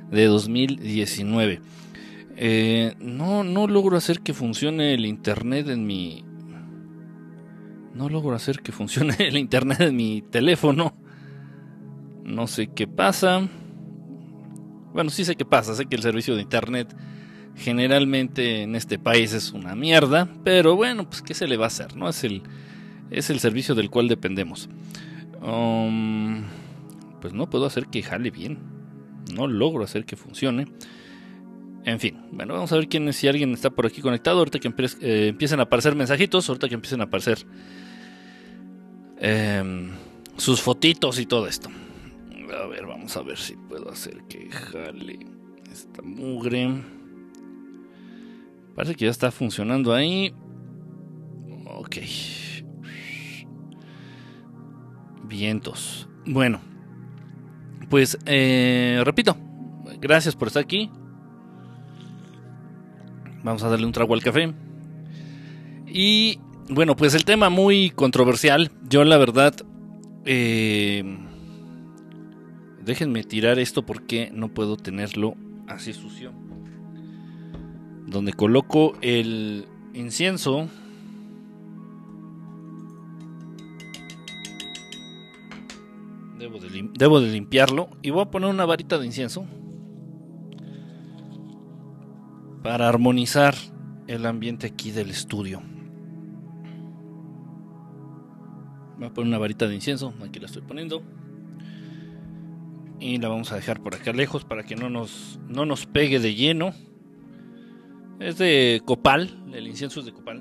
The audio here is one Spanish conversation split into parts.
de 2019. No logro hacer que funcione el internet en mi... No logro hacer que funcione el internet en mi teléfono. No sé qué pasa. Bueno, sí sé qué pasa. Sé que el servicio de internet generalmente en este país es una mierda. Pero bueno, pues qué se le va a hacer, ¿no? Es el servicio del cual dependemos. Pues no puedo hacer que jale bien. No logro hacer que funcione. En fin, bueno, vamos a ver si alguien está por aquí conectado. Ahorita que empiecen a aparecer mensajitos. Ahorita que empiecen a aparecer sus fotitos y todo esto. A ver, vamos a ver si puedo hacer que jale esta mugre. Parece que ya está funcionando ahí. Ok. Vientos. Bueno, pues repito, gracias por estar aquí. Vamos a darle un trago al café. Y bueno, pues el tema muy controversial. Yo la verdad, déjenme tirar esto porque no puedo tenerlo así sucio. Donde coloco el incienso. Debo de limpiarlo. Y voy a poner una varita de incienso para armonizar el ambiente aquí del estudio. Voy a poner una varita de incienso. Aquí la estoy poniendo. Y la vamos a dejar por acá lejos para que no nos pegue de lleno. Es de copal. El incienso es de copal.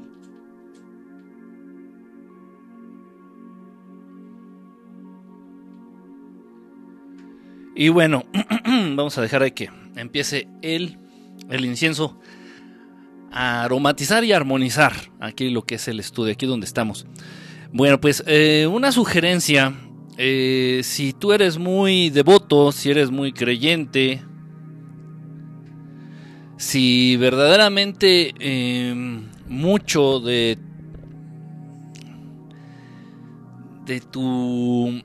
Y bueno, vamos a dejar ahí que empiece el incienso a aromatizar y a armonizar aquí lo que es el estudio, aquí donde estamos. Bueno, pues una sugerencia, si tú eres muy devoto, si eres muy creyente, si verdaderamente mucho de tu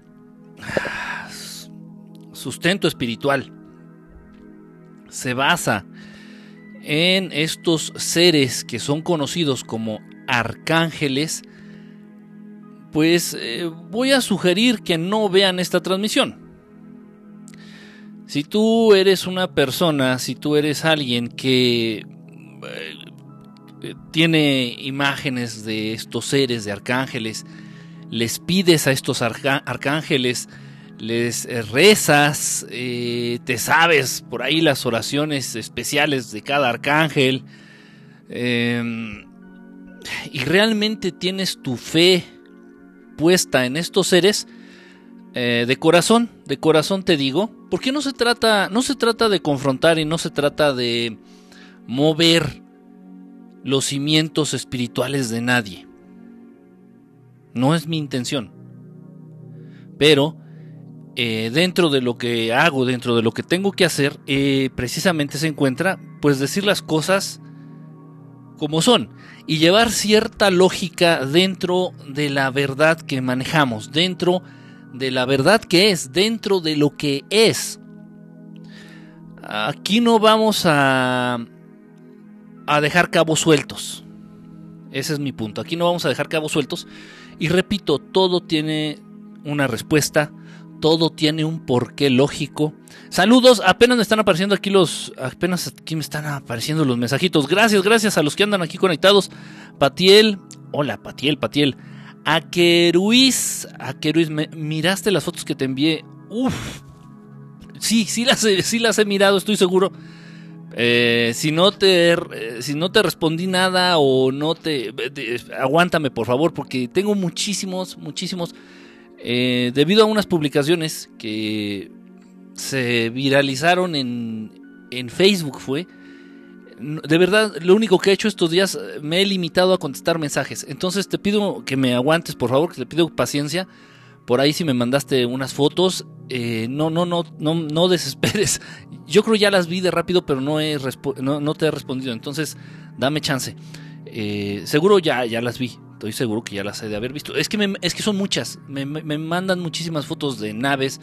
sustento espiritual se basa en estos seres que son conocidos como arcángeles, pues voy a sugerir que no vean esta transmisión. Si tú eres una persona, si tú eres alguien que tiene imágenes de estos seres, de arcángeles, les pides a estos arcángeles, les rezas, te sabes por ahí las oraciones especiales de cada arcángel, y realmente tienes tu fe puesta en estos seres, de corazón te digo, porque no se trata de confrontar y no se trata de mover los cimientos espirituales de nadie. No es mi intención. Pero dentro de lo que hago, dentro de lo que tengo que hacer, precisamente se encuentra pues decir las cosas como son y llevar cierta lógica dentro de la verdad que manejamos, dentro de la verdad que es, dentro de lo que es. Aquí no vamos a dejar cabos sueltos. Ese es mi punto. Aquí no vamos a dejar cabos sueltos. Y repito, todo tiene una respuesta, todo tiene un porqué lógico. Saludos, apenas me están apareciendo aquí me están apareciendo los mensajitos. Gracias a los que andan aquí conectados. Patiel, hola Patiel. Akeruiz, ¿miraste las fotos que te envié? Uf, sí las he mirado, estoy seguro. Si no te respondí nada o aguántame por favor, porque tengo muchísimos, debido a unas publicaciones que se viralizaron en Facebook fue. De verdad, lo único que he hecho estos días, me he limitado a contestar mensajes. Entonces te pido que me aguantes, por favor, que te pido paciencia. Por ahí si me mandaste unas fotos, no desesperes. Yo creo ya las vi de rápido, pero no te he respondido. Entonces, dame chance. Seguro ya las vi. Estoy seguro que ya las he de haber visto. Es que son muchas. Me mandan muchísimas fotos de naves,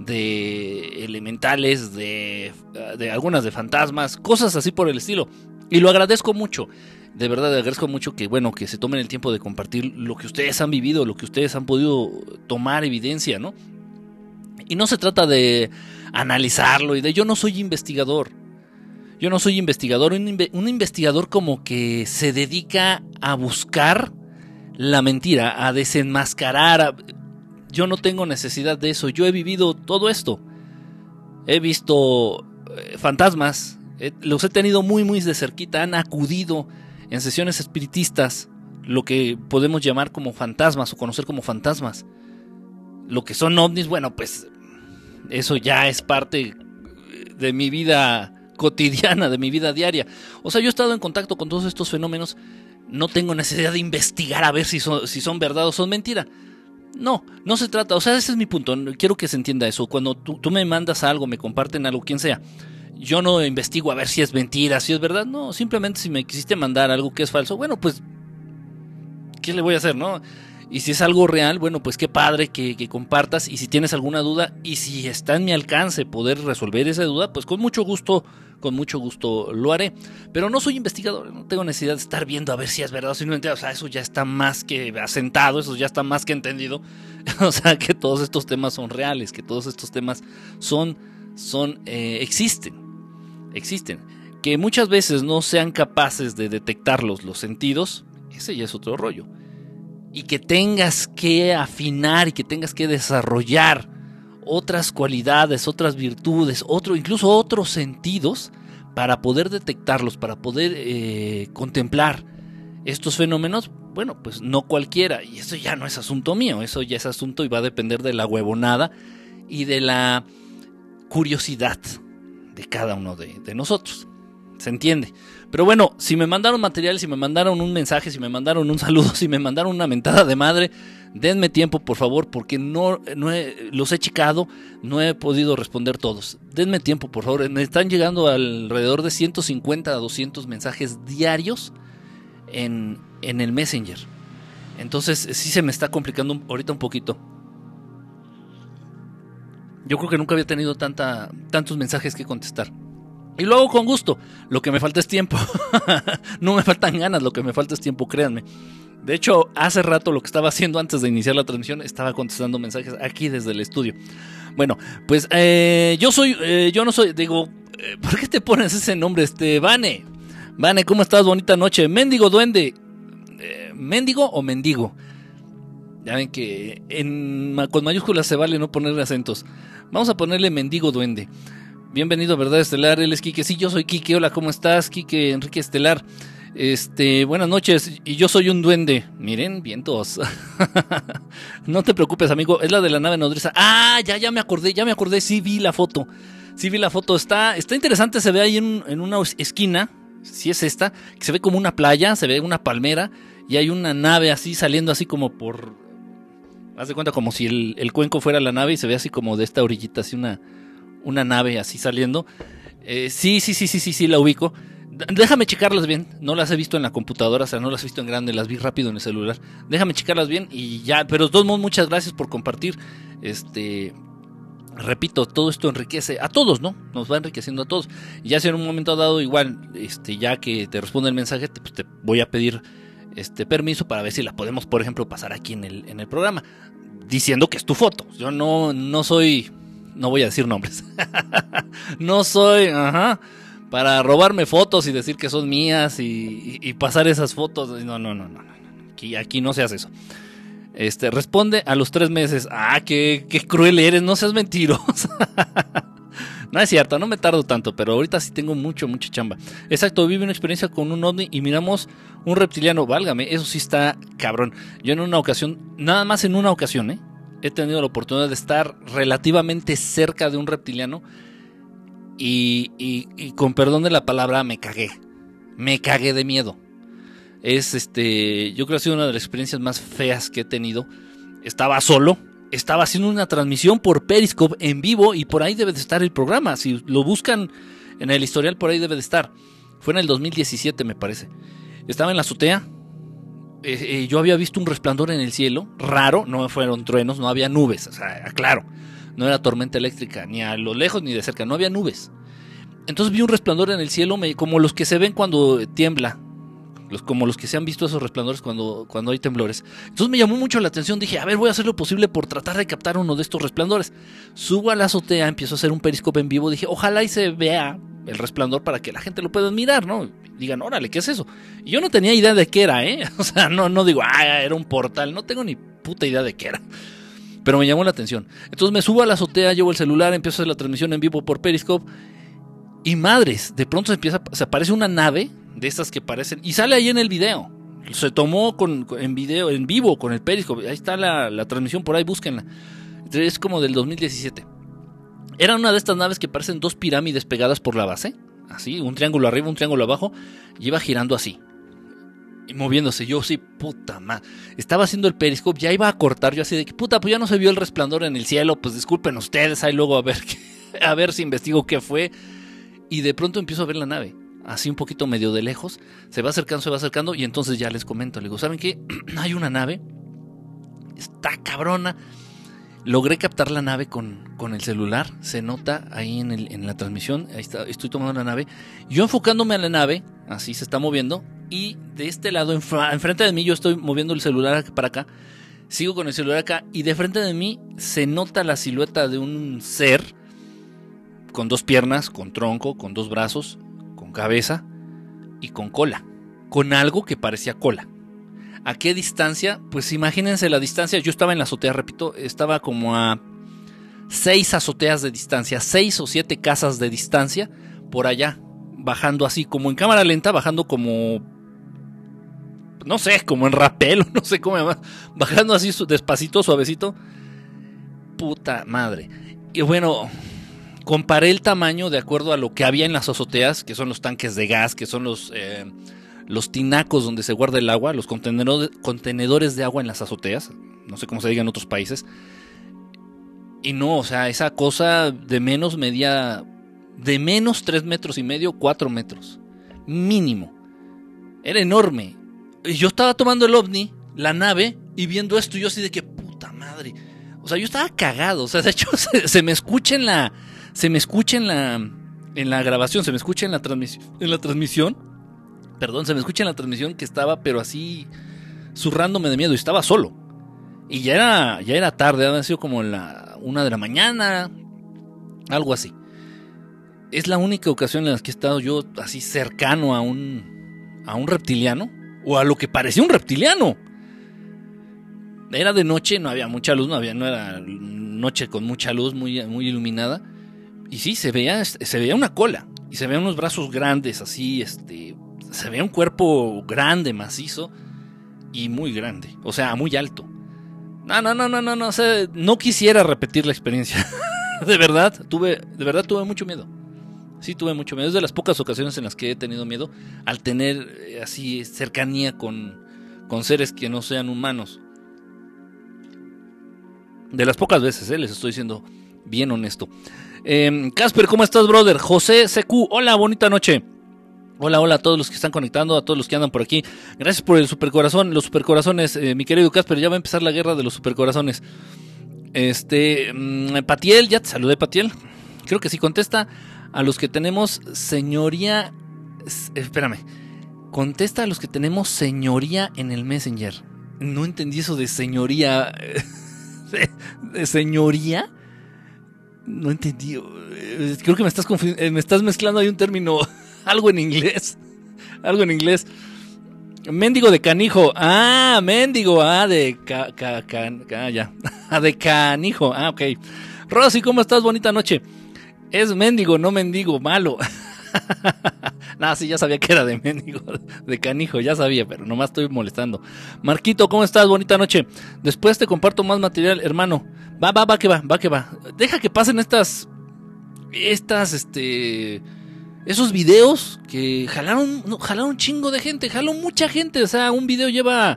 de elementales, de algunas de fantasmas, cosas así por el estilo. Y lo agradezco mucho. De verdad agradezco mucho que, bueno, que se tomen el tiempo de compartir lo que ustedes han vivido, lo que ustedes han podido tomar evidencia, ¿no? Y no se trata de analizarlo y de... Yo no soy investigador. Yo no soy investigador. Un investigador como que se dedica a buscar la mentira, a desenmascarar. Yo no tengo necesidad de eso. Yo he vivido todo esto. He visto fantasmas. Los he tenido muy, muy de cerquita. Han acudido en sesiones espiritistas, lo que podemos llamar como fantasmas o conocer como fantasmas. Lo que son ovnis, bueno, pues eso ya es parte de mi vida cotidiana, de mi vida diaria. O sea, yo he estado en contacto con todos estos fenómenos. No tengo necesidad de investigar a ver si son verdad o son mentira. No se trata, o sea, ese es mi punto. Quiero que se entienda eso. Cuando tú me mandas algo, me comparten algo, quien sea, yo no investigo a ver si es mentira, si es verdad. No, simplemente si me quisiste mandar algo que es falso, bueno, pues, ¿qué le voy a hacer, no? Y si es algo real, bueno, pues qué padre que compartas. Y si tienes alguna duda, y si está en mi alcance poder resolver esa duda, pues con mucho gusto lo haré. Pero no soy investigador, no tengo necesidad de estar viendo a ver si es verdad o si no es mentira. O sea, eso ya está más que asentado, eso ya está más que entendido. O sea, que todos estos temas son reales, que todos estos temas existen. Que muchas veces no sean capaces de detectarlos los sentidos, ese ya es otro rollo. Y que tengas que afinar y que tengas que desarrollar otras cualidades, otras virtudes, incluso otros sentidos para poder detectarlos, para poder contemplar estos fenómenos. Bueno, pues no cualquiera, y eso ya no es asunto mío, eso ya es asunto y va a depender de la huevonada y de la curiosidad de cada uno de nosotros. ¿Se entiende? Pero bueno, si me mandaron material, si me mandaron un mensaje, si me mandaron un saludo, si me mandaron una mentada de madre, denme tiempo, por favor, porque los he checado, no he podido responder todos. Denme tiempo, por favor. Me están llegando alrededor de 150 a 200 mensajes diarios en el Messenger. Entonces sí se me está complicando ahorita un poquito. Yo creo que nunca había tenido tantos mensajes que contestar. Y lo hago con gusto. Lo que me falta es tiempo. No me faltan ganas, lo que me falta es tiempo, créanme. De hecho, hace rato lo que estaba haciendo antes de iniciar la transmisión, estaba contestando mensajes aquí desde el estudio. Bueno, pues yo no soy, digo, ¿por qué te pones ese nombre? Vane, ¿cómo estás? Bonita noche. Mendigo duende. ¿Mendigo o mendigo? Ya ven que con mayúsculas se vale no ponerle acentos. Vamos a ponerle mendigo duende. Bienvenido a Verdad Estelar, él es Quique. Sí, yo soy Quique, hola, ¿cómo estás? Quique Enrique Estelar. Buenas noches, y yo soy un duende. Miren, vientos. No te preocupes, amigo, es la de la nave nodriza. Ah, ya me acordé, sí vi la foto. Está interesante, se ve ahí en una esquina, si es esta, que se ve como una playa, se ve una palmera, y hay una nave así saliendo así como por... Haz de cuenta como si el cuenco fuera la nave y se ve así como de esta orillita, así una nave así saliendo. Sí, la ubico. Déjame checarlas bien. No las he visto en la computadora, o sea, no las he visto en grande, las vi rápido en el celular. Déjame checarlas bien y ya. Pero de todos modos, muchas gracias por compartir. Repito, todo esto enriquece a todos, ¿no? Nos va enriqueciendo a todos. Y ya si en un momento dado, igual, ya que te responde el mensaje, te voy a pedir permiso para ver si la podemos, por ejemplo, pasar aquí en el programa, diciendo que es tu foto. Yo no soy... No voy a decir nombres. No soy, para robarme fotos y decir que son mías y pasar esas fotos. No. Aquí no se hace eso. Responde a los 3 meses. Ah, qué cruel eres, no seas mentiroso. No es cierto, no me tardo tanto, pero ahorita sí tengo mucha chamba. Exacto, viví una experiencia con un ovni y miramos un reptiliano. Válgame, eso sí está cabrón. Yo en una ocasión, nada más en una ocasión, he tenido la oportunidad de estar relativamente cerca de un reptiliano y con perdón de la palabra me cagué de miedo. Yo creo que ha sido una de las experiencias más feas que he tenido. Estaba solo, estaba haciendo una transmisión por Periscope en vivo y por ahí debe de estar el programa. Si lo buscan en el historial, por ahí debe de estar. Fue en el 2017, me parece. Estaba en la azotea. Yo había visto un resplandor en el cielo, raro, no fueron truenos, no había nubes, o sea, claro, no era tormenta eléctrica, ni a lo lejos ni de cerca, no había nubes. Entonces vi un resplandor en el cielo, como los que se ven cuando tiembla, como los que se han visto esos resplandores cuando hay temblores. Entonces me llamó mucho la atención, dije, a ver, voy a hacer lo posible por tratar de captar uno de estos resplandores. Subo a la azotea, empiezo a hacer un periscope en vivo, dije, ojalá y se vea el resplandor para que la gente lo pueda mirar, ¿no? Digan, órale, ¿qué es eso? Y yo no tenía idea de qué era, O sea, no digo, era un portal, no tengo ni puta idea de qué era. Pero me llamó la atención. Entonces me subo a la azotea, llevo el celular, empiezo a hacer la transmisión en vivo por Periscope. Y madres, de pronto se aparece una nave de estas que parecen, y sale ahí en el video. Se tomó en video, en vivo, con el Periscope. Ahí está la transmisión, por ahí búsquenla. Es como del 2017. Era una de estas naves que parecen dos pirámides pegadas por la base. Así, un triángulo arriba, un triángulo abajo. Y iba girando así. Y moviéndose. Yo sí, puta madre. Estaba haciendo el Periscope, ya iba a cortar. Yo así de que, puta, pues ya no se vio el resplandor en el cielo. Pues disculpen ustedes, ahí luego a ver si investigo qué fue. Y de pronto empiezo a ver la nave. Así un poquito medio de lejos. Se va acercando. Y entonces ya les comento. Le digo, ¿saben qué? Hay una nave. Está cabrona. Logré captar la nave con el celular. Se nota ahí en la transmisión. Ahí está, estoy tomando la nave. Yo enfocándome a la nave. Así se está moviendo. Y de este lado, enfrente de mí, yo estoy moviendo el celular para acá. Sigo con el celular acá. Y de frente de mí se nota la silueta de un ser. Con dos piernas, con tronco, con dos brazos, con cabeza y con cola. Con algo que parecía cola. ¿A qué distancia? Pues imagínense la distancia. Yo estaba en la azotea, repito, estaba como a 6 azoteas de distancia, 6 o 7 casas de distancia, por allá, bajando así, como en cámara lenta, bajando como, no sé, como en rapel, no sé cómo llama, bajando así despacito, suavecito. Puta madre. Y bueno, comparé el tamaño de acuerdo a lo que había en las azoteas, que son los tanques de gas, que son los tinacos donde se guarda el agua, los contenedores de agua en las azoteas, no sé cómo se diga en otros países. Y no, o sea, esa cosa de menos medía, de menos 3 metros y medio, 4 metros, mínimo. Era enorme. Y yo estaba tomando el ovni, la nave, y viendo esto, y yo así de que puta madre. O sea, yo estaba cagado. O sea, de hecho, se me escucha en la grabación, se me escucha en la transmisión. Perdón, se me escucha en la transmisión que estaba, pero así, zurrándome de miedo. Y estaba solo. Y ya era tarde, había sido como la 1 de la mañana, algo así. Es la única ocasión en la que he estado yo así cercano a un reptiliano, o a lo que parecía un reptiliano. Era de noche, no había mucha luz, no era noche con mucha luz, muy, muy iluminada. Y sí, se veía una cola, y se veían unos brazos grandes, así, se veía un cuerpo grande, macizo, y muy grande, o sea, muy alto. No, o sea, no quisiera repetir la experiencia. De verdad tuve mucho miedo. Sí, tuve mucho miedo. Es de las pocas ocasiones en las que he tenido miedo al tener así cercanía con seres que no sean humanos. De las pocas veces, les estoy siendo bien honesto. Casper, ¿cómo estás, brother? José CQ, hola, bonita noche. Hola a todos los que están conectando, a todos los que andan por aquí. Gracias por el supercorazón, los supercorazones, mi querido Casper. Ya va a empezar la guerra de los supercorazones. Patiel, ya te saludé, Patiel. Creo que sí, contesta a los que tenemos señoría. Espérame. Contesta a los que tenemos señoría en el Messenger. No entendí eso de señoría. ¿De señoría? No entendí. Creo que me estás mezclando ahí un término. Algo en inglés. Mendigo de canijo. Ah, mendigo. Ah, de ya. De canijo. Ah, ok. Rosy, ¿cómo estás? Bonita noche. Es mendigo, no mendigo. Malo. Nada, sí, ya sabía que era de mendigo. De canijo, ya sabía, pero nomás estoy molestando. Marquito, ¿cómo estás? Bonita noche. Después te comparto más material, hermano. Va que va. Deja que pasen esos videos que jalaron un chingo de gente, jaló mucha gente. O sea, un video lleva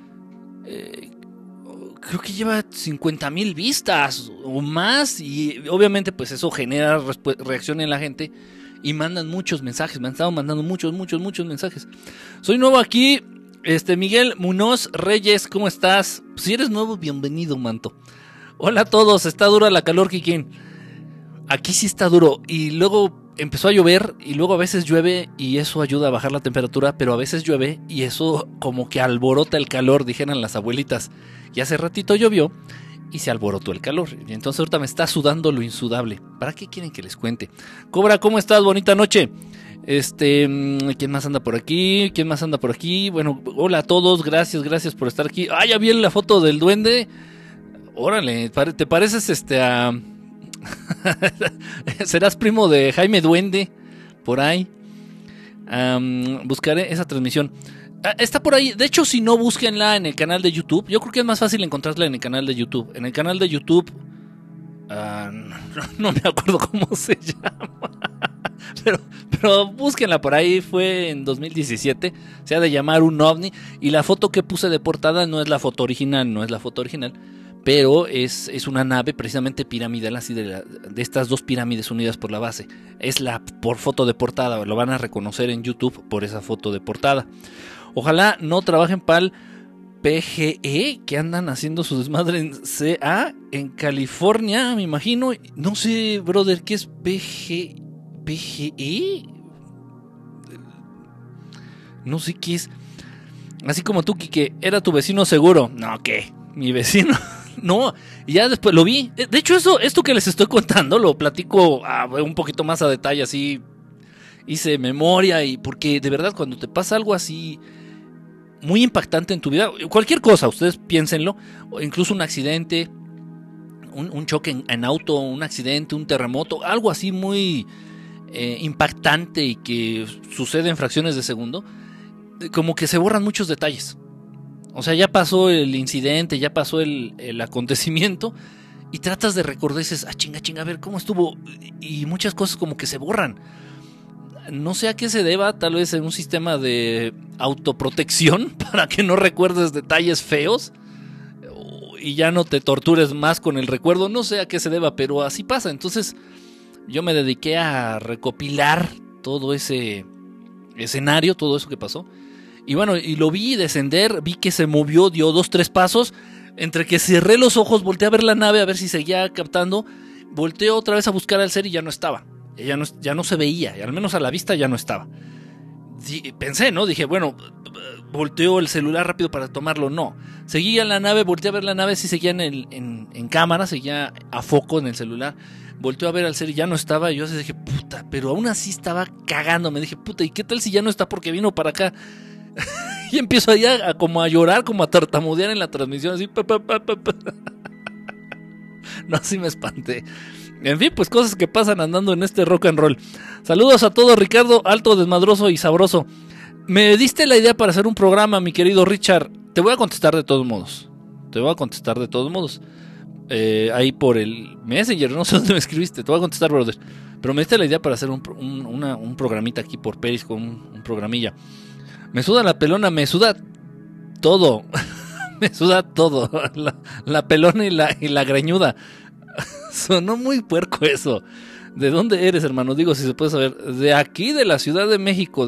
creo que lleva 50,000 vistas o más. Y obviamente pues eso genera reacción en la gente. Y mandan muchos mensajes, me han estado mandando muchos mensajes. Soy nuevo aquí, Miguel Munoz Reyes, ¿cómo estás? Si eres nuevo, bienvenido, manto. Hola a todos, está dura la calor, Kikín. Aquí sí está duro. Y luego empezó a llover y luego a veces llueve y eso ayuda a bajar la temperatura, pero a veces llueve y eso como que alborota el calor, dijeran las abuelitas. Y hace ratito llovió y se alborotó el calor. Y entonces ahorita me está sudando lo insudable. ¿Para qué quieren que les cuente? Cobra, ¿cómo estás? Bonita noche. ¿Quién más anda por aquí? ¿Quién más anda por aquí? Bueno, hola a todos, gracias por estar aquí. Ah, ya vi la foto del duende. Órale, ¿te pareces a... ¿Serás primo de Jaime Duende? Por ahí. Buscaré esa transmisión. Está por ahí. De hecho, si no, búsquenla en el canal de YouTube. Yo creo que es más fácil encontrarla en el canal de YouTube. En el canal de YouTube... no me acuerdo cómo se llama. Pero búsquenla por ahí. Fue en 2017. Se ha de llamar Un OVNI. Y la foto que puse de portada no es la foto original. Pero es una nave precisamente piramidal, así de estas dos pirámides unidas por la base. Es la por foto de portada, lo van a reconocer en YouTube por esa foto de portada. Ojalá no trabajen para el PGE, que andan haciendo su desmadre en CA, en California, me imagino. No sé, brother, ¿qué es PGE? No sé qué es. Así como tú, Kike, era tu vecino seguro. No, ¿qué? Mi vecino... No, y ya después lo vi. De hecho, esto que les estoy contando lo platico un poquito más a detalle, así hice memoria. Y porque de verdad cuando te pasa algo así muy impactante en tu vida, cualquier cosa, ustedes piénsenlo, o incluso un accidente, un choque en auto, un accidente, un terremoto, algo así muy impactante y que sucede en fracciones de segundo, como que se borran muchos detalles. O sea, ya pasó el incidente, ya pasó el acontecimiento y tratas de recordar y dices, chinga, a ver, ¿cómo estuvo? Y muchas cosas como que se borran. No sé a qué se deba, tal vez en un sistema de autoprotección para que no recuerdes detalles feos y ya no te tortures más con el recuerdo. No sé a qué se deba, pero así pasa. Entonces yo me dediqué a recopilar todo ese escenario, todo eso que pasó. Y bueno, y lo vi descender, vi que se movió, dio 2-3 pasos. Entre que cerré los ojos, volteé a ver la nave a ver si seguía captando. Volteé otra vez a buscar al ser y ya no estaba. Ya no se veía, al menos a la vista ya no estaba. Pensé, ¿no? Dije, bueno, volteo el celular rápido para tomarlo. No, seguía en la nave, volteé a ver la nave, sí seguía en cámara, seguía a foco en el celular. Volteó a ver al ser y ya no estaba. Y yo así dije, puta, pero aún así estaba cagando. Me dije, puta, ¿y qué tal si ya no está porque vino para acá? Y empiezo allá como a llorar, como a tartamudear en la transmisión, así. No, así me espanté. En fin, pues cosas que pasan andando en este rock and roll. Saludos a todos, Ricardo, alto, desmadroso y sabroso. Me diste la idea para hacer un programa, mi querido Richard. Te voy a contestar de todos modos. Ahí por el Messenger, no sé dónde me escribiste. Te voy a contestar, brother. Pero me diste la idea para hacer un programita aquí por Periscope, un programilla. Me suda la pelona, me suda todo. Me suda todo. La pelona y la greñuda. Sonó muy puerco eso. ¿De dónde eres, hermano? Digo, si se puede saber. De aquí, de la Ciudad de México.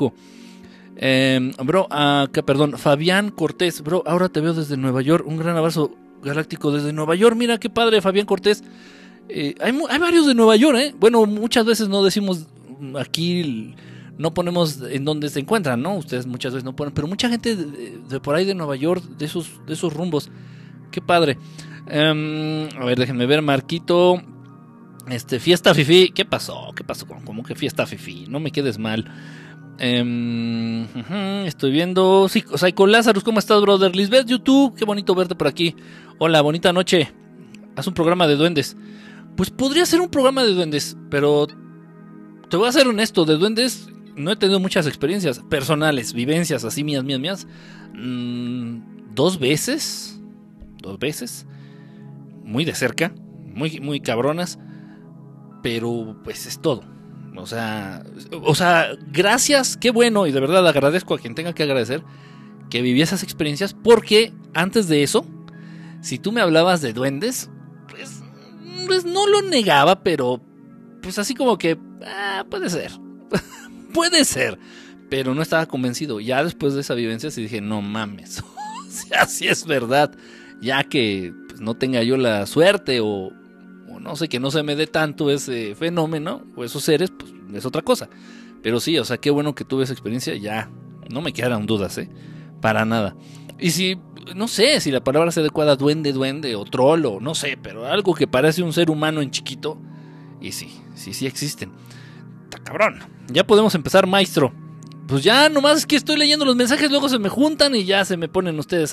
Perdón, Fabián Cortés. Bro, ahora te veo desde Nueva York. Un gran abrazo galáctico desde Nueva York. Mira qué padre, Fabián Cortés. Hay varios de Nueva York, ¿eh? Bueno, muchas veces no decimos aquí... No ponemos en dónde se encuentran, ¿no? Ustedes muchas veces no ponen, pero mucha gente de por ahí de Nueva York, de esos rumbos. Qué padre. A ver, déjenme ver, Marquito. Fiesta Fifi. ¿Qué pasó? ¿Cómo que Fiesta Fifi? No me quedes mal. Estoy viendo. Sí, Psycho Lazarus, ¿cómo estás, brother? Lisbeth, YouTube, qué bonito verte por aquí. Hola, bonita noche. Haz un programa de duendes. Pues podría ser un programa de duendes, pero te voy a ser honesto, de duendes no he tenido muchas experiencias personales, vivencias así mías. 2 veces, muy de cerca, muy cabronas, pero pues es todo. O sea, gracias, qué bueno, y de verdad agradezco a quien tenga que agradecer que viví esas experiencias, porque antes de eso, si tú me hablabas de duendes, pues no lo negaba, pero pues así como que puede ser. Puede ser, pero no estaba convencido. Ya después de esa vivencia sí dije, no mames, o sea, sí es verdad, ya que pues no tenga yo la suerte o no sé, que no se me dé tanto ese fenómeno o esos seres, pues es otra cosa. Pero sí, o sea, qué bueno que tuve esa experiencia, ya no me quedaron dudas, para nada. Y si, no sé, si la palabra es adecuada, duende o trolo, no sé, pero algo que parece un ser humano en chiquito, y sí existen. Está cabrón. Ya podemos empezar, maestro. Pues ya, nomás es que estoy leyendo los mensajes, luego se me juntan y ya se me ponen ustedes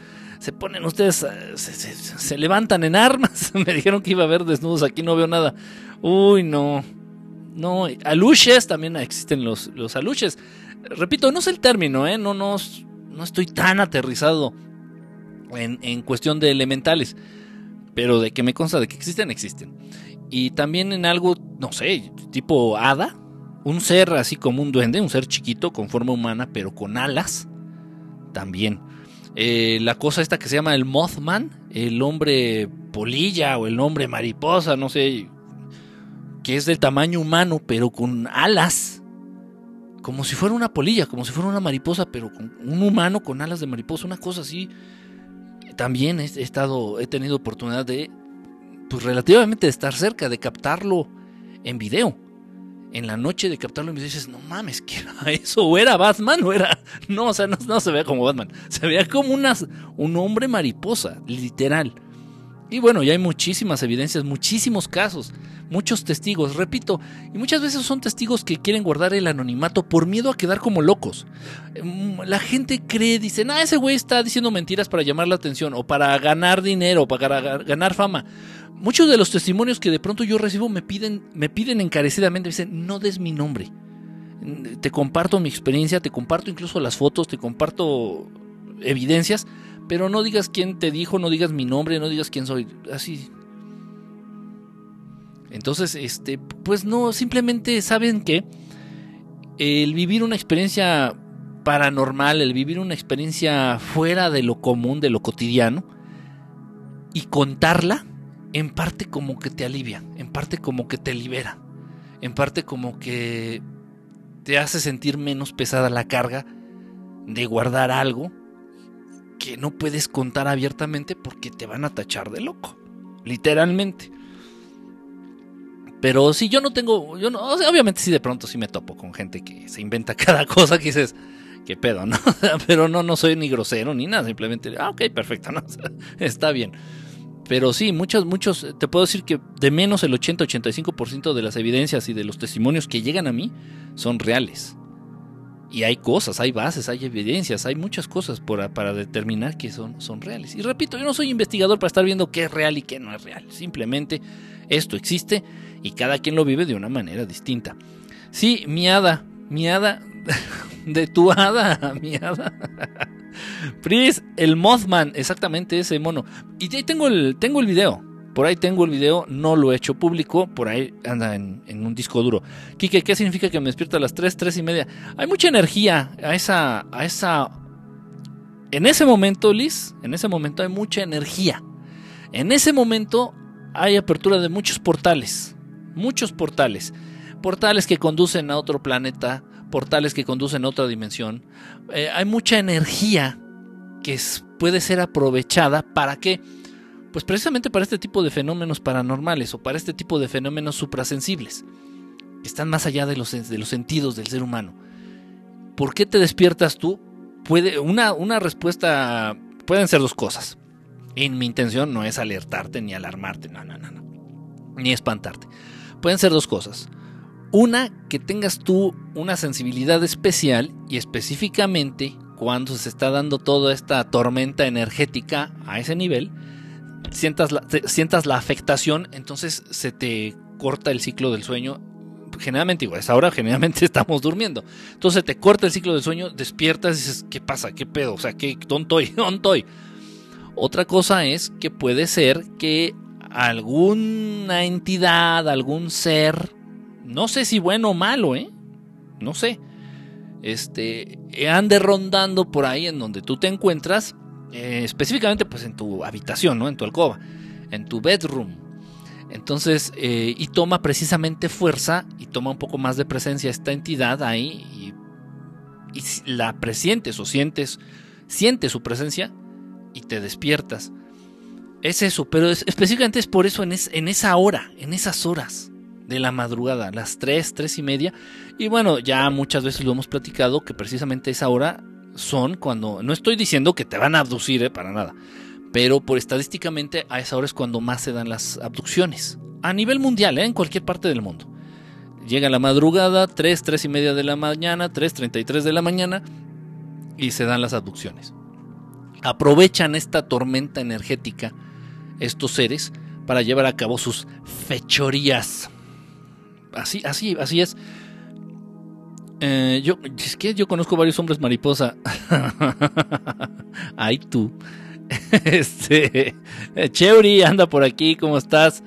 se levantan en armas. Me dijeron que iba a haber desnudos, aquí no veo nada. Uy, no, aluches, también existen los aluches. Repito, no sé el término, no estoy tan aterrizado en cuestión de elementales, pero de que me consta de que existen. Y también en algo, no sé, tipo hada, un ser así como un duende, un ser chiquito con forma humana pero con alas, también. La cosa esta que se llama el Mothman, el hombre polilla o el hombre mariposa, no sé, que es del tamaño humano pero con alas, como si fuera una polilla, como si fuera una mariposa, pero con un humano con alas de mariposa, una cosa así. También he tenido oportunidad de, pues relativamente de estar cerca, de captarlo en video. En la noche, de captarlo en video, dices, no mames, ¿qué era eso? ¿O era Batman? ¿O era...? No, o sea, no se veía como Batman. Se veía como un hombre mariposa, literal. Y bueno, ya hay muchísimas evidencias, muchísimos casos, muchos testigos, repito, y muchas veces son testigos que quieren guardar el anonimato por miedo a quedar como locos. La gente cree, dicen, ese güey está diciendo mentiras para llamar la atención, o para ganar dinero, o para ganar fama. Muchos de los testimonios que de pronto yo recibo me piden encarecidamente, me dicen, no des mi nombre, te comparto mi experiencia, te comparto incluso las fotos, te comparto evidencias, pero no digas quién te dijo, no digas mi nombre, no digas quién soy, así. Entonces, pues no, simplemente saben que el vivir una experiencia paranormal, el vivir una experiencia fuera de lo común, de lo cotidiano, y contarla, en parte como que te alivia, en parte como que te libera, en parte como que te hace sentir menos pesada la carga de guardar algo que no puedes contar abiertamente porque te van a tachar de loco, literalmente. Pero si yo no, o sea, obviamente sí de pronto sí me topo con gente que se inventa cada cosa que dices, qué pedo, ¿no? Pero no soy ni grosero ni nada, simplemente, ok, perfecto, ¿no? O sea, está bien. Pero sí, muchos, te puedo decir que de menos el 80-85% de las evidencias y de los testimonios que llegan a mí son reales. Y hay cosas, hay bases, hay evidencias, hay muchas cosas para determinar que son reales. Y repito, yo no soy investigador para estar viendo qué es real y qué no es real. Simplemente esto existe y cada quien lo vive de una manera distinta. Sí, mi hada, de tu hada, mi hada. Pris, el Mothman, exactamente ese mono. Y ahí tengo el video. Por ahí tengo el video, no lo he hecho público, por ahí anda en un disco duro. Quique, ¿qué significa que me despierto a las 3:30? Hay mucha energía en ese momento, Liz, en ese momento hay mucha energía. En ese momento hay apertura de muchos portales que conducen a otro planeta, portales que conducen a otra dimensión. Hay mucha energía que puede ser aprovechada para que, pues precisamente para este tipo de fenómenos paranormales o para este tipo de fenómenos suprasensibles que están más allá de los sentidos del ser humano. ¿Por qué te despiertas tú? Una respuesta, pueden ser dos cosas. Y mi intención no es alertarte ni alarmarte, no, ni espantarte. Pueden ser dos cosas. Una, que tengas tú una sensibilidad especial y específicamente cuando se está dando toda esta tormenta energética a ese nivel, sientas la afectación, entonces se te corta el ciclo del sueño. Generalmente, a esa hora generalmente estamos durmiendo. Entonces te corta el ciclo del sueño, despiertas y dices, ¿qué pasa? ¿Qué pedo? O sea, ¿dónde estoy? Otra cosa es que puede ser que alguna entidad, algún ser, no sé si bueno o malo, no sé, ande rondando por ahí en donde tú te encuentras, específicamente pues en tu habitación, ¿no? En tu alcoba, en tu bedroom. Entonces, y toma precisamente fuerza y toma un poco más de presencia esta entidad ahí y la presientes o sientes su presencia y te despiertas. Es eso, pero específicamente es por eso en esa hora, en esas horas de la madrugada, las 3:30. Y bueno, ya muchas veces lo hemos platicado, que precisamente esa hora son cuando, no estoy diciendo que te van a abducir, para nada, pero por estadísticamente a esa hora es cuando más se dan las abducciones. A nivel mundial, en cualquier parte del mundo. Llega la madrugada, 3:30 de la mañana, 3:33 de la mañana, y se dan las abducciones. Aprovechan esta tormenta energética estos seres para llevar a cabo sus fechorías. Así es. Yo conozco varios hombres mariposa. Ay, tú. Cheuri anda por aquí, ¿cómo estás?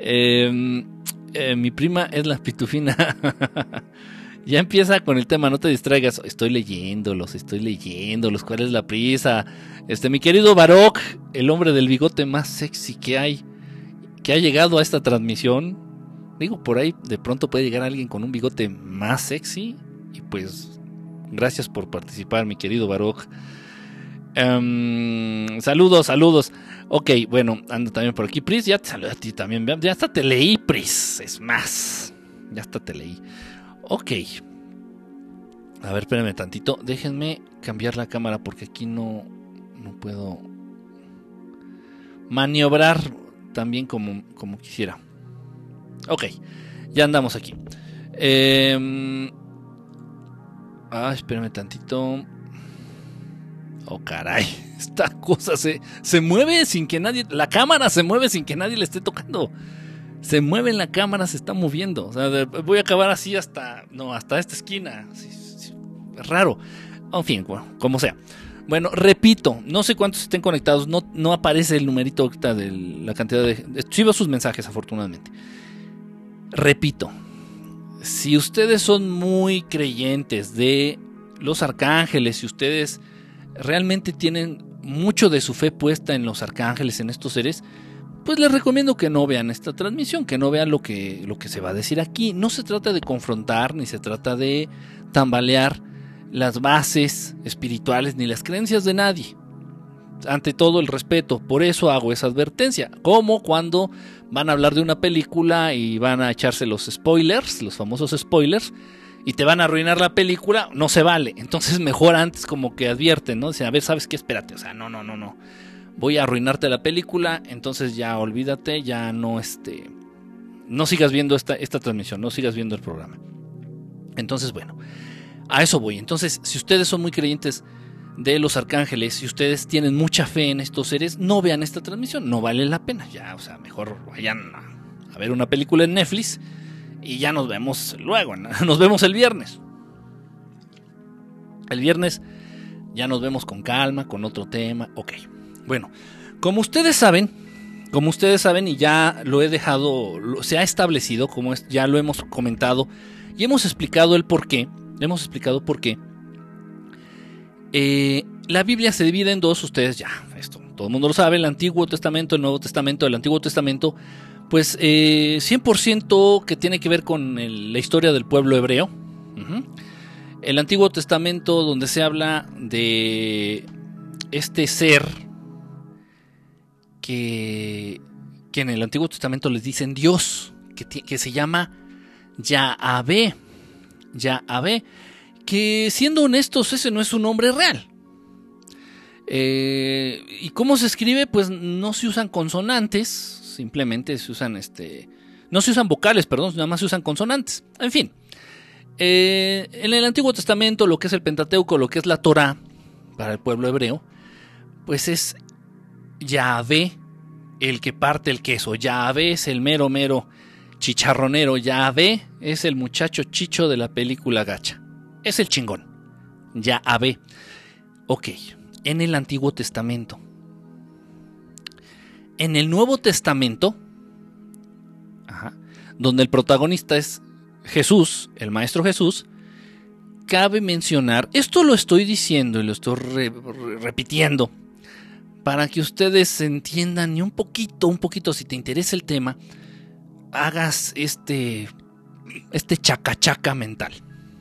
Mi prima es la pitufina. Ya empieza con el tema, no te distraigas. Estoy leyéndolos. ¿Cuál es la prisa? Mi querido Baroque, el hombre del bigote más sexy que ha llegado a esta transmisión. Digo, por ahí de pronto puede llegar alguien con un bigote más sexy. Y pues, gracias por participar, mi querido Baroque. Saludos. Ok, bueno, ando también por aquí. Pris, ya te saludé a ti también. Ya hasta te leí, Pris. Es más, ya hasta te leí. Ok. A ver, espérenme tantito. Déjenme cambiar la cámara porque aquí no puedo maniobrar tan bien como quisiera. Ok, ya andamos aquí. Espérenme tantito. Oh, caray. Esta cosa se mueve sin que nadie... La cámara se mueve sin que nadie le esté tocando. Se mueve en la cámara, se está moviendo. O sea, voy a acabar así hasta esta esquina. Sí, es raro. En fin, bueno, como sea. Bueno, repito, no sé cuántos estén conectados. No aparece el numerito ahorita de la cantidad de... Sí veo sus mensajes, afortunadamente. Repito, si ustedes son muy creyentes de los arcángeles, si ustedes realmente tienen mucho de su fe puesta en los arcángeles, en estos seres, pues les recomiendo que no vean esta transmisión, que no vean lo que se va a decir aquí. No se trata de confrontar, ni se trata de tambalear las bases espirituales ni las creencias de nadie. Ante todo el respeto, por eso hago esa advertencia, como cuando van a hablar de una película y van a echarse los spoilers, los famosos spoilers, y te van a arruinar la película, no se vale. Entonces mejor antes como que advierten, ¿no? Dicen, a ver, ¿sabes qué? Espérate, o sea, no. Voy a arruinarte la película, entonces ya olvídate, ya no sigas viendo esta transmisión, no sigas viendo el programa. Entonces, bueno, a eso voy. Entonces, si ustedes son muy creyentes de los arcángeles, si ustedes tienen mucha fe en estos seres, no vean esta transmisión, no vale la pena. Ya, o sea, mejor vayan a ver una película en Netflix y ya nos vemos luego, ¿no? Nos vemos el viernes. El viernes ya nos vemos con calma, con otro tema. Ok. Bueno, como ustedes saben, y ya lo he dejado, se ha establecido, ya lo hemos comentado y hemos explicado el por qué. La Biblia se divide en dos, ustedes ya, esto todo el mundo lo sabe, el Antiguo Testamento, el Nuevo Testamento. El Antiguo Testamento, pues 100% que tiene que ver con la historia del pueblo hebreo. El Antiguo Testamento, donde se habla de este ser que en el Antiguo Testamento les dicen Dios, que se llama Yahvé, que siendo honestos ese no es un nombre real. ¿Y cómo se escribe? Pues no se usan consonantes, simplemente se usan no se usan vocales, perdón, nada más se usan consonantes. En fin, en el Antiguo Testamento, lo que es el Pentateuco, lo que es la Torá para el pueblo hebreo, pues es Yahvé el que parte el queso. Yahvé es el mero chicharronero. Yahvé es el muchacho chicho de la película gacha. Es el chingón. Yahvé. Ok, en el Antiguo Testamento. En el Nuevo Testamento, donde el protagonista es Jesús, el Maestro Jesús, cabe mencionar, esto lo estoy diciendo y lo estoy repitiendo, para que ustedes entiendan y un poquito, si te interesa el tema, hagas este chacachaca mental.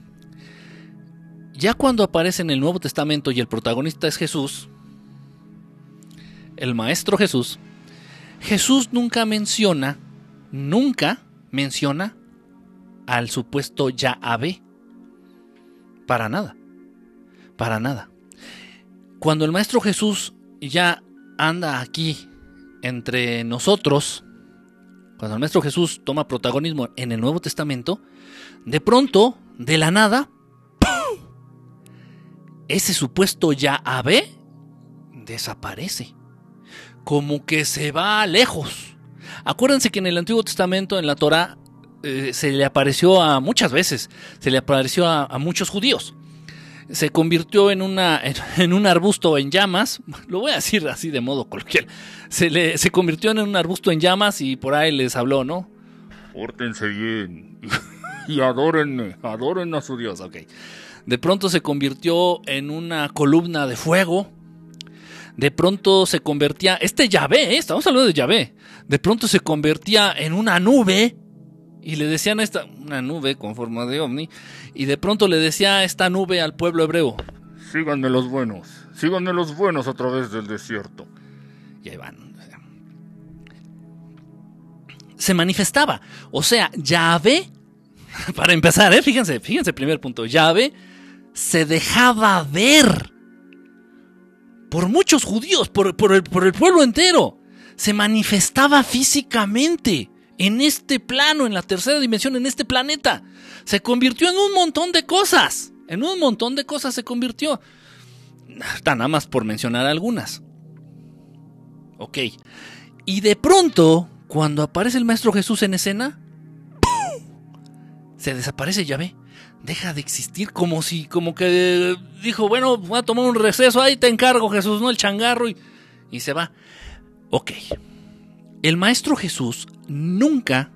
Ya cuando aparece en el Nuevo Testamento y el protagonista es Jesús, el Maestro Jesús, Jesús nunca menciona al supuesto Yahvé. Para nada. Cuando el Maestro Jesús ya anda aquí entre nosotros, cuando el Maestro Jesús toma protagonismo en el Nuevo Testamento, de pronto, de la nada, ¡pum!, ese supuesto Yahvé desaparece. Como que se va lejos. Acuérdense que en el Antiguo Testamento, en la Torá, se le apareció muchas veces, se le apareció a muchos judíos. Se convirtió en un arbusto en llamas. Lo voy a decir así de modo coloquial. Se convirtió en un arbusto en llamas y por ahí les habló, ¿no? Pórtense bien y adórenme, adoren a su Dios. Okay. De pronto se convirtió en una columna de fuego. De pronto se convertía, Yahvé, estamos hablando de Yahvé. De pronto se convertía en una nube. Y le decían una nube con forma de ovni, y de pronto le decía esta nube al pueblo hebreo: síganme los buenos a través del desierto. Y ahí van. Se manifestaba. O sea, Yahvé, para empezar, fíjense, primer punto, Yahvé se dejaba ver por muchos judíos, por el pueblo entero. Se manifestaba físicamente. En este plano, en la tercera dimensión, en este planeta. Se convirtió en un montón de cosas. Se convirtió. Nada más por mencionar algunas. Ok. Y de pronto, cuando aparece el Maestro Jesús en escena, ¡pum!, se desaparece Yahvé. Deja de existir, como que dijo: bueno, voy a tomar un receso, ahí te encargo, Jesús, ¿no? El changarro, y se va. Ok. El Maestro Jesús nunca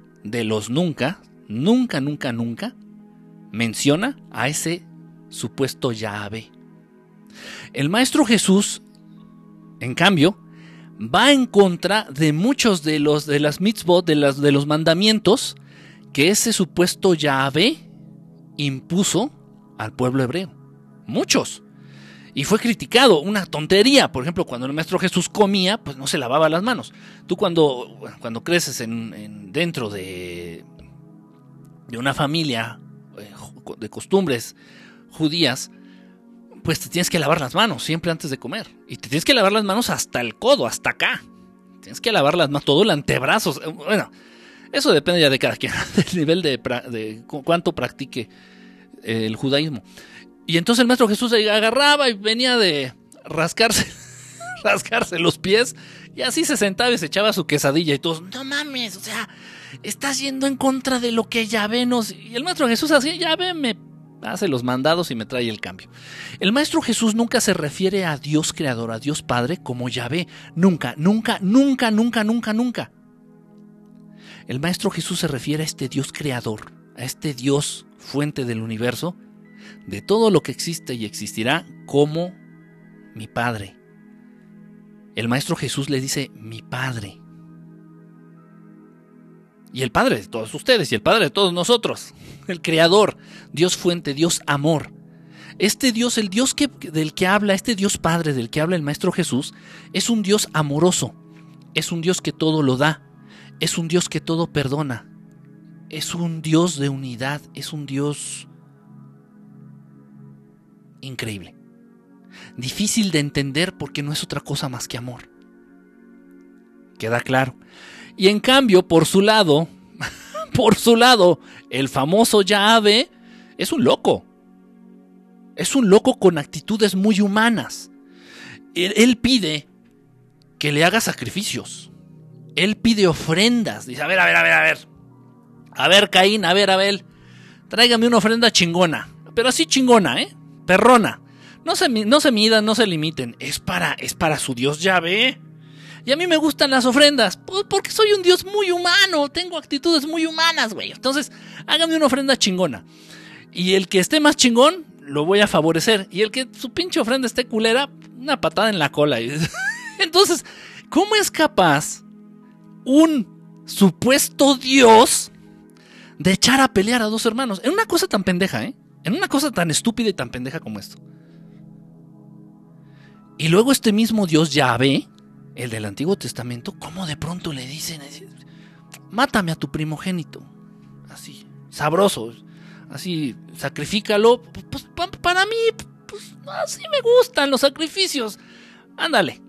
menciona a ese supuesto Yahvé. El Maestro Jesús, en cambio, va en contra de muchos de las mitzvot, de los mandamientos que ese supuesto Yahvé impuso al pueblo hebreo. Muchos. Y fue criticado, una tontería. Por ejemplo, cuando el Maestro Jesús comía, pues no se lavaba las manos. Tú cuando creces dentro de una familia de costumbres judías, pues te tienes que lavar las manos siempre antes de comer. Y te tienes que lavar las manos hasta el codo, hasta acá. Tienes que lavar las manos, todo el antebrazo. Bueno, eso depende ya de cada quien, del nivel de cuánto practique el judaísmo. Y entonces el Maestro Jesús se agarraba y venía de rascarse los pies, y así se sentaba y se echaba su quesadilla y todos: no mames, o sea, estás yendo en contra de lo que Yahvé nos... Y el Maestro Jesús así: Yahvé me hace los mandados y me trae el cambio. El Maestro Jesús nunca se refiere a Dios Creador, a Dios Padre, como Yahvé. Nunca. El Maestro Jesús se refiere a este Dios Creador, a este Dios fuente del universo, de todo lo que existe y existirá, como mi Padre. El Maestro Jesús le dice: mi Padre. Y el Padre de todos ustedes y el Padre de todos nosotros. El Creador, Dios fuente, Dios amor. Este Dios, el Dios del que habla, este Dios Padre del que habla el Maestro Jesús, es un Dios amoroso. Es un Dios que todo lo da. Es un Dios que todo perdona. Es un Dios de unidad. Es un Dios increíble. Difícil de entender porque no es otra cosa más que amor. Queda claro. Y en cambio, por su lado, el famoso Yahvé es un loco. Es un loco con actitudes muy humanas. Él pide que le haga sacrificios. Él pide ofrendas. Dice: a ver. A ver, Caín, a ver, Abel. Tráigame una ofrenda chingona. Pero así chingona, perrona. No se midan, no se limiten. Es para su Dios Yahvé. Y a mí me gustan las ofrendas, pues porque soy un Dios muy humano. Tengo actitudes muy humanas, güey. Entonces, hágame una ofrenda chingona. Y el que esté más chingón, lo voy a favorecer. Y el que su pinche ofrenda esté culera, una patada en la cola. Entonces, ¿cómo es capaz un supuesto Dios de echar a pelear a dos hermanos? En una cosa tan pendeja, en una cosa tan estúpida y tan pendeja como esto. Y luego este mismo Dios Yahvé El del Antiguo Testamento, ¿cómo de pronto le dicen, mátame a tu primogénito? Así, sabroso, así, sacrifícalo. Pues para mí, pues así me gustan los sacrificios. Ándale.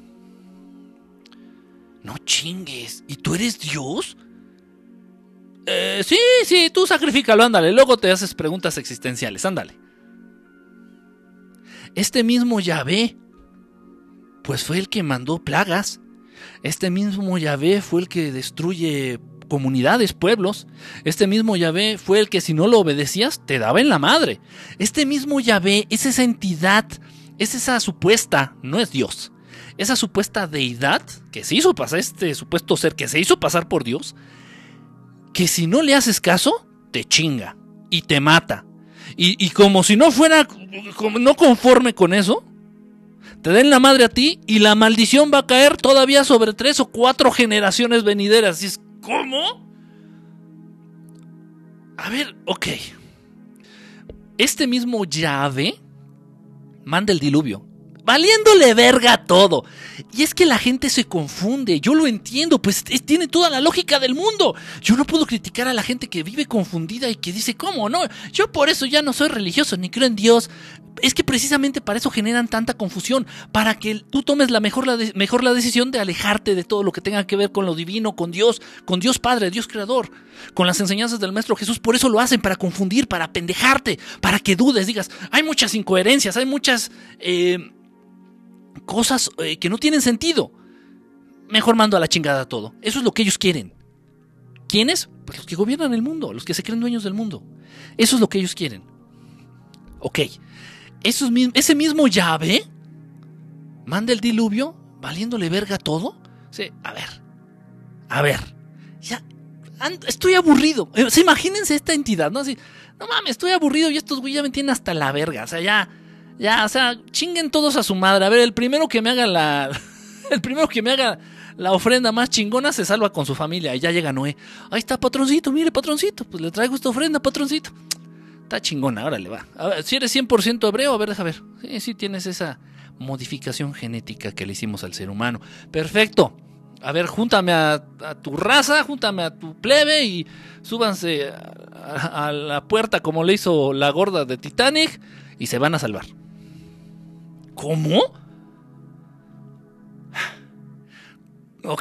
No chingues, ¿y tú eres Dios? Sí, tú sacrifícalo, ándale. Luego te haces preguntas existenciales, ándale. Este mismo Yahvé, pues fue el que mandó plagas. Este mismo Yahvé fue el que destruye comunidades, pueblos. Este mismo Yahvé fue el que si no lo obedecías te daba en la madre. Este mismo Yahvé es esa entidad, es esa supuesta, no es Dios, esa supuesta deidad que se hizo pasar, este supuesto ser que se hizo pasar por Dios, que si no le haces caso, te chinga y te mata. Y como si no fuera, no conforme con eso, te den la madre a ti y la maldición va a caer todavía sobre 3 o 4 generaciones venideras. ¿Y es cómo? A ver, ok. Este mismo Yahvé manda el diluvio, valiéndole verga todo. Y es que la gente se confunde, yo lo entiendo, pues tiene toda la lógica del mundo. Yo no puedo criticar a la gente que vive confundida y que dice, ¿cómo no? Yo por eso ya no soy religioso ni creo en Dios. Es que precisamente para eso generan tanta confusión, para que tú tomes mejor la decisión de alejarte de todo lo que tenga que ver con lo divino, con Dios Padre, Dios Creador, con las enseñanzas del Maestro Jesús. Por eso lo hacen, para confundir, para pendejarte, para que dudes, digas, hay muchas incoherencias, hay muchas cosas que no tienen sentido. Mejor mando a la chingada todo. Eso es lo que ellos quieren. ¿Quiénes? Pues los que gobiernan el mundo, los que se creen dueños del mundo. Eso es lo que ellos quieren. Ok. Ese mismo Yahvé manda el diluvio, valiéndole verga todo. Sí, a ver, ya estoy aburrido. Imagínense esta entidad, ¿no? Así, no mames, estoy aburrido y estos güeyes ya me tienen hasta la verga. O sea, ya, o sea, chinguen todos a su madre. A ver, el primero que me haga la ofrenda más chingona se salva con su familia. Y ya llega Noé. Ahí está, patroncito, mire, patroncito, pues le traigo esta ofrenda, patroncito. Está chingona, órale, va. A ver, si eres 100% hebreo, a ver, deja ver. Sí, tienes esa modificación genética que le hicimos al ser humano. Perfecto. A ver, júntame a tu raza, júntame a tu plebe y súbanse a la puerta como le hizo la gorda de Titanic y se van a salvar. ¿Cómo? Ok.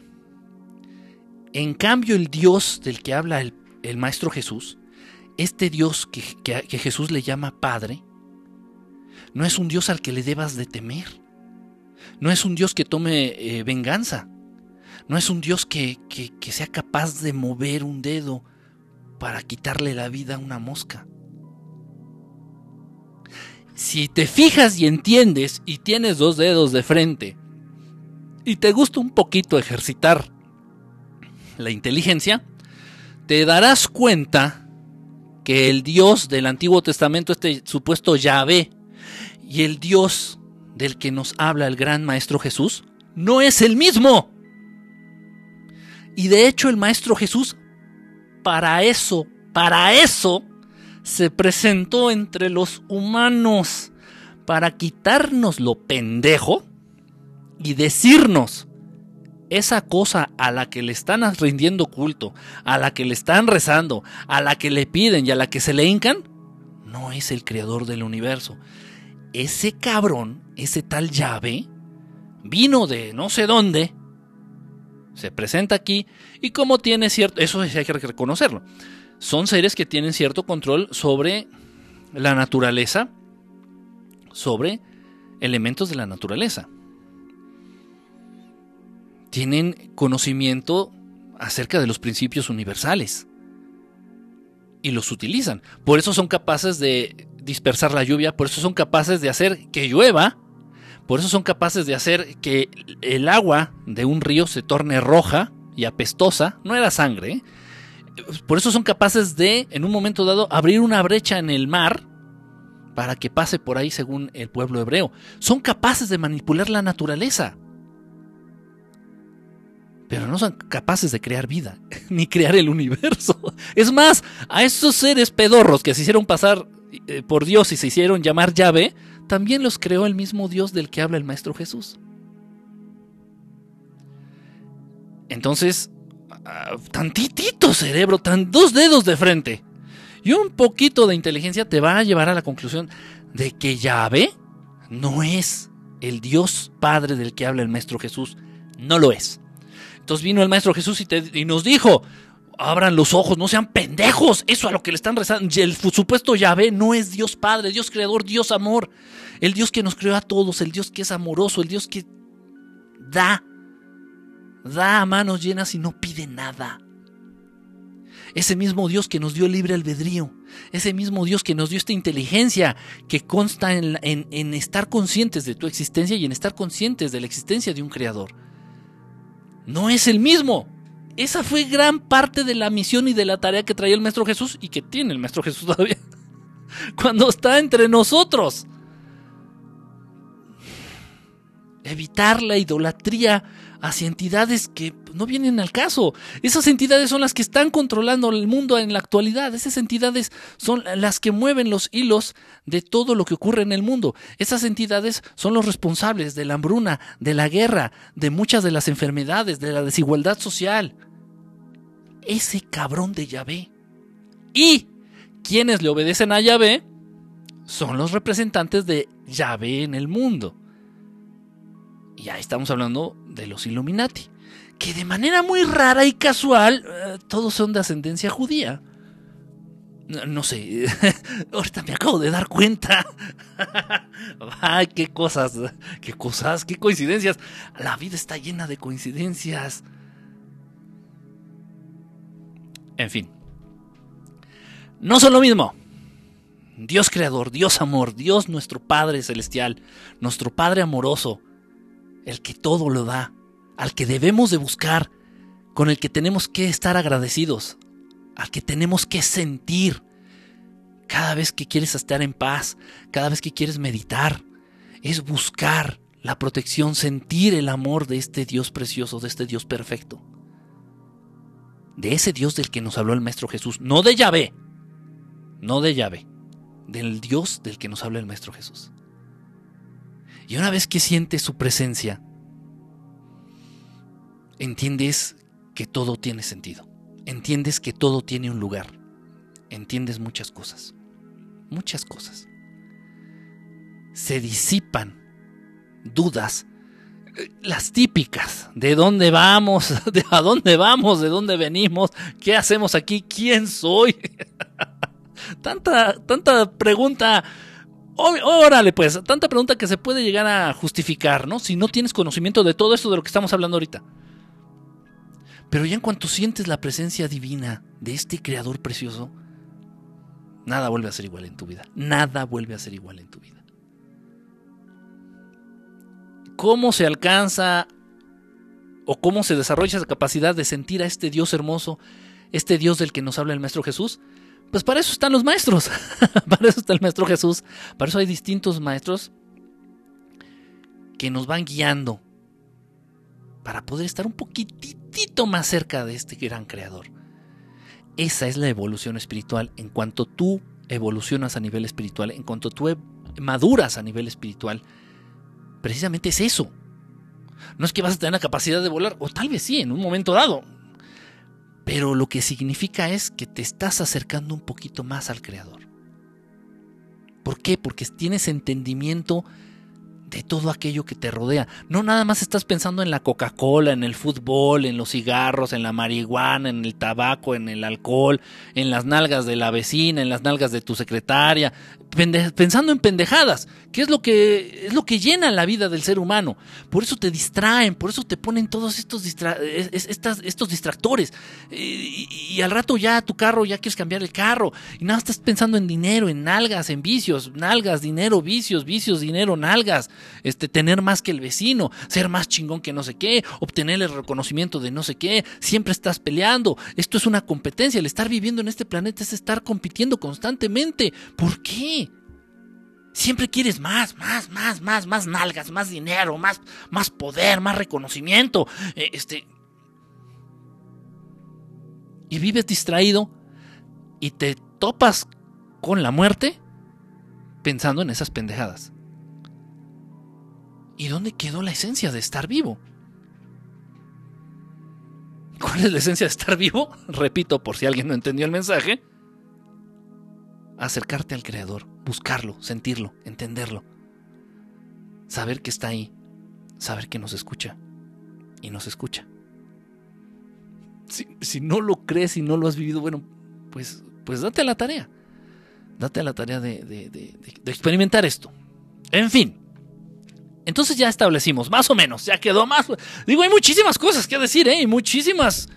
En cambio, el Dios del que habla el Maestro Jesús, este Dios que Jesús le llama Padre, no es un Dios al que le debas de temer. No es un Dios que tome venganza. No es un Dios que sea capaz de mover un dedo para quitarle la vida a una mosca. Si te fijas y entiendes y tienes 2 dedos de frente y te gusta un poquito ejercitar la inteligencia, te darás cuenta que el Dios del Antiguo Testamento, este supuesto Yahvé, y el Dios del que nos habla el gran Maestro Jesús, no es el mismo. Y de hecho el Maestro Jesús, para eso, se presentó entre los humanos, para quitarnos lo pendejo y decirnos esa cosa a la que le están rindiendo culto, a la que le están rezando, a la que le piden y a la que se le hincan, no es el creador del universo. Ese cabrón, ese tal Yahvé, vino de no sé dónde, se presenta aquí y como tiene cierto, eso hay que reconocerlo, son seres que tienen cierto control sobre la naturaleza, sobre elementos de la naturaleza. Tienen conocimiento acerca de los principios universales y los utilizan. Por eso son capaces de dispersar la lluvia, por eso son capaces de hacer que llueva, por eso son capaces de hacer que el agua de un río se torne roja y apestosa. No era sangre, ¿eh? Por eso son capaces de, en un momento dado, abrir una brecha en el mar para que pase por ahí según el pueblo hebreo. Son capaces de manipular la naturaleza, pero no son capaces de crear vida, ni crear el universo. Es más, a esos seres pedorros que se hicieron pasar por Dios y se hicieron llamar Yahvé, también los creó el mismo Dios del que habla el Maestro Jesús. Entonces, tantitito cerebro, 2 dedos de frente y un poquito de inteligencia te va a llevar a la conclusión de que Yahvé no es el Dios Padre del que habla el Maestro Jesús. No lo es. Entonces vino el Maestro Jesús y nos dijo: abran los ojos, no sean pendejos. Eso a lo que le están rezando. El supuesto Yahvé no es Dios Padre, Dios Creador, Dios Amor. El Dios que nos creó a todos, el Dios que es amoroso, el Dios que da a manos llenas y no pide nada. Ese mismo Dios que nos dio libre albedrío, ese mismo Dios que nos dio esta inteligencia que consta en estar conscientes de tu existencia y en estar conscientes de la existencia de un creador. No es el mismo. Esa fue gran parte de la misión y de la tarea que traía el Maestro Jesús y que tiene el Maestro Jesús todavía cuando está entre nosotros. Evitar la idolatría hacia entidades que no vienen al caso. Esas entidades son las que están controlando el mundo en la actualidad. Esas entidades son las que mueven los hilos de todo lo que ocurre en el mundo. Esas entidades son los responsables de la hambruna, de la guerra, de muchas de las enfermedades, de la desigualdad social. Ese cabrón de Yahvé. Y quienes le obedecen a Yahvé son los representantes de Yahvé en el mundo. Y ahí estamos hablando de los Illuminati, que de manera muy rara y casual, todos son de ascendencia judía. No sé, ahorita me acabo de dar cuenta. Ay, qué coincidencias. La vida está llena de coincidencias. En fin, no son lo mismo. Dios creador, Dios amor, Dios nuestro Padre celestial, nuestro Padre amoroso, el que todo lo da, al que debemos de buscar, con el que tenemos que estar agradecidos, al que tenemos que sentir cada vez que quieres estar en paz, cada vez que quieres meditar, es buscar la protección, sentir el amor de este Dios precioso, de este Dios perfecto, de ese Dios del que nos habló el Maestro Jesús, no de Yahvé, del Dios del que nos habla el Maestro Jesús. Y una vez que sientes su presencia, entiendes que todo tiene sentido. Entiendes que todo tiene un lugar. Entiendes muchas cosas. Muchas cosas. Se disipan dudas, las típicas. ¿De dónde vamos? ¿De a dónde vamos? ¿De dónde venimos? ¿Qué hacemos aquí? ¿Quién soy? Tanta pregunta. Órale pues, tanta pregunta que se puede llegar a justificar, ¿no? Si no tienes conocimiento de todo esto de lo que estamos hablando ahorita. Pero ya en cuanto sientes la presencia divina de este creador precioso, nada vuelve a ser igual en tu vida. Nada vuelve a ser igual en tu vida. ¿Cómo se alcanza o cómo se desarrolla esa capacidad de sentir a este Dios hermoso, este Dios del que nos habla el Maestro Jesús? Pues para eso están los maestros. Para eso está el Maestro Jesús. Para eso hay distintos maestros que nos van guiando para poder estar un poquitito más cerca de este gran creador. Esa es la evolución espiritual. En cuanto tú evolucionas a nivel espiritual, en cuanto tú maduras a nivel espiritual, precisamente es eso. No es que vas a tener la capacidad de volar, o tal vez sí, en un momento dado. Pero lo que significa es que te estás acercando un poquito más al Creador. ¿Por qué? Porque tienes entendimiento de todo aquello que te rodea. No nada más estás pensando en la Coca-Cola, en el fútbol, en los cigarros, en la marihuana, en el tabaco, en el alcohol, en las nalgas de la vecina, en las nalgas de tu secretaria, pensando en pendejadas, que es lo que llena la vida del ser humano. Por eso te distraen, por eso te ponen todos estos distractores. Y al rato ya tu carro, ya quieres cambiar el carro, y nada, estás pensando en dinero, en nalgas, en vicios, nalgas, dinero, vicios, dinero, nalgas. Tener más que el vecino, ser más chingón que no sé qué, obtener el reconocimiento de no sé qué, siempre estás peleando. Esto es una competencia. El estar viviendo en este planeta es estar compitiendo constantemente. ¿Por qué? Siempre quieres más nalgas, más dinero, más poder, más reconocimiento. Y vives distraído y te topas con la muerte pensando en esas pendejadas. ¿Y dónde quedó la esencia de estar vivo? ¿Cuál es la esencia de estar vivo? Repito, por si alguien no entendió el mensaje. Acercarte al Creador, buscarlo, sentirlo, entenderlo. Saber que está ahí, saber que nos escucha y nos escucha. Si no lo crees y no lo has vivido, bueno, pues date a la tarea. Date a la tarea de experimentar esto. En fin. Entonces ya establecimos, más o menos, ya quedó más. Digo, hay muchísimas cosas que decir, y muchísimas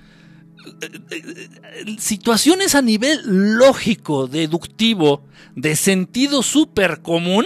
situaciones a nivel lógico, deductivo, de sentido súper común,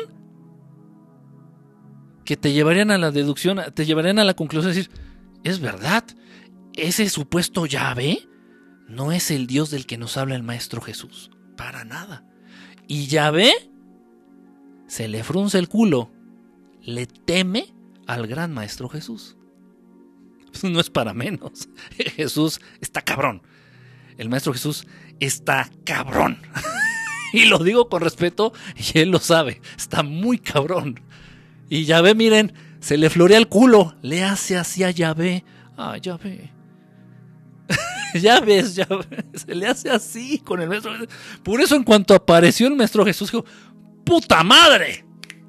que te llevarían a la deducción, te llevarían a la conclusión de decir, es verdad, ese supuesto Yahvé no es el Dios del que nos habla el Maestro Jesús, para nada. Y Yahvé se le frunce el culo, le teme al gran Maestro Jesús. No es para menos. Jesús está cabrón. El Maestro Jesús está cabrón. Y lo digo con respeto, y él lo sabe. Está muy cabrón. Y Yahvé, miren, se le florea el culo. Le hace así a Yahvé. Ah, Yahvé. Ya ves, se le hace así con el Maestro Jesús. Por eso, en cuanto apareció el Maestro Jesús, dijo, ¡puta madre!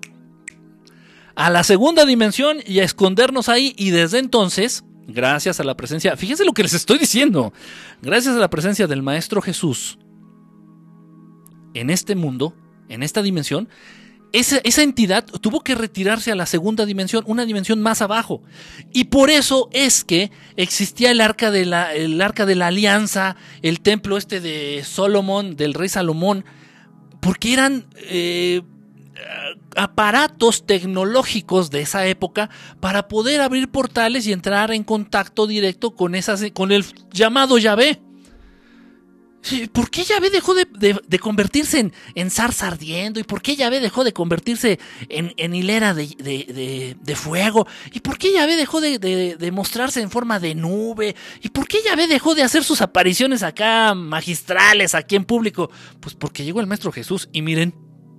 A la segunda dimensión y a escondernos ahí. Y desde entonces, gracias a la presencia, fíjense lo que les estoy diciendo, gracias a la presencia del Maestro Jesús en este mundo, en esta dimensión, esa entidad tuvo que retirarse a la segunda dimensión, una dimensión más abajo. Y por eso es que existía el arca de la alianza, el templo de Salomón, del rey Salomón, porque eran aparatos tecnológicos de esa época para poder abrir portales y entrar en contacto directo con el llamado Yahvé. ¿Por qué Yahvé dejó de convertirse en zarza ardiendo? ¿Y por qué Yahvé dejó de convertirse en hilera de fuego? ¿Y por qué Yahvé dejó de mostrarse en forma de nube? ¿Y por qué Yahvé dejó de hacer sus apariciones acá magistrales, aquí en público? Pues porque llegó el Maestro Jesús y miren,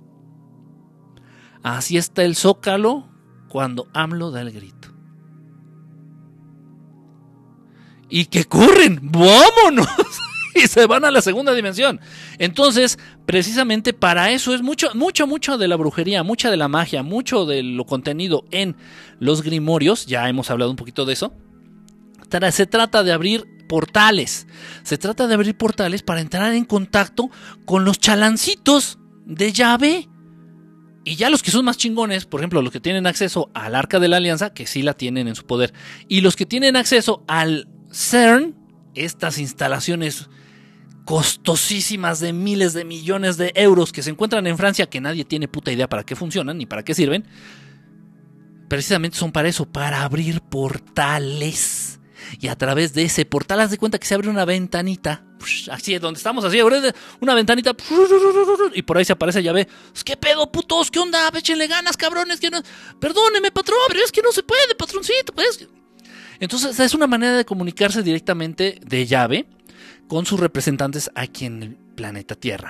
así está el Zócalo cuando AMLO da el grito. Y que corren, ¡vámonos! Y se van a la segunda dimensión. Entonces, precisamente para eso es mucho de la brujería, mucha de la magia, mucho de lo contenido en los grimorios. Ya hemos hablado un poquito de eso. Se trata de abrir portales. Se trata de abrir portales para entrar en contacto con los chalancitos de Yahvé. Y ya los que son más chingones, por ejemplo, los que tienen acceso al Arca de la Alianza, que sí la tienen en su poder, y los que tienen acceso al CERN, estas instalaciones costosísimas de miles de millones de euros que se encuentran en Francia, que nadie tiene puta idea para qué funcionan ni para qué sirven, precisamente son para eso, para abrir portales. Y a través de ese portal, haz de cuenta que se abre una ventanita, así es donde estamos, así, una ventanita, y por ahí se aparece Yahvé. ¿Qué pedo, putos? ¿Qué onda? Échenle ganas, cabrones. Que no... Perdóneme, patrón, pero es que no se puede, patroncito. Pues. Entonces es una manera de comunicarse directamente de Yahvé con sus representantes aquí en el planeta Tierra.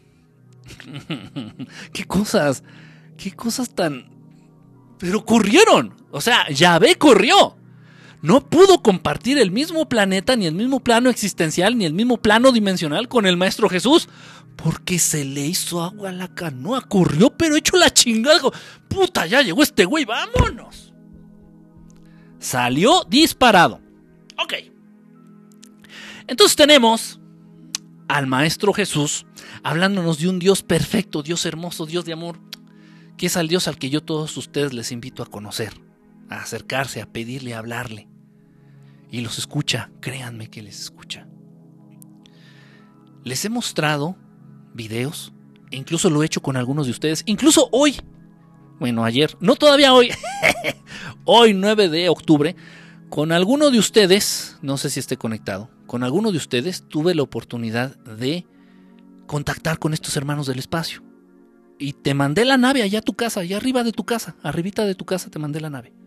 ¿Qué cosas tan... Pero ocurrieron. O sea, Yahvé corrió. No pudo compartir el mismo planeta, ni el mismo plano existencial, ni el mismo plano dimensional con el Maestro Jesús, porque se le hizo agua a la canoa. Corrió, pero hecho la chingada. Puta, ya llegó este güey, vámonos. Salió disparado. Ok. Entonces tenemos al Maestro Jesús hablándonos de un Dios perfecto, Dios hermoso, Dios de amor, que es al Dios al que yo a todos ustedes les invito a conocer, a acercarse, a pedirle, a hablarle. Y los escucha, créanme que les escucha. Les he mostrado videos, e incluso lo he hecho con algunos de ustedes, incluso hoy, bueno, ayer, no todavía hoy, hoy 9 de octubre, con alguno de ustedes, no sé si esté conectado, con alguno de ustedes tuve la oportunidad de contactar con estos hermanos del espacio. Y te mandé la nave allá a tu casa, allá arriba de tu casa, arribita de tu casa te mandé la nave.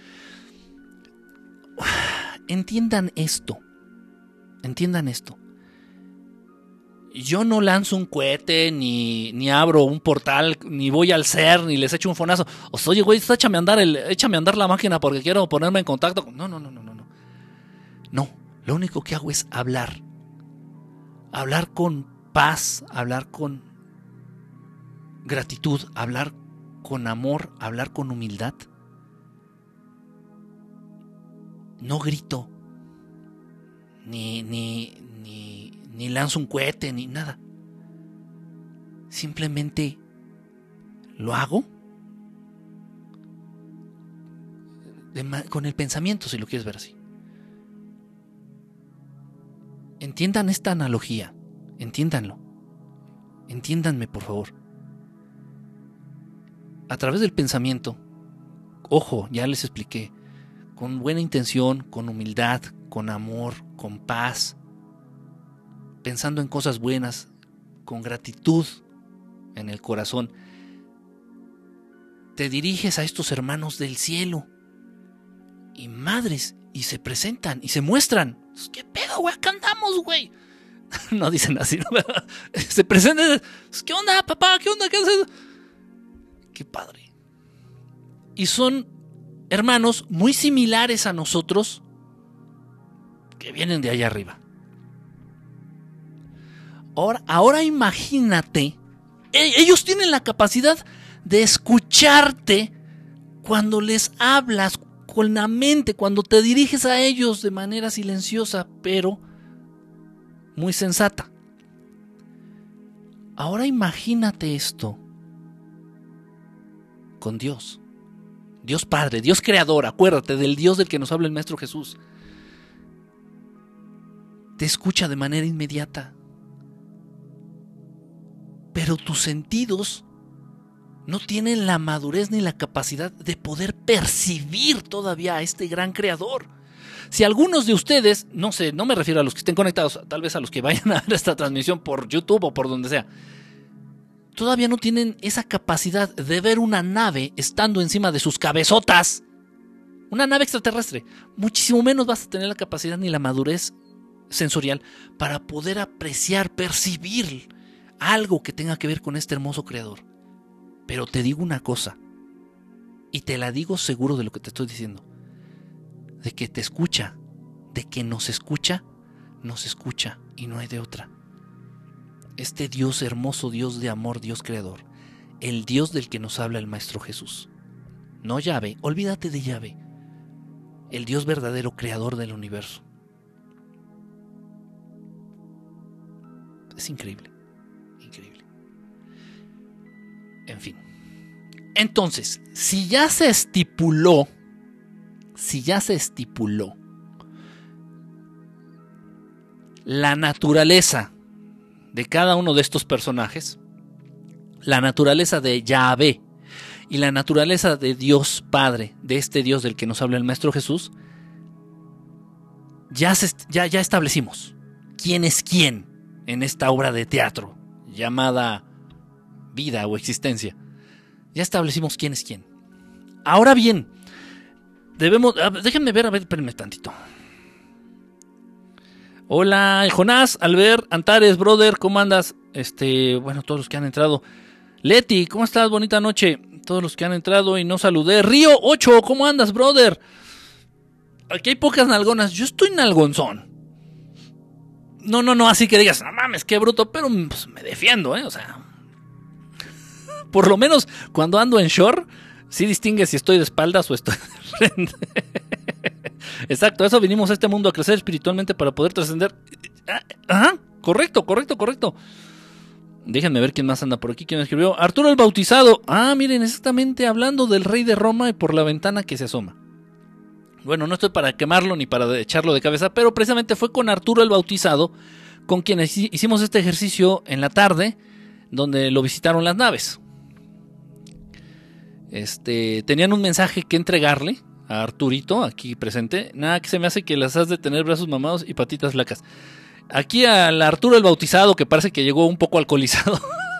Entiendan esto. Yo no lanzo un cohete, ni abro un portal, ni voy al CERN, ni les echo un fonazo. O sea, oye, güey, échame a andar la máquina porque quiero ponerme en contacto. No. lo único que hago es hablar. Hablar con paz, hablar con gratitud, hablar con amor, hablar con humildad. No grito, ni lanzo un cohete, ni nada. Simplemente lo hago con el pensamiento, si lo quieres ver así. Entiendan esta analogía, entiéndanlo, entiéndanme por favor. A través del pensamiento, ojo, ya les expliqué, con buena intención, con humildad, con amor, con paz, pensando en cosas buenas, con gratitud en el corazón, te diriges a estos hermanos del cielo y madres, y se presentan y se muestran. ¿Qué pedo, güey? Acá andamos, güey. No dicen así, ¿no? Se presentan. ¿Qué onda, papá? ¿Qué onda? ¿Qué haces? Qué padre. Y son hermanos muy similares a nosotros que vienen de allá arriba. Ahora imagínate, ellos tienen la capacidad de escucharte cuando les hablas con la mente, cuando te diriges a ellos de manera silenciosa, pero muy sensata. Ahora imagínate esto con Dios. Dios Padre, Dios Creador, acuérdate del Dios del que nos habla el Maestro Jesús. Te escucha de manera inmediata. Pero tus sentidos no tienen la madurez ni la capacidad de poder percibir todavía a este gran creador. Si algunos de ustedes, no sé, no me refiero a los que estén conectados, tal vez a los que vayan a ver esta transmisión por YouTube o por donde sea, todavía no tienen esa capacidad de ver una nave estando encima de sus cabezotas, una nave extraterrestre, muchísimo menos vas a tener la capacidad ni la madurez sensorial para poder apreciar, percibir algo que tenga que ver con este hermoso creador. Pero te digo una cosa, y te la digo seguro de lo que te estoy diciendo, de que te escucha, de que nos escucha y no hay de otra. Este Dios hermoso, Dios de amor, Dios creador, el Dios del que nos habla el Maestro Jesús. No Yahvé, olvídate de Yahvé, el Dios verdadero creador del universo. Es increíble, increíble. En fin. Entonces, si ya se estipuló la naturaleza de cada uno de estos personajes, la naturaleza de Yahvé y la naturaleza de Dios Padre, de este Dios del que nos habla el Maestro Jesús, ya establecimos quién es quién en esta obra de teatro llamada vida o existencia. Ya establecimos quién es quién. Ahora bien, déjenme ver, espérenme tantito. Hola, Jonás, Albert, Antares, brother, ¿cómo andas? Bueno, todos los que han entrado. Leti, ¿cómo estás? Bonita noche. Todos los que han entrado y no saludé. Río 8, ¿cómo andas, brother? Aquí hay pocas nalgonas. Yo estoy nalgonzón. No, así que digas, no mames, qué bruto, pero pues, me defiendo, o sea. Por lo menos cuando ando en shore, sí distingue si estoy de espaldas o estoy de frente. Exacto, eso vinimos a este mundo a crecer espiritualmente para poder trascender. Ajá, correcto. Déjenme ver quién más anda por aquí, quién me escribió. Arturo el Bautizado. Miren, exactamente hablando del rey de Roma y por la ventana que se asoma. Bueno, no estoy para quemarlo ni para echarlo de cabeza, pero precisamente fue con Arturo el Bautizado con quien hicimos este ejercicio en la tarde, donde lo visitaron las naves. Tenían un mensaje que entregarle a Arturito, aquí presente. Nada, que se me hace que las has de tener brazos mamados y patitas flacas. Aquí al Arturo el Bautizado, que parece que llegó un poco alcoholizado.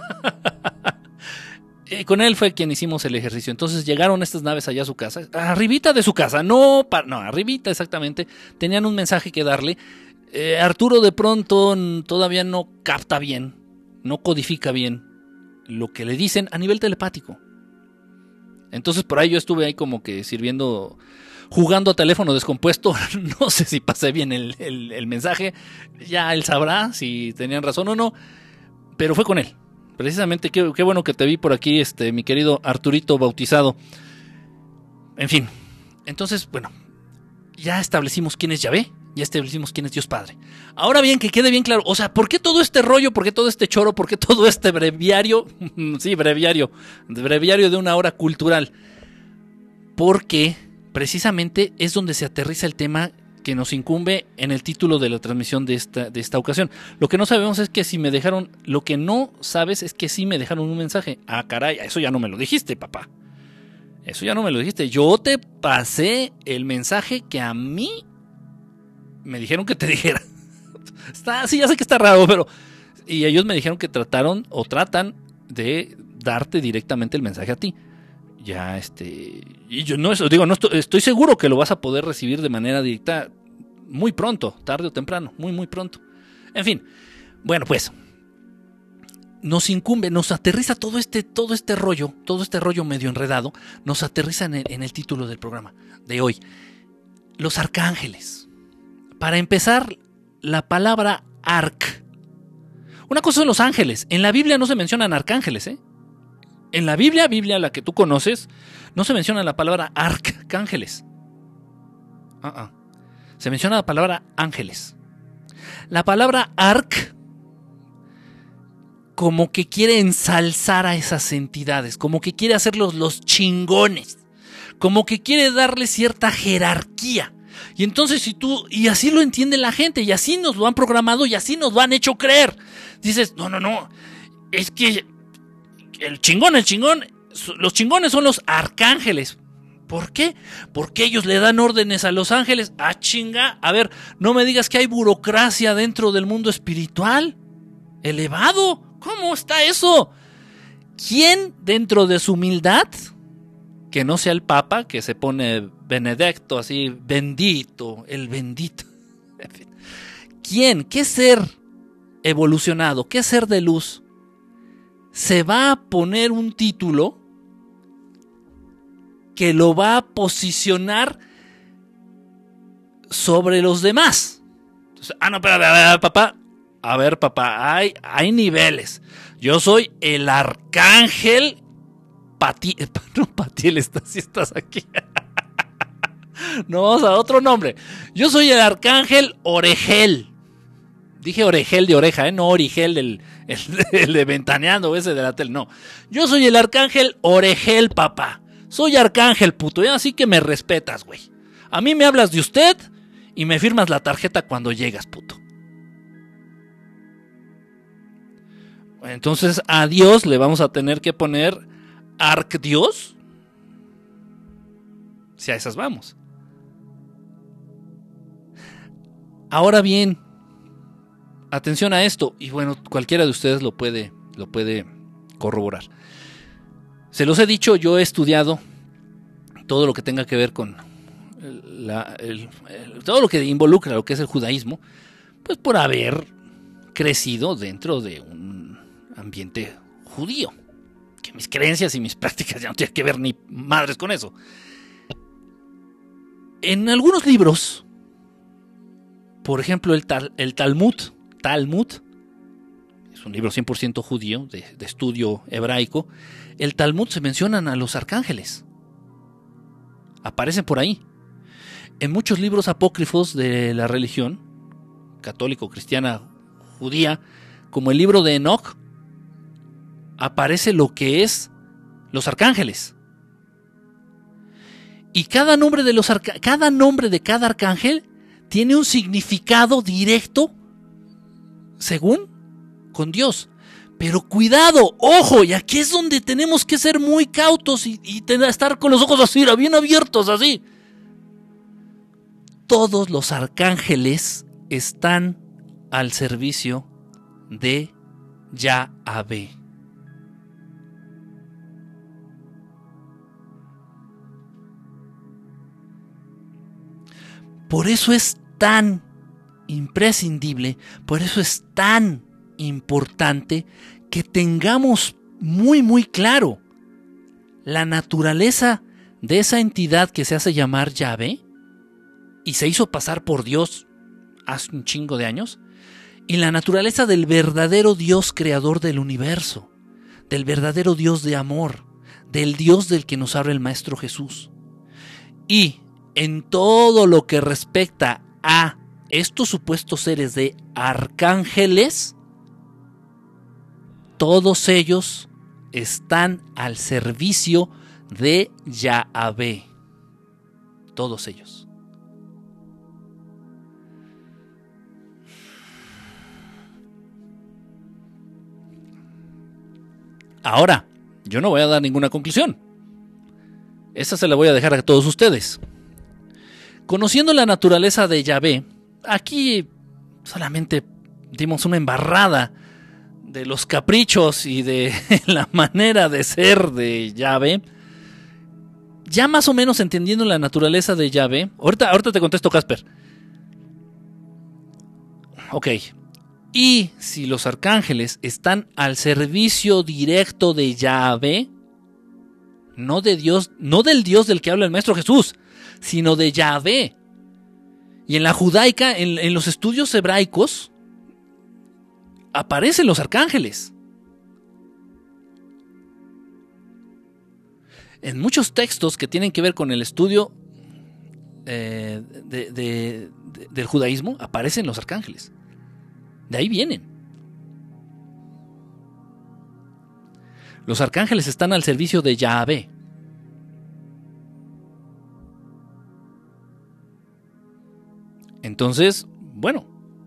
Con él fue quien hicimos el ejercicio. Entonces llegaron estas naves allá a su casa, arribita de su casa, no, arribita exactamente. Tenían un mensaje que darle. Arturo de pronto todavía no capta bien, no codifica bien lo que le dicen a nivel telepático. Entonces por ahí yo estuve ahí como que jugando a teléfono descompuesto. No sé si pasé bien el mensaje. Ya él sabrá si tenían razón o no. Pero fue con él. Precisamente, qué bueno que te vi por aquí, mi querido Arturito bautizado. En fin. Entonces, bueno, ya establecimos quién es Yahvé. Ya establecimos quién es Dios Padre. Ahora bien, que quede bien claro. O sea, ¿por qué todo este rollo? ¿Por qué todo este choro? ¿Por qué todo este breviario? Sí, breviario. Breviario de una hora cultural. Porque precisamente es donde se aterriza el tema que nos incumbe en el título de la transmisión de esta ocasión. Lo que no sabemos es que si me dejaron... Lo que no sabes es que sí me dejaron un mensaje. Ah, caray, eso ya no me lo dijiste, papá. Eso ya no me lo dijiste. Yo te pasé el mensaje que a mí me dijeron que te dijera. Sí, ya sé que está raro, pero... Y ellos me dijeron que tratan de darte directamente el mensaje a ti. Ya, y yo no estoy seguro que lo vas a poder recibir de manera directa muy pronto, tarde o temprano, muy, muy pronto. En fin, bueno, pues, nos incumbe, nos aterriza todo este rollo medio enredado, nos aterriza en el título del programa de hoy. Los arcángeles. Para empezar, la palabra arc. Una cosa son los ángeles. En la Biblia no se mencionan arcángeles, ¿eh? En la Biblia, la que tú conoces, no se menciona la palabra arcángeles. Se menciona la palabra ángeles. La palabra arc como que quiere ensalzar a esas entidades, como que quiere hacerlos los chingones, como que quiere darle cierta jerarquía. Y entonces y así lo entiende la gente, y así nos lo han programado, y así nos lo han hecho creer. Dices, no, es que el chingón, los chingones son los arcángeles. ¿Por qué? Porque ellos le dan órdenes a los ángeles. Ah, chinga, a ver, no me digas que hay burocracia dentro del mundo espiritual elevado. ¿Cómo está eso? ¿Quién dentro de su humildad, que no sea el Papa, que se pone Benedicto, así, bendito, el bendito? En fin. ¿Quién? ¿Qué ser evolucionado? ¿Qué ser de luz se va a poner un título que lo va a posicionar sobre los demás? Entonces, no, espera, papá. A ver, papá, hay niveles. Yo soy el arcángel Patiel. No, Patiel, si estás aquí. No, vamos a otro nombre. Yo soy el arcángel Oregel. Dije Oregel de oreja, no Origel el de Ventaneando, ese de la tele. No, yo soy el arcángel Oregel, papá. Soy arcángel, puto. Y así que me respetas, güey. A mí me hablas de usted y me firmas la tarjeta cuando llegas, puto. Entonces a Dios le vamos a tener que poner Arcdios. Si a esas vamos. Ahora bien, atención a esto. Y bueno, cualquiera de ustedes lo puede corroborar. Se los he dicho, yo he estudiado todo lo que tenga que ver con todo lo que involucra lo que es el judaísmo, pues por haber crecido dentro de un ambiente judío, que mis creencias y mis prácticas ya no tienen que ver ni madres con eso. En algunos libros, por ejemplo el Talmud, es un libro 100% judío, de estudio hebraico. El Talmud se mencionan a los arcángeles, aparecen por ahí. En muchos libros apócrifos de la religión católico, cristiana, judía, como el libro de Enoch, aparece lo que es los arcángeles. Y cada nombre de cada arcángel tiene un significado directo según con Dios. Pero cuidado, ojo, y aquí es donde tenemos que ser muy cautos y estar con los ojos así, bien abiertos así. Todos los arcángeles están al servicio de Yahvé. Por eso es tan imprescindible, por eso es tan importante que tengamos muy muy claro la naturaleza de esa entidad que se hace llamar Yahvé y se hizo pasar por Dios hace un chingo de años, y la naturaleza del verdadero Dios creador del universo, del verdadero Dios de amor, del Dios del que nos habla el Maestro Jesús. Y en todo lo que respecta a estos supuestos seres de arcángeles, todos ellos están al servicio de Yahvé. Todos ellos. Ahora, yo no voy a dar ninguna conclusión. Esa se la voy a dejar a todos ustedes. Conociendo la naturaleza de Yahvé, aquí solamente dimos una embarrada de los caprichos y de la manera de ser de Yahvé. Ya más o menos entendiendo la naturaleza de Yahvé. Ahorita te contesto, Casper. Ok. Y si los arcángeles están al servicio directo de Yahvé, no de Dios, no del Dios del que habla el Maestro Jesús, sino de Yahvé. Y en la judaica, en los estudios hebraicos, aparecen los arcángeles. En muchos textos que tienen que ver con el estudio del judaísmo, aparecen los arcángeles. De ahí vienen. Los arcángeles están al servicio de Yahvé. Entonces, bueno,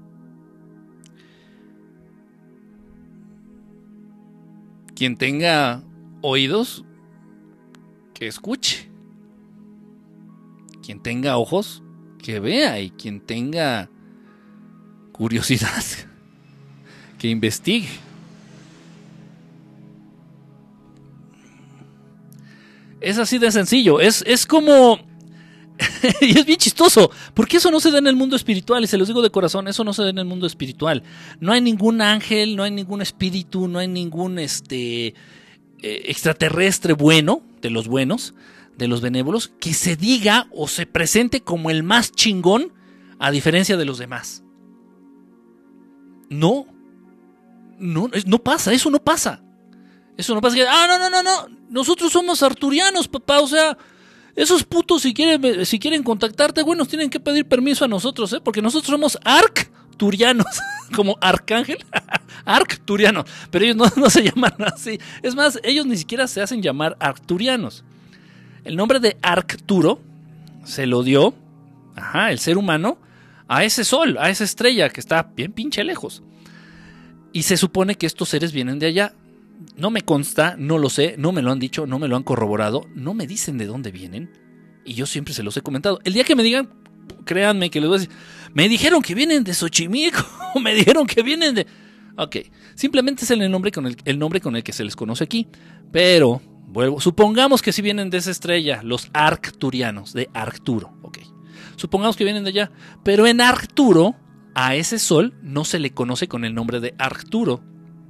quien tenga oídos, que escuche. Quien tenga ojos, que vea. Y quien tenga curiosidad, que investigue. Es así de sencillo. Es como... y es bien chistoso, porque eso no se da en el mundo espiritual, y se los digo de corazón, eso no se da en el mundo espiritual. No hay ningún ángel, no hay ningún espíritu, no hay ningún extraterrestre bueno, de los buenos, de los benévolos, que se diga o se presente como el más chingón a diferencia de los demás. No pasa, eso no pasa. Eso no pasa. No, nosotros somos arturianos, papá, o sea... Esos putos, si quieren contactarte, güey, nos tienen que pedir permiso a nosotros, porque nosotros somos arcturianos, como arcángel, arcturianos, pero ellos no se llaman así. Es más, ellos ni siquiera se hacen llamar arcturianos. El nombre de Arcturo se lo dio, el ser humano, a ese sol, a esa estrella que está bien pinche lejos. Y se supone que estos seres vienen de allá. No me consta, no lo sé, no me lo han dicho, no me lo han corroborado, no me dicen de dónde vienen, y yo siempre se los he comentado. El día que me digan, créanme que les voy a decir, me dijeron que vienen de Xochimilco, me dijeron que vienen de... Ok, simplemente es el nombre con el que se les conoce aquí, pero, supongamos que si vienen de esa estrella, los arcturianos, de Arcturo, ok, supongamos que vienen de allá, pero en Arcturo, a ese sol no se le conoce con el nombre de Arcturo.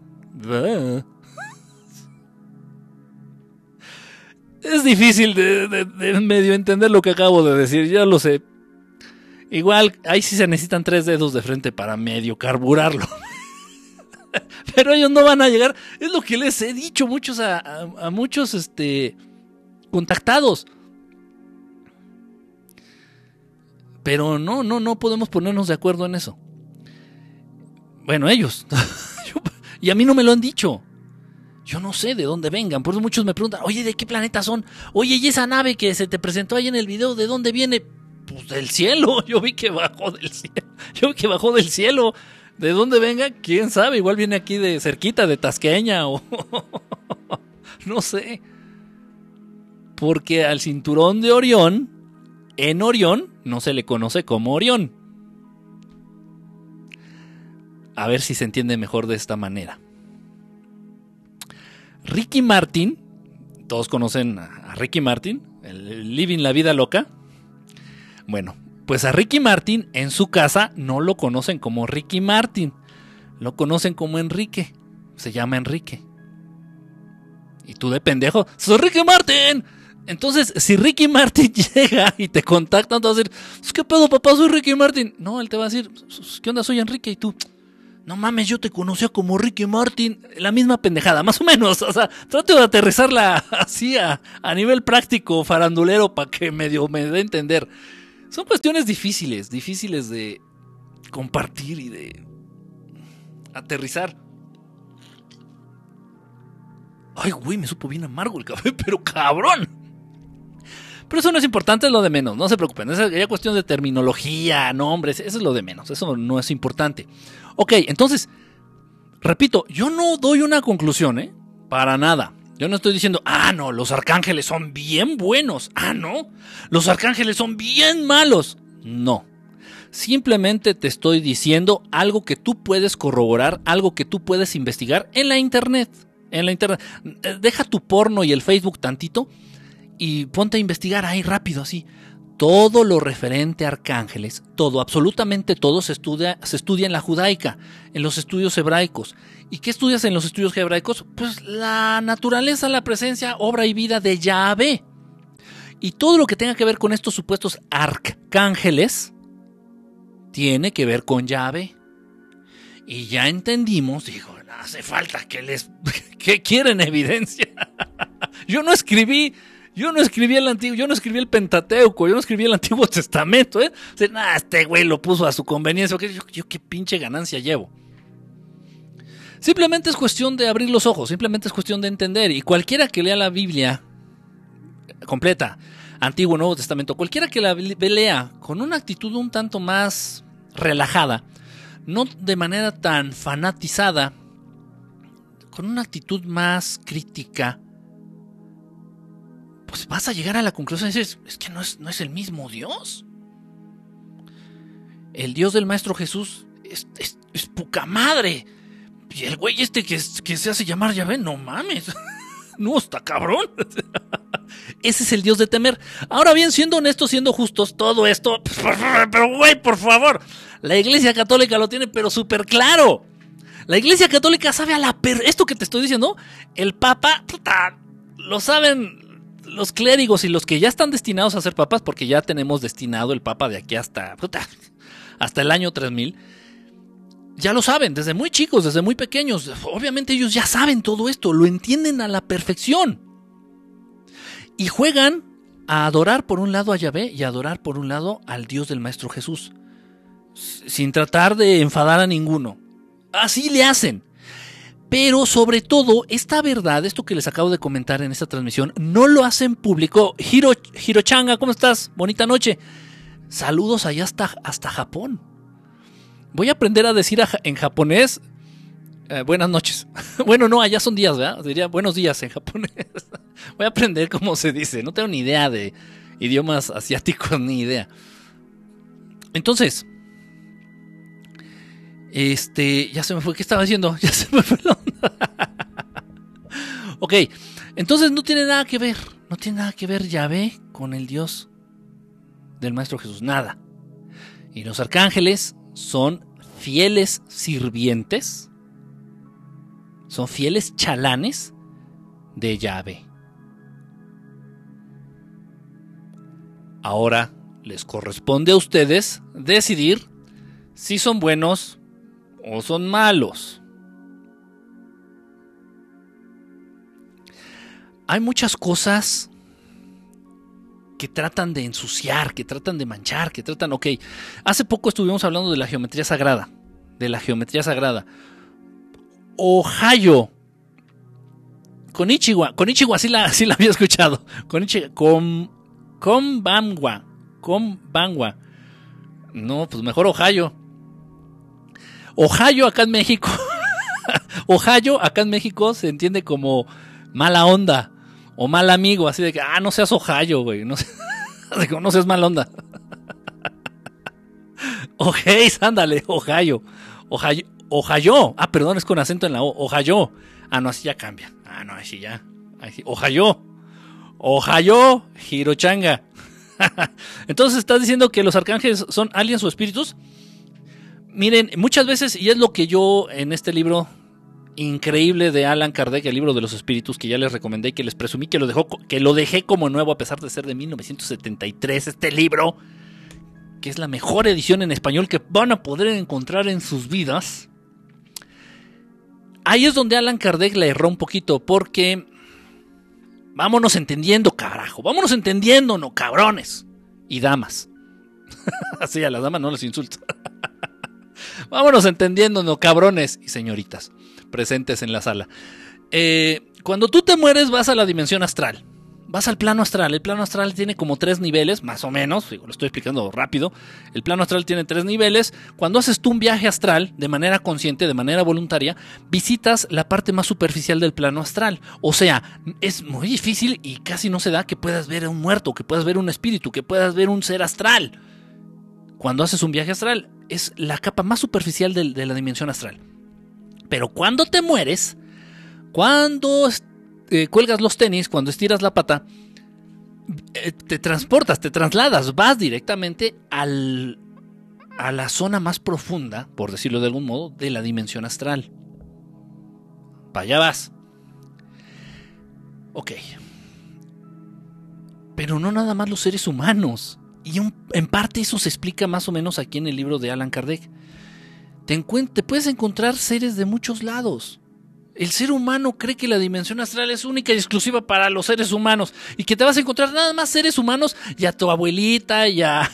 Es difícil de medio entender lo que acabo de decir, ya lo sé. Igual, ahí sí se necesitan 3 dedos de frente para medio carburarlo. Pero ellos no van a llegar. Es lo que les he dicho muchos a muchos contactados. Pero no podemos ponernos de acuerdo en eso. Bueno, ellos. Y a mí no me lo han dicho. Yo no sé de dónde vengan, por eso muchos me preguntan, oye, ¿de qué planeta son? Oye, ¿y esa nave que se te presentó ahí en el video, de dónde viene? Pues del cielo, yo vi que bajó del cielo. ¿De dónde venga? ¿Quién sabe? Igual viene aquí de cerquita, de Tasqueña o... no sé. Porque al cinturón de Orión, en Orión, no se le conoce como Orión. A ver si se entiende mejor de esta manera. Ricky Martin, todos conocen a Ricky Martin, el Living la Vida Loca. Bueno, pues a Ricky Martin en su casa no lo conocen como Ricky Martin, lo conocen como Enrique, se llama Enrique. Y tú de pendejo, ¡soy Ricky Martin! Entonces, si Ricky Martin llega y te contacta, te va a decir, ¿qué pedo, papá? Soy Ricky Martin. No, él te va a decir, ¿qué onda? Soy Enrique. Y tú, no mames, yo te conocía como Ricky Martin. La misma pendejada, más o menos. O sea, trato de aterrizarla así a nivel práctico, farandulero, para que medio me dé a entender. Son cuestiones difíciles de compartir y de aterrizar. Ay, güey, me supo bien amargo el café, pero cabrón. Pero eso no es importante, es lo de menos, no se preocupen. Es ya cuestión de terminología, nombres, eso es lo de menos, eso no es importante. Ok, entonces, repito, yo no doy una conclusión, para nada. Yo no estoy diciendo, no, los arcángeles son bien buenos. No, los arcángeles son bien malos. No. Simplemente te estoy diciendo algo que tú puedes corroborar, algo que tú puedes investigar en la internet. Deja tu porno y el Facebook tantito y ponte a investigar ahí rápido, así. Todo lo referente a arcángeles, todo, absolutamente todo se estudia en la judaica, en los estudios hebraicos. ¿Y qué estudias en los estudios hebraicos? Pues la naturaleza, la presencia, obra y vida de Yahvé. Y todo lo que tenga que ver con estos supuestos arcángeles tiene que ver con Yahvé. Y ya entendimos, digo, no hace falta que quieren evidencia. Yo no escribí el Pentateuco, yo no escribí el Antiguo Testamento, O sea, este güey lo puso a su conveniencia. Yo qué pinche ganancia llevo. Simplemente es cuestión de abrir los ojos, simplemente es cuestión de entender. Y cualquiera que lea la Biblia completa, Antiguo, Nuevo Testamento, cualquiera que la lea con una actitud un tanto más relajada, no de manera tan fanatizada, con una actitud más crítica, pues vas a llegar a la conclusión de decir, es que no es el mismo Dios. El Dios del Maestro Jesús es poca madre. Y el güey que se hace llamar Yahvé, no mames. No, está cabrón. Ese es el Dios de temer. Ahora bien, siendo honestos, siendo justos, todo esto, pero güey, por favor, la Iglesia Católica lo tiene pero súper claro. La Iglesia Católica sabe esto que te estoy diciendo, el Papa, lo saben los clérigos y los que ya están destinados a ser papas, porque ya tenemos destinado el Papa de aquí hasta el año 3000. Ya lo saben, desde muy chicos, desde muy pequeños. Obviamente ellos ya saben todo esto, lo entienden a la perfección. Y juegan a adorar por un lado a Yahvé y a adorar por un lado al Dios del Maestro Jesús. Sin tratar de enfadar a ninguno. Así le hacen. Pero sobre todo, esta verdad, esto que les acabo de comentar en esta transmisión, no lo hacen público. Hirochanga, ¿cómo estás? Bonita noche. Saludos allá hasta Japón. Voy a aprender a decir en japonés buenas noches. Bueno, no, allá son días, ¿verdad? Diría buenos días en japonés. Voy a aprender cómo se dice. No tengo ni idea de idiomas asiáticos, ni idea. Entonces, ya se me fue. ¿Qué estaba diciendo? Ya se me fue la onda. Ok, entonces no tiene nada que ver. No tiene nada que ver Yahvé con el Dios del Maestro Jesús. Nada. Y los arcángeles son fieles sirvientes, son fieles chalanes de Yahvé. Ahora les corresponde a ustedes decidir si son buenos o son malos. Hay muchas cosas que tratan de ensuciar, que tratan de manchar, ok, hace poco estuvimos hablando de la geometría sagrada, Ohio, Konichiwa sí la había escuchado, Konbanwa, no, pues mejor Ohio acá en México, Ohio acá en México se entiende como mala onda, o mal amigo, así de que, no seas Ohio, güey. No seas mal onda. Ok, ándale, Ohio. Perdón, es con acento en la O. Ohio. No, así ya cambia. No, así ya. Así. Ohio, Hirochanga. Entonces, ¿estás diciendo que los arcángeles son aliens o espíritus? Miren, muchas veces, y es lo que yo en este libro increíble de Allan Kardec, el libro de los espíritus, que ya les recomendé y que les presumí que lo dejé como nuevo a pesar de ser de 1973. Este libro, que es la mejor edición en español que van a poder encontrar en sus vidas. Ahí es donde Allan Kardec le erró un poquito, porque vámonos entendiendo, carajo, vámonos entendiendo, no, cabrones y damas. Así a las damas no les insulto. Vámonos entendiendo, no, cabrones y señoritas presentes en la sala. Cuando tú te mueres vas a la dimensión astral. Vas al plano astral. El plano astral tiene como 3 niveles, más o menos. Lo estoy explicando rápido. El plano astral tiene 3 niveles. Cuando haces tú un viaje astral de manera consciente, de manera voluntaria, visitas la parte más superficial del plano astral. O sea, es muy difícil y casi no se da que puedas ver a un muerto, que puedas ver un espíritu, que puedas ver un ser astral. Cuando haces un viaje astral, es la capa más superficial de la dimensión astral. Pero cuando te mueres, cuando cuelgas los tenis, cuando estiras la pata, te transportas, te trasladas, vas directamente a la zona más profunda, por decirlo de algún modo, de la dimensión astral. Para allá vas. Ok. Pero no nada más los seres humanos. Y en parte eso se explica más o menos aquí en el libro de Allan Kardec. Te puedes encontrar seres de muchos lados. El ser humano cree que la dimensión astral es única y exclusiva para los seres humanos y que te vas a encontrar nada más seres humanos y a tu abuelita y a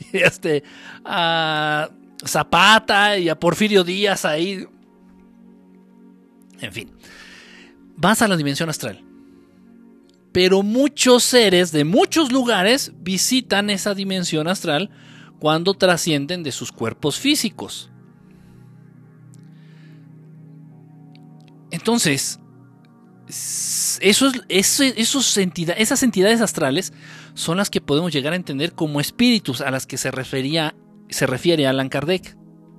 Zapata y a Porfirio Díaz ahí. En fin, vas a la dimensión astral. Pero muchos seres de muchos lugares visitan esa dimensión astral cuando trascienden de sus cuerpos físicos. Entonces, esas entidades astrales son las que podemos llegar a entender como espíritus, a las que se refiere Allan Kardec.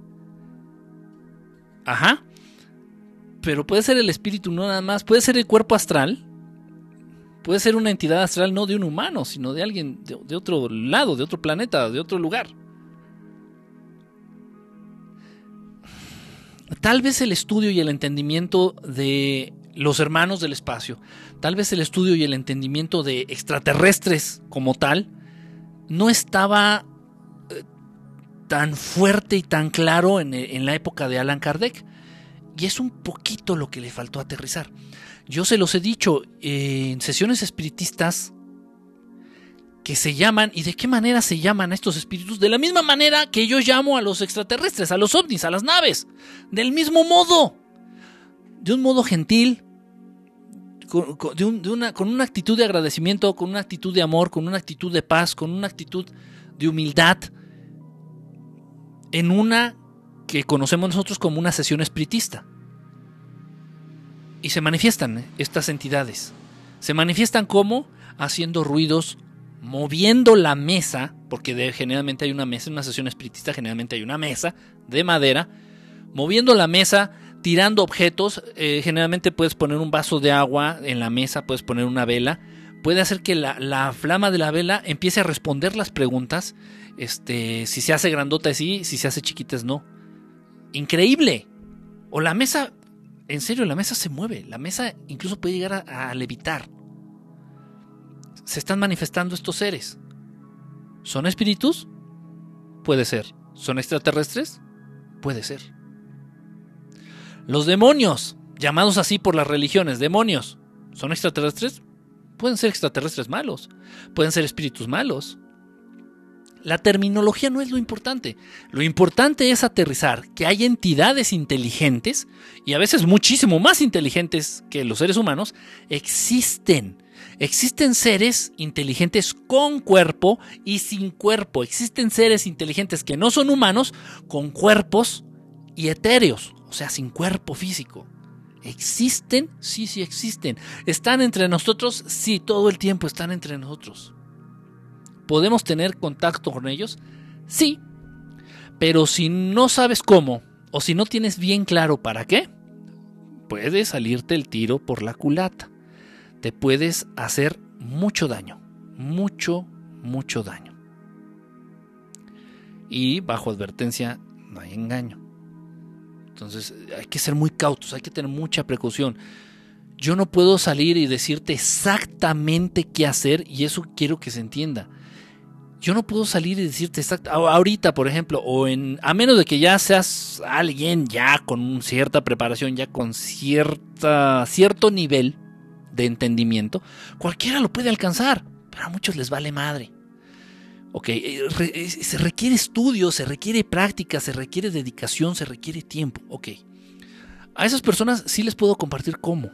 Ajá. Pero puede ser el espíritu, no nada más. Puede ser el cuerpo astral. Puede ser una entidad astral no de un humano, sino de alguien de otro lado, de otro planeta, de otro lugar. Tal vez el estudio y el entendimiento de los hermanos del espacio, tal vez el estudio y el entendimiento de extraterrestres como tal, no estaba tan fuerte y tan claro en la época de Allan Kardec. Y es un poquito lo que le faltó aterrizar. Yo se los he dicho en sesiones espiritistas que se llaman, ¿y de qué manera se llaman a estos espíritus? De la misma manera que yo llamo a los extraterrestres, a los ovnis, a las naves. Del mismo modo. De un modo gentil, con una actitud de agradecimiento, con una actitud de amor, con una actitud de paz, con una actitud de humildad. En una que conocemos nosotros como una sesión espiritista. Y se manifiestan estas entidades. Se manifiestan como haciendo ruidos, moviendo la mesa, porque generalmente hay una mesa, en una sesión espiritista generalmente hay una mesa de madera, moviendo la mesa, tirando objetos. Generalmente puedes poner un vaso de agua en la mesa, puedes poner una vela, puede hacer que la flama de la vela empiece a responder las preguntas. Si se hace grandota sí, si se hace chiquita es no. Increíble. O la mesa, en serio, la mesa se mueve, la mesa incluso puede llegar a levitar. Se están manifestando estos seres. ¿Son espíritus? Puede ser. ¿Son extraterrestres? Puede ser. Los demonios, llamados así por las religiones, demonios, ¿son extraterrestres? Pueden ser extraterrestres malos, pueden ser espíritus malos. La terminología no es lo importante. Lo importante es aterrizar que hay entidades inteligentes, y a veces muchísimo más inteligentes que los seres humanos, existen. Existen seres inteligentes con cuerpo y sin cuerpo. Existen seres inteligentes que no son humanos con cuerpos y etéreos, o sea, sin cuerpo físico. ¿Existen? Sí, sí existen. ¿Están entre nosotros? Sí, todo el tiempo están entre nosotros. ¿Podemos tener contacto con ellos? Sí, pero si no sabes cómo o si no tienes bien claro para qué, puede salirte el tiro por la culata. Te puedes hacer mucho daño, mucho daño. Y bajo advertencia no hay engaño. Entonces hay que ser muy cautos, hay que tener mucha precaución. Yo no puedo salir y decirte exactamente qué hacer, y eso quiero que se entienda. Yo no puedo salir y decirte ahorita, por ejemplo, a menos de que ya seas alguien ya con cierta preparación, ya con cierto nivel de entendimiento, cualquiera lo puede alcanzar, pero a muchos les vale madre. Ok, se requiere estudio, se requiere práctica, se requiere dedicación, se requiere tiempo. Ok, a esas personas sí les puedo compartir cómo.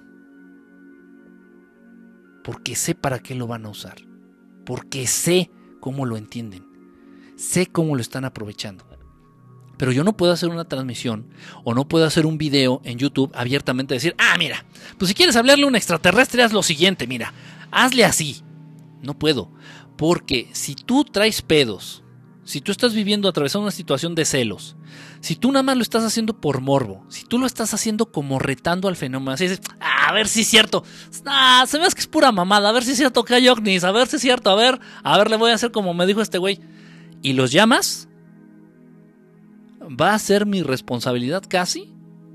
Porque sé para qué lo van a usar. Porque sé cómo lo entienden. Sé cómo lo están aprovechando. Pero yo no puedo hacer una transmisión o no puedo hacer un video en YouTube abiertamente decir, mira, pues si quieres hablarle a un extraterrestre, haz lo siguiente, mira, hazle así. No puedo. Porque si tú traes pedos, si tú estás atravesando una situación de celos, si tú nada más lo estás haciendo por morbo, si tú lo estás haciendo como retando al fenómeno, así dices, a ver si es cierto, se ve que es pura mamada, a ver si es cierto que hay ovnis, a ver si es cierto, a ver, le voy a hacer como me dijo este güey, y los llamas, va a ser mi responsabilidad casi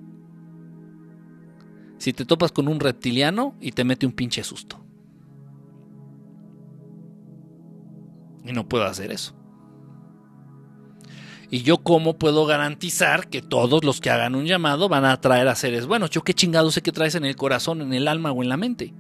si te topas con un reptiliano y te mete un pinche susto. Y no puedo hacer eso. Y yo, ¿cómo puedo garantizar que todos los que hagan un llamado van a traer a seres buenos? Yo qué chingado sé que traes en el corazón, en el alma o en la mente.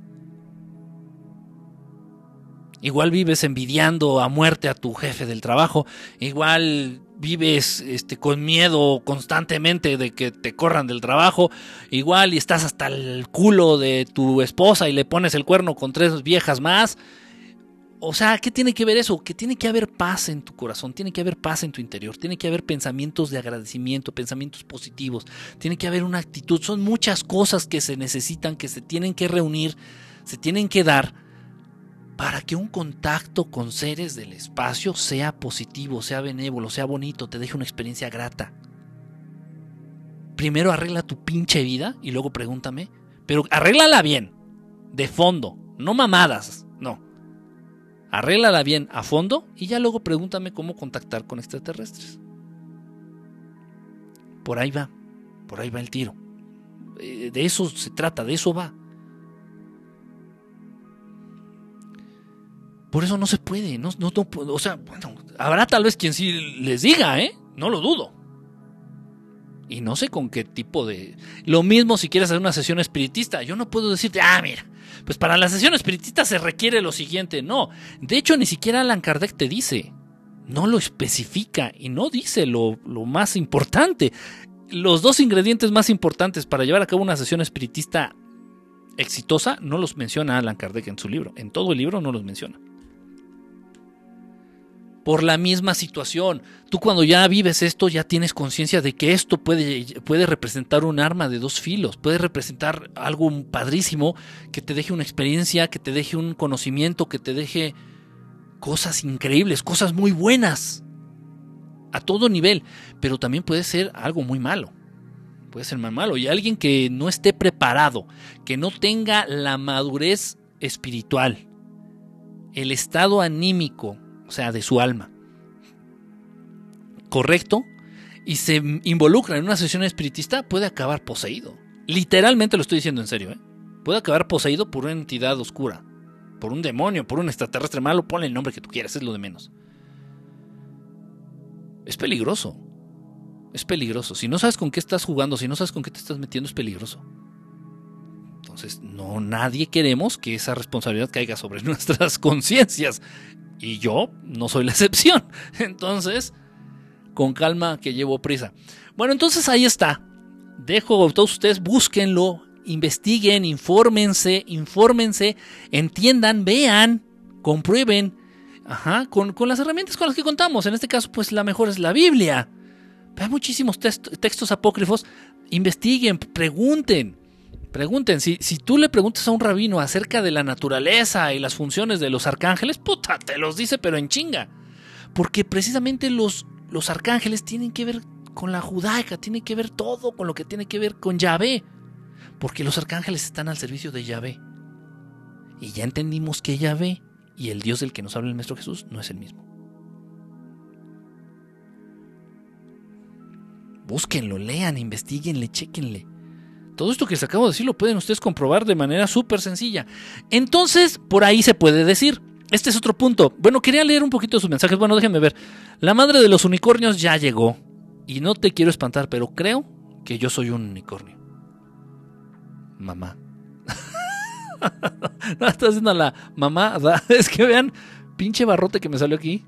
Igual vives envidiando a muerte a tu jefe del trabajo. Igual vives con miedo constantemente de que te corran del trabajo. Igual y estás hasta el culo de tu esposa y le pones el cuerno con 3 viejas más. O sea, ¿qué tiene que ver eso? Que tiene que haber paz en tu corazón, tiene que haber paz en tu interior, tiene que haber pensamientos de agradecimiento, pensamientos positivos, tiene que haber una actitud. Son muchas cosas que se necesitan, que se tienen que reunir, se tienen que dar para que un contacto con seres del espacio sea positivo, sea benévolo, sea bonito, te deje una experiencia grata. Primero arregla tu pinche vida y luego pregúntame, pero arréglala bien, de fondo, no mamadas, no. Arréglala bien a fondo y ya luego pregúntame cómo contactar con extraterrestres. Por ahí va el tiro. De eso se trata, de eso va. Por eso no se puede, no, o sea, bueno, habrá tal vez quien sí les diga, no lo dudo. Y no sé con qué tipo de... Lo mismo si quieres hacer una sesión espiritista. Yo no puedo decirte, mira, pues para la sesión espiritista se requiere lo siguiente. No, de hecho ni siquiera Allan Kardec te dice. No lo especifica y no dice lo más importante. Los 2 ingredientes más importantes para llevar a cabo una sesión espiritista exitosa no los menciona Allan Kardec en su libro. En todo el libro no los menciona. Por la misma situación. Tú cuando ya vives esto ya tienes conciencia de que esto puede representar un arma de 2 filos, puede representar algo padrísimo que te deje una experiencia, que te deje un conocimiento, que te deje cosas increíbles, cosas muy buenas a todo nivel, pero también puede ser algo muy malo. Puede ser muy malo y alguien que no esté preparado, que no tenga la madurez espiritual, el estado anímico, o sea, de su alma, correcto, y se involucra en una sesión espiritista, puede acabar poseído. Literalmente lo estoy diciendo en serio, puede acabar poseído por una entidad oscura, por un demonio, por un extraterrestre malo, ponle el nombre que tú quieras, es lo de menos. Es peligroso. Es peligroso. Si no sabes con qué estás jugando, si no sabes con qué te estás metiendo, es peligroso. Entonces, nadie queremos que esa responsabilidad caiga sobre nuestras conciencias. Y yo no soy la excepción. Entonces, con calma que llevo prisa. Bueno, entonces ahí está. Dejo a todos ustedes, búsquenlo, investiguen, infórmense, entiendan, vean, comprueben. Con las herramientas con las que contamos. En este caso, pues la mejor es la Biblia. Pero hay muchísimos textos apócrifos. Investiguen, pregunten. Si tú le preguntas a un rabino acerca de la naturaleza y las funciones de los arcángeles, puta, te los dice pero en chinga. Porque precisamente los arcángeles tienen que ver con la judaica, tienen que ver todo con lo que tiene que ver con Yahvé. Porque los arcángeles están al servicio de Yahvé. Y ya entendimos que Yahvé y el Dios del que nos habla el Maestro Jesús no es el mismo. Búsquenlo, lean, investiguenle, chéquenle. Todo esto que les acabo de decir lo pueden ustedes comprobar de manera súper sencilla. Entonces, por ahí se puede decir. Este es otro punto. Bueno, quería leer un poquito de sus mensajes. Bueno, déjenme ver. La madre de los unicornios ya llegó. Y no te quiero espantar, pero creo que yo soy un unicornio. Mamá. No, está haciendo la mamá. Es que vean, pinche barrote que me salió aquí.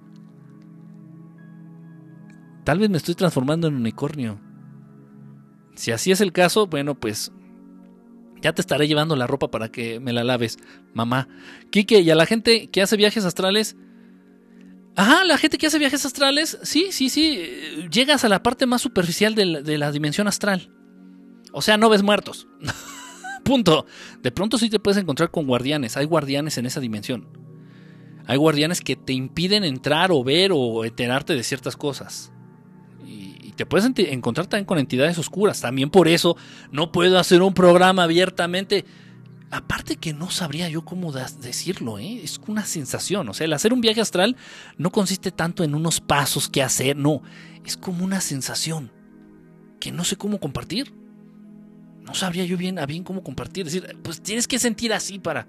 Tal vez me estoy transformando en unicornio. Si así es el caso, bueno, pues ya te estaré llevando la ropa para que me la laves, mamá. Quique, y a la gente que hace viajes astrales. Ajá, la gente que hace viajes astrales, sí. Llegas a la parte más superficial de la dimensión astral. O sea, no ves muertos. Punto. De pronto sí te puedes encontrar con guardianes. Hay guardianes en esa dimensión. Hay guardianes que te impiden entrar o ver o enterarte de ciertas cosas. Y te puedes encontrar también con entidades oscuras. También por eso no puedo hacer un programa abiertamente. Aparte que no sabría yo cómo decirlo, ¿eh? Es una sensación. O sea, el hacer un viaje astral no consiste tanto en unos pasos que hacer. No, es como una sensación que no sé cómo compartir. No sabría yo bien cómo compartir. Es decir, pues tienes que sentir así para...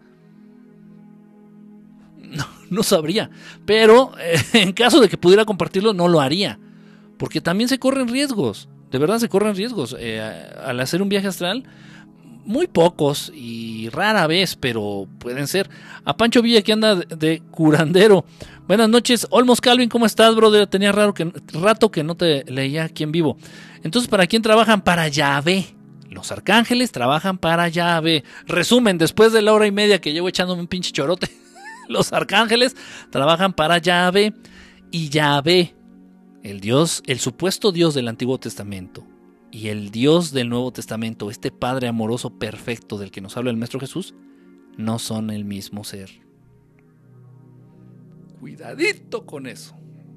No sabría. Pero en caso de que pudiera compartirlo, no lo haría. Porque también se corren riesgos. De verdad se corren riesgos. Al hacer un viaje astral, muy pocos y rara vez, pero pueden ser. A Pancho Villa, que anda de curandero. Buenas noches, Olmos Calvin, ¿cómo estás, brother? Tenía rato que no te leía aquí en vivo. Entonces, ¿para quién trabajan? Para Yahvé. Los arcángeles trabajan para Yahvé. Resumen, después de la hora y media que llevo echándome un pinche chorote, los arcángeles trabajan para Yahvé. Y Yahvé, el Dios, el supuesto Dios del Antiguo Testamento, y el Dios del Nuevo Testamento, este Padre amoroso perfecto del que nos habla el Maestro Jesús, no son el mismo ser. Cuidadito con eso.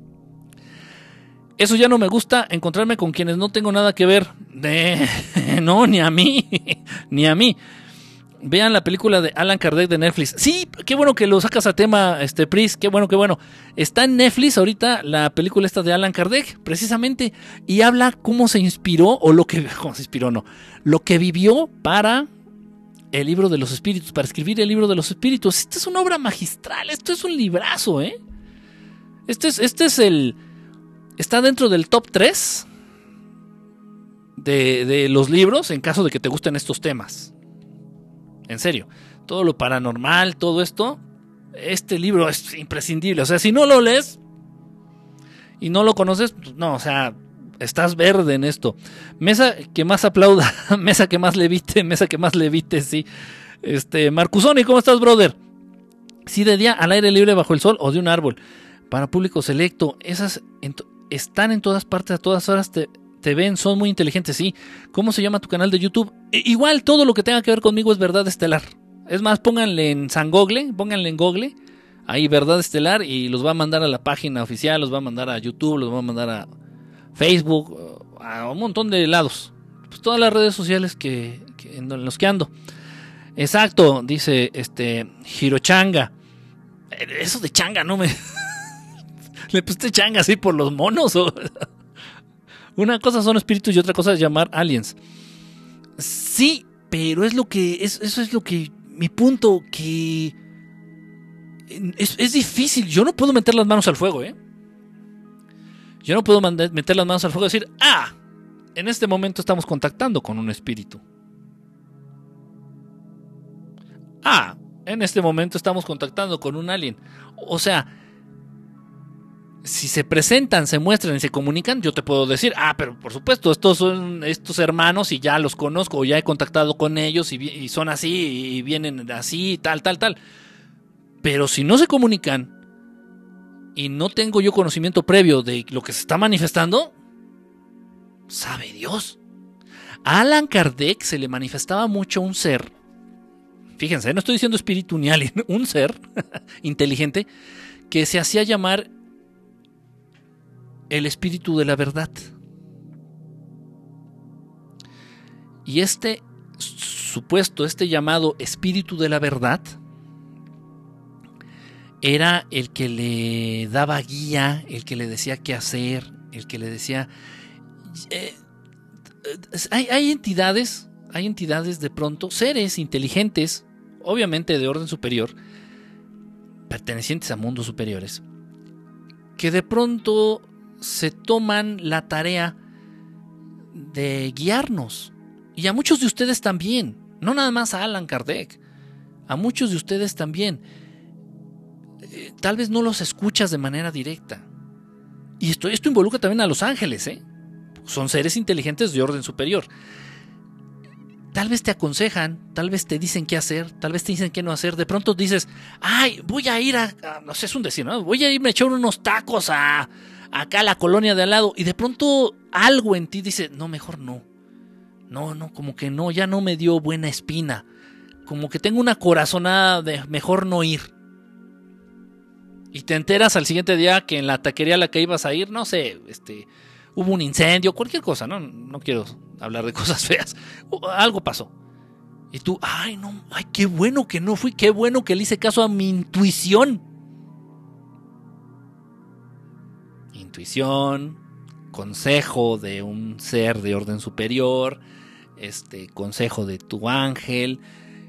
Eso ya no me gusta, encontrarme con quienes no tengo nada que ver. No, ni a mí. Ni a mí. Vean la película de Allan Kardec de Netflix. Sí, qué bueno que lo sacas a tema, Pris. Qué bueno. Está en Netflix ahorita la película esta de Allan Kardec, precisamente. Y habla cómo se inspiró, lo que vivió para el libro de los espíritus, para escribir el libro de los espíritus. Esta es una obra magistral, esto es un librazo, ¿eh? Está dentro del top 3 de los libros, en caso de que te gusten estos temas. En serio, todo lo paranormal, todo esto, este libro es imprescindible. O sea, si no lo lees y no lo conoces, pues no, o sea, estás verde en esto. Mesa que más aplauda, mesa que más levite, sí. Marcusoni, ¿cómo estás, brother? Sí, de día, al aire libre, bajo el sol o de un árbol. Para público selecto, esas están en todas partes, a todas horas te ven, son muy inteligentes, sí. ¿Cómo se llama tu canal de YouTube? Igual todo lo que tenga que ver conmigo es Verdad Estelar. Es más, pónganle en Google, ahí Verdad Estelar, y los va a mandar a la página oficial, los va a mandar a YouTube, los va a mandar a Facebook, a un montón de lados. Pues todas las redes sociales en los que ando. Exacto, dice Hirochanga. Eso de changa no me... ¿Le pusiste changa así por los monos o...? Una cosa son espíritus y otra cosa es llamar aliens. Sí, pero eso es lo que mi punto, que es difícil. Yo no puedo meter las manos al fuego, ¿eh? Yo no puedo meter las manos al fuego y decir, en este momento estamos contactando con un espíritu. En este momento estamos contactando con un alien. O sea, si se presentan, se muestran y se comunican, yo te puedo decir, pero por supuesto, estos son estos hermanos y ya los conozco, o ya he contactado con ellos y son así y vienen así, tal. Pero si no se comunican y no tengo yo conocimiento previo de lo que se está manifestando, sabe Dios. A Allan Kardec se le manifestaba mucho un ser, fíjense, no estoy diciendo espíritu ni alien, un ser inteligente que se hacía llamar el espíritu de la verdad. Y este llamado espíritu de la verdad era el que le daba guía, el que le decía qué hacer, el que le decía, hay entidades de pronto, seres inteligentes, obviamente de orden superior, pertenecientes a mundos superiores, que de pronto se toman la tarea de guiarnos. Y a muchos de ustedes también, no nada más a Allan Kardec, a muchos de ustedes también. Tal vez no los escuchas de manera directa. Y esto involucra también a los ángeles, ¿eh? Son seres inteligentes de orden superior. Tal vez te aconsejan, tal vez te dicen qué hacer, tal vez te dicen qué no hacer. De pronto dices, ay, voy a ir no sé, es un decir, ¿no? Voy a irme a echar unos tacos acá a la colonia de al lado. Y de pronto algo en ti dice, no, mejor no. No, como que no, ya no me dio buena espina. Como que tengo una corazonada de mejor no ir. Y te enteras al siguiente día que en la taquería a la que ibas a ir, no sé, hubo un incendio, cualquier cosa, no quiero hablar de cosas feas. Algo pasó. Y tú, ay, qué bueno que no fui, qué bueno que le hice caso a mi intuición. Intuición, consejo de un ser de orden superior, consejo de tu ángel,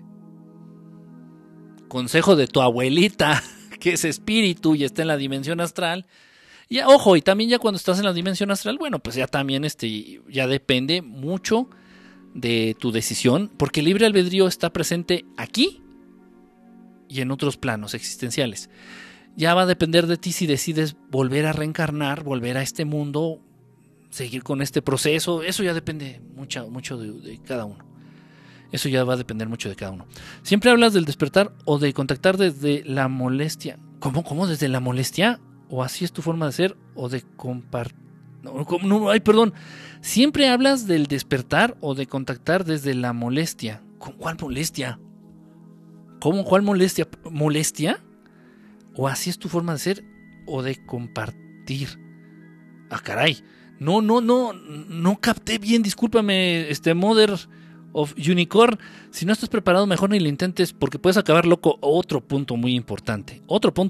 consejo de tu abuelita, que es espíritu y está en la dimensión astral. Y ojo, y también ya cuando estás en la dimensión astral, bueno, pues ya también ya depende mucho de tu decisión, porque el libre albedrío está presente aquí y en otros planos existenciales. Ya va a depender de ti si decides volver a reencarnar, volver a este mundo, seguir con este proceso. Eso ya depende mucho de cada uno. Eso ya va a depender mucho de cada uno. Siempre hablas del despertar o de contactar desde la molestia. ¿Cómo? ¿Desde la molestia? ¿O así es tu forma de ser? ¿O de compartir? Perdón. Siempre hablas del despertar o de contactar desde la molestia. ¿Cuál molestia? ¿Cómo? ¿Cuál molestia? ¿Molestia? ¿O así es tu forma de ser? ¿O de compartir? Ah, caray. No capté bien. Discúlpame, Mother of Unicorn. Si no estás preparado, mejor ni lo intentes, porque puedes acabar loco. Otro punto muy importante.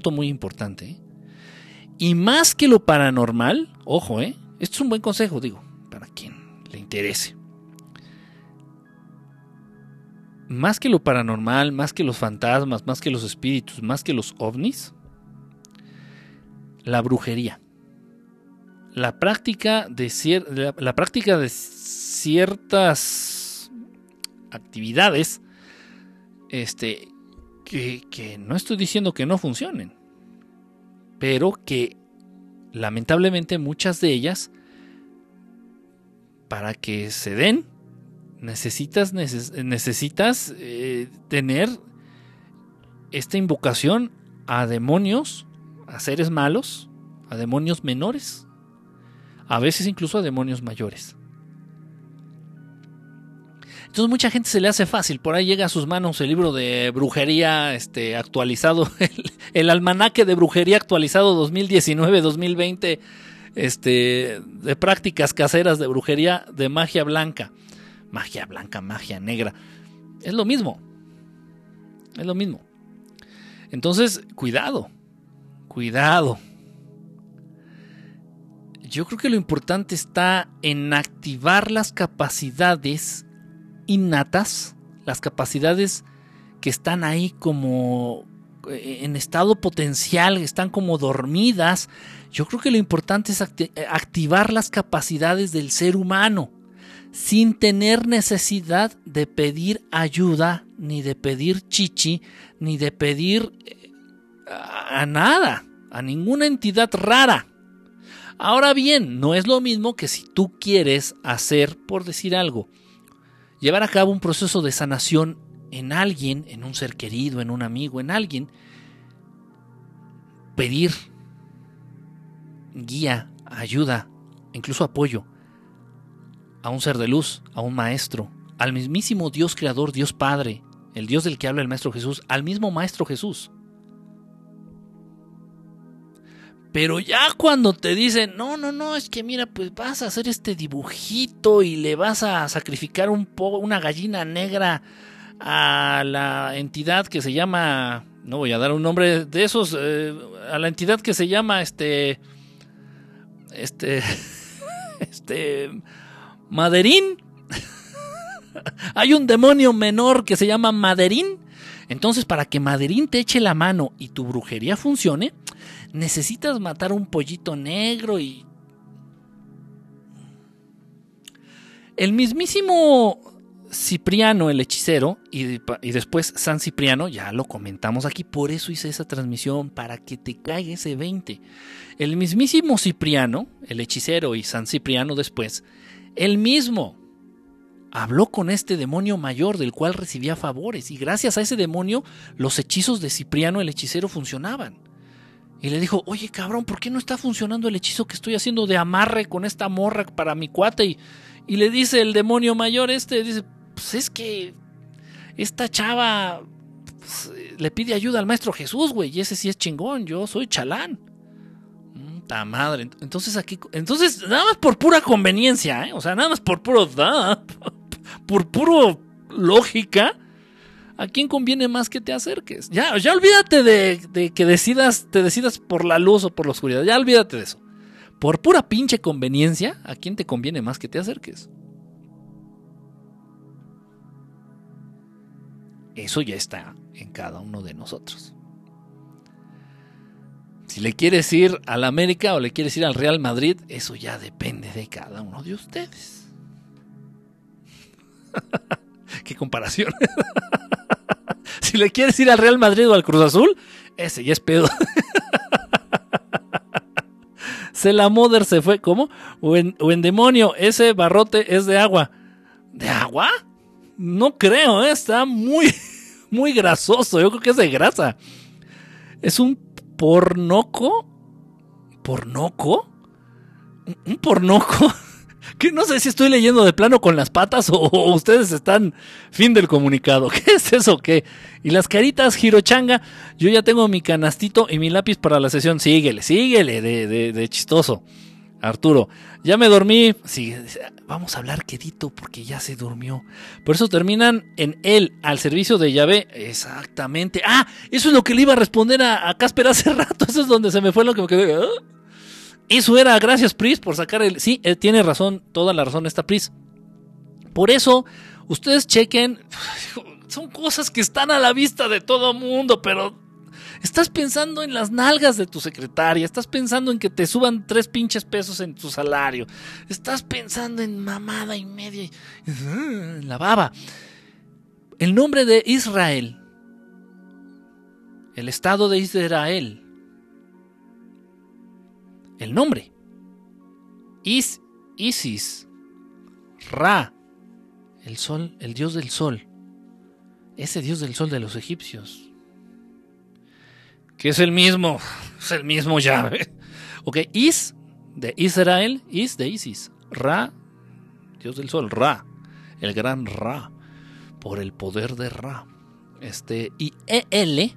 Y más que lo paranormal, ojo, esto es un buen consejo, digo, para quien le interese. Más que lo paranormal, más que los fantasmas, más que los espíritus, más que los ovnis, la brujería. La práctica de ciertas actividades que no estoy diciendo que no funcionen, pero que lamentablemente muchas de ellas, para que se den, necesitas tener esta invocación a demonios, a seres malos, a demonios menores, a veces incluso a demonios mayores. Entonces mucha gente se le hace fácil, por ahí llega a sus manos el libro de brujería actualizado, el almanaque de brujería actualizado 2019-2020, de prácticas caseras de brujería, de magia blanca, magia negra. Es lo mismo. Entonces, cuidado. Yo creo que lo importante está en activar las capacidades innatas, las capacidades que están ahí como en estado potencial, están como dormidas. Yo creo que lo importante es activar las capacidades del ser humano sin tener necesidad de pedir ayuda, ni de pedir chichi, ni de pedir a nada, a ninguna entidad rara. Ahora bien, no es lo mismo que si tú quieres hacer, por decir algo, llevar a cabo un proceso de sanación en alguien, en un ser querido, en un amigo, en alguien, pedir guía, ayuda, incluso apoyo a un ser de luz, a un maestro, al mismísimo Dios creador, Dios Padre, el Dios del que habla el Maestro Jesús, al mismo Maestro Jesús. Pero ya cuando te dicen, no, es que mira, pues vas a hacer este dibujito y le vas a sacrificar una gallina negra a la entidad que se llama, no voy a dar un nombre de esos, a la entidad que se llama Maderín. Hay un demonio menor que se llama Maderín. Entonces, para que Maderín te eche la mano y tu brujería funcione, necesitas matar un pollito negro y... El mismísimo Cipriano, el hechicero, y después San Cipriano, ya lo comentamos aquí, por eso hice esa transmisión, para que te caiga ese 20. El mismísimo Cipriano, el hechicero, y San Cipriano después, él mismo habló con este demonio mayor del cual recibía favores, y gracias a ese demonio los hechizos de Cipriano el hechicero funcionaban. Y le dijo, oye cabrón, ¿por qué no está funcionando el hechizo que estoy haciendo de amarre con esta morra para mi cuate? Y le dice el demonio mayor dice, pues es que esta chava pues, le pide ayuda al maestro Jesús, güey, y ese sí es chingón, yo soy chalán. ¡Ta madre! Entonces, nada más por pura conveniencia, o sea, nada más por puro lógica, ¿a quién conviene más que te acerques? Ya olvídate de que te decidas por la luz o por la oscuridad, ya olvídate de eso. Por pura pinche conveniencia, ¿a quién te conviene más que te acerques? Eso ya está en cada uno de nosotros. Si le quieres ir al América o le quieres ir al Real Madrid, eso ya depende de cada uno de ustedes. Qué comparación. Si le quieres ir al Real Madrid o al Cruz Azul, ese ya es pedo. La Mother se fue, ¿cómo? O en demonio, ese barrote es de agua. ¿De agua? No creo, está muy, muy grasoso. Yo creo que es de grasa. Es un pornoco. ¿Pornoco? ¿Un pornoco? Que no sé si estoy leyendo de plano con las patas o ustedes están fin del comunicado. ¿Qué es eso? ¿Qué? Y las caritas, Hirochanga. Yo ya tengo mi canastito y mi lápiz para la sesión. Síguele de chistoso. Arturo, ya me dormí. Sí, vamos a hablar quedito porque ya se durmió. Por eso terminan en él, al servicio de Yahvé. Exactamente. Ah, eso es lo que le iba a responder a Casper hace rato. Eso es donde se me fue lo que me quedé. ¿Ah? Eso era, gracias Pris por sacar el... Sí, tiene razón, toda la razón está Pris. Por eso, ustedes chequen, son cosas que están a la vista de todo mundo, pero estás pensando en las nalgas de tu secretaria, estás pensando en que te suban 3 pinches pesos en tu salario, estás pensando en mamada y media, en la baba. El nombre de Israel, el estado de Israel, el nombre, Isis, Ra, el sol, el dios del sol, ese dios del sol de los egipcios, que es el mismo Yahvé. Ok, Is de Israel, Is de Isis, Ra, dios del sol, Ra, el gran Ra, por el poder de Ra. Y EL,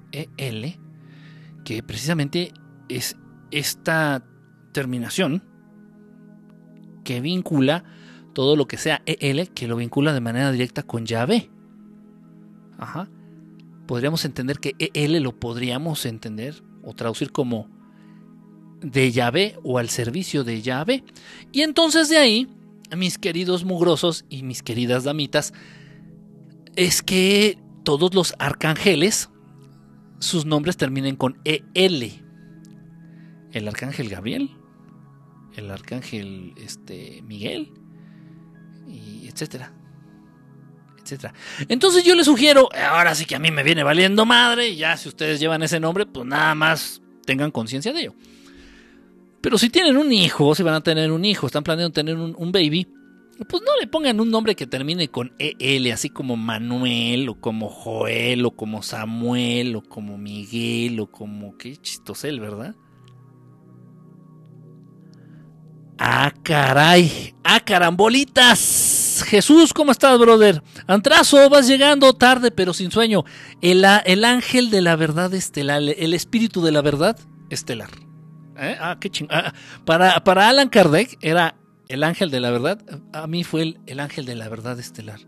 que precisamente es esta terminación que vincula todo lo que sea EL, que lo vincula de manera directa con Yahvé. Ajá. Podríamos entender que EL lo podríamos entender o traducir como de Yahvé o al servicio de Yahvé. Y entonces de ahí, mis queridos mugrosos y mis queridas damitas, es que todos los arcángeles, sus nombres terminen con EL. El arcángel Gabriel, el arcángel Miguel, y etcétera. Entonces yo les sugiero, ahora sí que a mí me viene valiendo madre, y ya si ustedes llevan ese nombre, pues nada más tengan conciencia de ello. Pero si tienen un hijo, si van a tener un hijo, están planeando tener un baby, pues no le pongan un nombre que termine con EL, así como Manuel, o como Joel, o como Samuel, o como Miguel, o como... Qué chistosel, ¿verdad? ¡Ah, caray! ¡Ah, carambolitas! Jesús, ¿cómo estás, brother? Antrazo, vas llegando tarde, pero sin sueño. El ángel de la verdad estelar, el espíritu de la verdad estelar. Ah, qué chingada. Para Allan Kardec era el ángel de la verdad. A mí fue el ángel de la verdad estelar.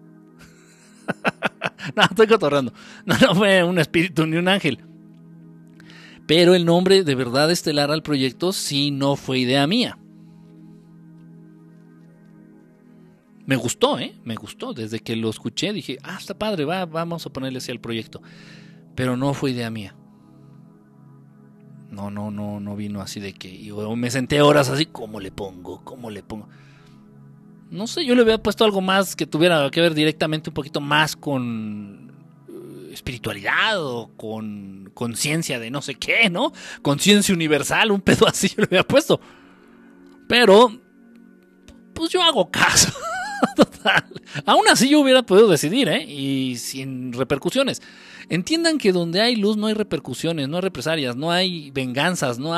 No, estoy cotorrando. No fue un espíritu ni un ángel. Pero el nombre de verdad estelar al proyecto sí no fue idea mía. Me gustó, me gustó. Desde que lo escuché dije, está padre, vamos a ponerle así al proyecto. Pero no fue idea mía. No vino así de que yo me senté horas así, ¿cómo le pongo? No sé, yo le hubiera puesto algo más que tuviera que ver directamente un poquito más con espiritualidad o con conciencia de no sé qué, ¿no? Conciencia universal, un pedo así yo le hubiera puesto. Pero, pues yo hago caso. Total. Aún así yo hubiera podido decidir, y sin repercusiones. Entiendan que donde hay luz no hay repercusiones, no hay represalias, no hay venganzas, no.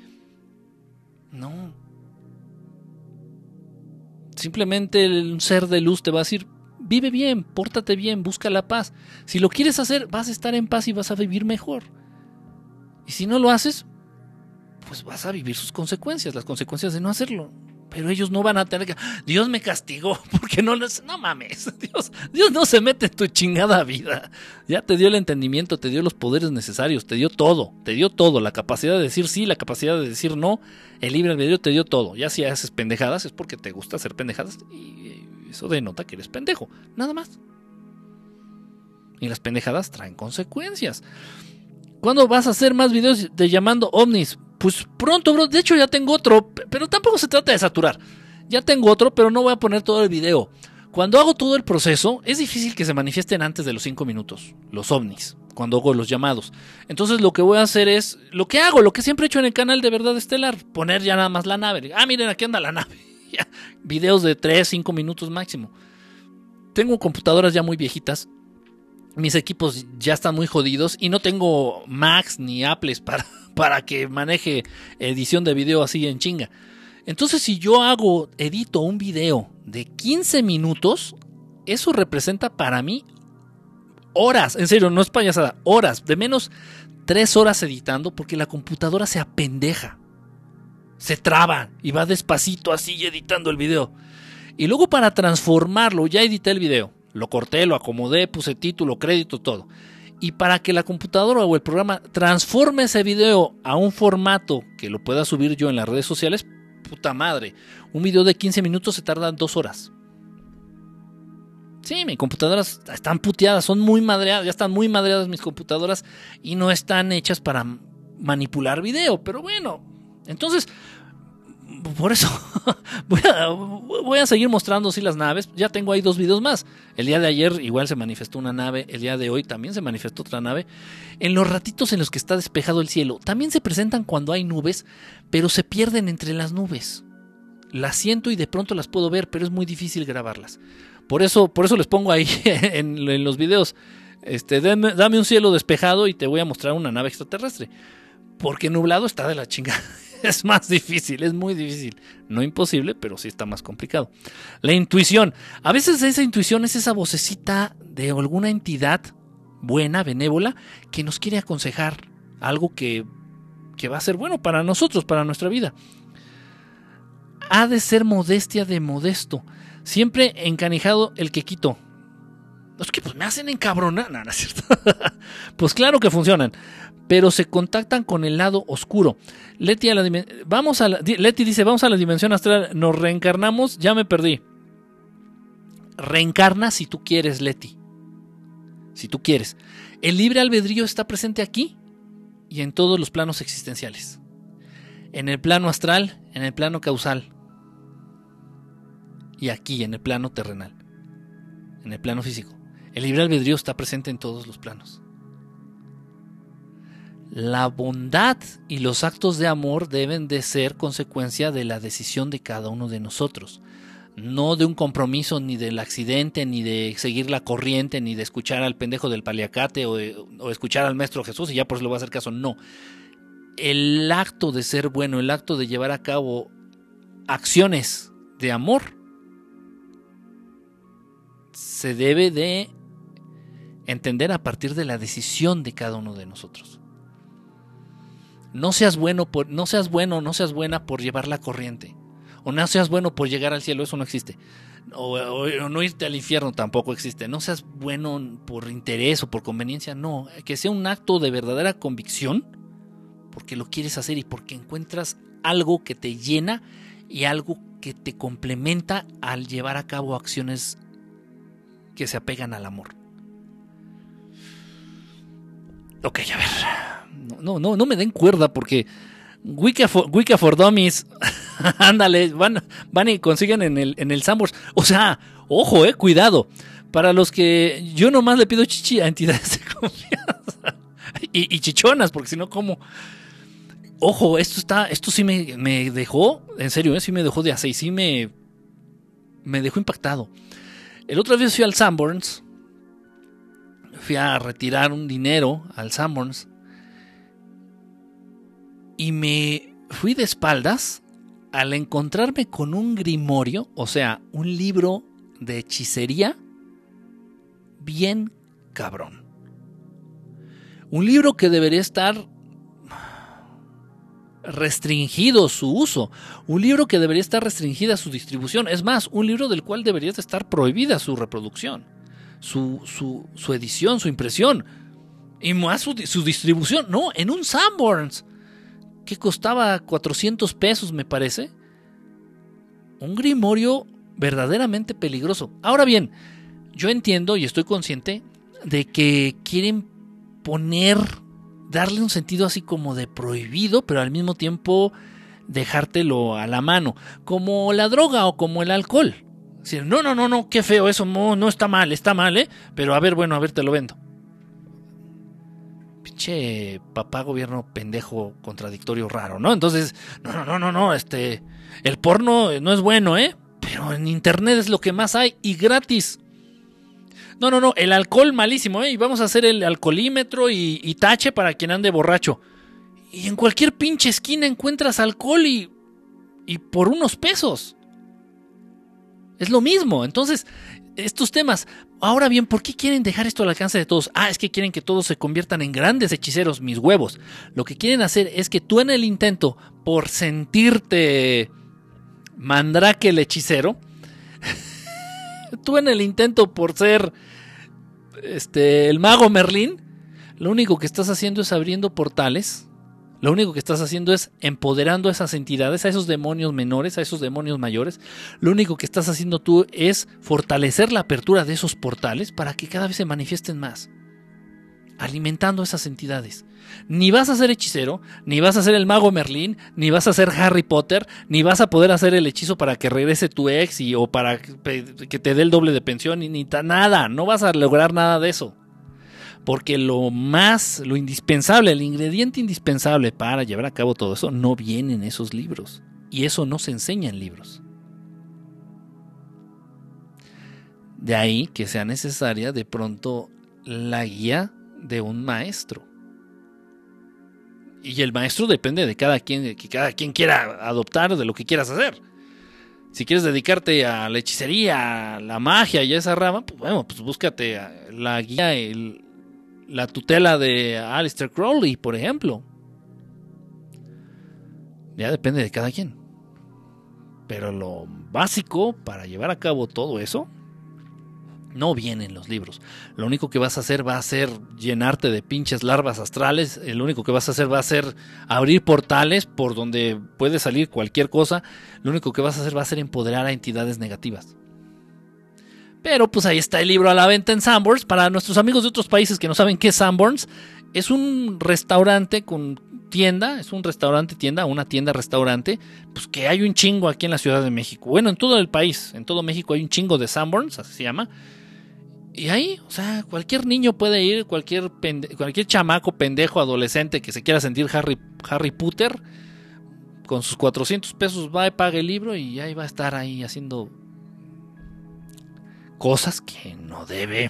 Simplemente un ser de luz te va a decir, vive bien, pórtate bien, busca la paz. Si lo quieres hacer, vas a estar en paz y vas a vivir mejor. Y si no lo haces, pues vas a vivir sus consecuencias, las consecuencias de no hacerlo. Pero ellos no van a tener que... Dios me castigó porque no mames. Dios no se mete en tu chingada vida. Ya te dio el entendimiento, te dio los poderes necesarios, te dio todo. La capacidad de decir sí, la capacidad de decir no. El libre albedrío te dio todo. Ya si haces pendejadas es porque te gusta hacer pendejadas y eso denota que eres pendejo. Nada más. Y las pendejadas traen consecuencias. ¿Cuándo vas a hacer más videos de llamando ovnis? Pues pronto, bro. De hecho ya tengo otro, pero tampoco se trata de saturar. Ya tengo otro, pero no voy a poner todo el video. Cuando hago todo el proceso, es difícil que se manifiesten antes de los 5 minutos, los ovnis, cuando hago los llamados. Entonces lo que voy a hacer es, lo que siempre he hecho en el canal de Verdad Estelar, poner ya nada más la nave. Miren, aquí anda la nave. Videos de 3, 5 minutos máximo. Tengo computadoras ya muy viejitas. Mis equipos ya están muy jodidos y no tengo Macs ni Apples para que maneje edición de video así en chinga. Entonces si yo edito un video de 15 minutos, eso representa para mí horas, en serio, no es payasada, horas, de menos 3 horas editando porque la computadora se apendeja, se traba y va despacito así editando el video. Y luego para transformarlo, ya edité el video. Lo corté, lo acomodé, puse título, crédito, todo. Y para que la computadora o el programa transforme ese video a un formato que lo pueda subir yo en las redes sociales, puta madre, un video de 15 minutos se tarda 2 horas. Sí, mis computadoras están puteadas, son muy madreadas, ya están muy madreadas mis computadoras y no están hechas para manipular video, pero bueno, entonces... Por eso voy a seguir mostrando sí las naves. Ya tengo ahí 2 videos más. El día de ayer igual se manifestó una nave. El día de hoy también se manifestó otra nave. En los ratitos en los que está despejado el cielo, también se presentan cuando hay nubes, pero se pierden entre las nubes. Las siento y de pronto las puedo ver, pero es muy difícil grabarlas. Por eso les pongo ahí en los videos, dame un cielo despejado y te voy a mostrar una nave extraterrestre. Porque nublado está de la chingada. Es más difícil, es muy difícil. No imposible, pero sí está más complicado. La intuición. A veces esa intuición es esa vocecita de alguna entidad buena, benévola, que nos quiere aconsejar algo que va a ser bueno para nosotros, para nuestra vida. Ha de ser modestia de modesto. Siempre encanijado el que quito. Es que pues me hacen encabronar. No, no es cierto. Pues claro que funcionan. Pero se contactan con el lado oscuro. Leti dice, vamos a la dimensión astral, nos reencarnamos, ya me perdí. Reencarna si tú quieres, Leti. Si tú quieres. El libre albedrío está presente aquí y en todos los planos existenciales. En el plano astral, en el plano causal. Y aquí, en el plano terrenal. En el plano físico. El libre albedrío está presente en todos los planos. La bondad y los actos de amor deben de ser consecuencia de la decisión de cada uno de nosotros. No de un compromiso, ni del accidente, ni de seguir la corriente, ni de escuchar al pendejo del paliacate o escuchar al maestro Jesús y ya por eso le voy a hacer caso. No. El acto de ser bueno, el acto de llevar a cabo acciones de amor se debe de entender a partir de la decisión de cada uno de nosotros. No seas buena por llevar la corriente. O no seas bueno por llegar al cielo, eso no existe. O no irte al infierno tampoco existe. No seas bueno por interés o por conveniencia, no. Que sea un acto de verdadera convicción, porque lo quieres hacer y porque encuentras algo que te llena y algo que te complementa al llevar a cabo acciones que se apegan al amor. Ok, a ver. No me den cuerda porque Wicca for Dummies. Ándale, van y consiguen en el Sanborns. O sea, ojo, cuidado. Para los que yo nomás le pido chichi a entidades de confianza. Y chichonas, porque si no, ¿cómo? Ojo, esto sí me dejó, en serio, sí me dejó de hacer, sí me dejó impactado. El otro día fui al Sanborns, fui a retirar un dinero al Sanborns y me fui de espaldas al encontrarme con un grimorio, o sea, un libro de hechicería bien cabrón. Un libro que debería estar restringido su uso, un libro que debería estar restringida su distribución, es más, un libro del cual debería estar prohibida su reproducción, su edición, su impresión y más su distribución. No, en un Sanborns que costaba 400 pesos, me parece, un grimorio verdaderamente peligroso. Ahora bien, yo entiendo y estoy consciente de que quieren darle un sentido así como de prohibido, pero al mismo tiempo dejártelo a la mano, como la droga o como el alcohol. Es decir, no, qué feo, eso no está mal, pero a ver, te lo vendo. Pinche papá gobierno pendejo contradictorio raro, ¿no? Entonces, no, el porno no es bueno, pero en internet es lo que más hay y gratis. No, el alcohol malísimo, y vamos a hacer el alcoholímetro y tache para quien ande borracho. Y en cualquier pinche esquina encuentras alcohol y por unos pesos. Es lo mismo. Entonces, estos temas. Ahora bien, ¿por qué quieren dejar esto al alcance de todos? Es que quieren que todos se conviertan en grandes hechiceros, mis huevos. Lo que quieren hacer es que tú en el intento por sentirte mandrake el hechicero, tú en el intento por ser el mago Merlín, lo único que estás haciendo es abriendo portales. Lo único que estás haciendo es empoderando a esas entidades, a esos demonios menores, a esos demonios mayores. Lo único que estás haciendo tú es fortalecer la apertura de esos portales para que cada vez se manifiesten más, alimentando esas entidades. Ni vas a ser hechicero, ni vas a ser el mago Merlín, ni vas a ser Harry Potter, ni vas a poder hacer el hechizo para que regrese tu ex o para que te dé el doble de pensión, nada. No vas a lograr nada de eso. Porque lo indispensable, el ingrediente indispensable para llevar a cabo todo eso no viene en esos libros. Y eso no se enseña en libros. De ahí que sea necesaria de pronto la guía de un maestro. Y el maestro depende de cada quien quiera adoptar, de lo que quieras hacer. Si quieres dedicarte a la hechicería, a la magia y a esa rama, pues búscate la guía, la tutela de Aleister Crowley, por ejemplo. Ya depende de cada quien. Pero lo básico para llevar a cabo todo eso no viene en los libros. Lo único que vas a hacer va a ser llenarte de pinches larvas astrales. Lo único que vas a hacer va a ser abrir portales por donde puede salir cualquier cosa. Lo único que vas a hacer va a ser empoderar a entidades negativas. Pero pues ahí está el libro a la venta en Sanborns. Para nuestros amigos de otros países que no saben qué es Sanborns, es un restaurante con tienda, una tienda-restaurante, pues que hay un chingo aquí en la Ciudad de México. Bueno, en todo el país, en todo México hay un chingo de Sanborns, así se llama. Y ahí, o sea, cualquier niño puede ir, cualquier chamaco, pendejo, adolescente que se quiera sentir Harry Potter, con sus 400 pesos va y paga el libro y ahí va a estar ahí haciendo cosas que no debe.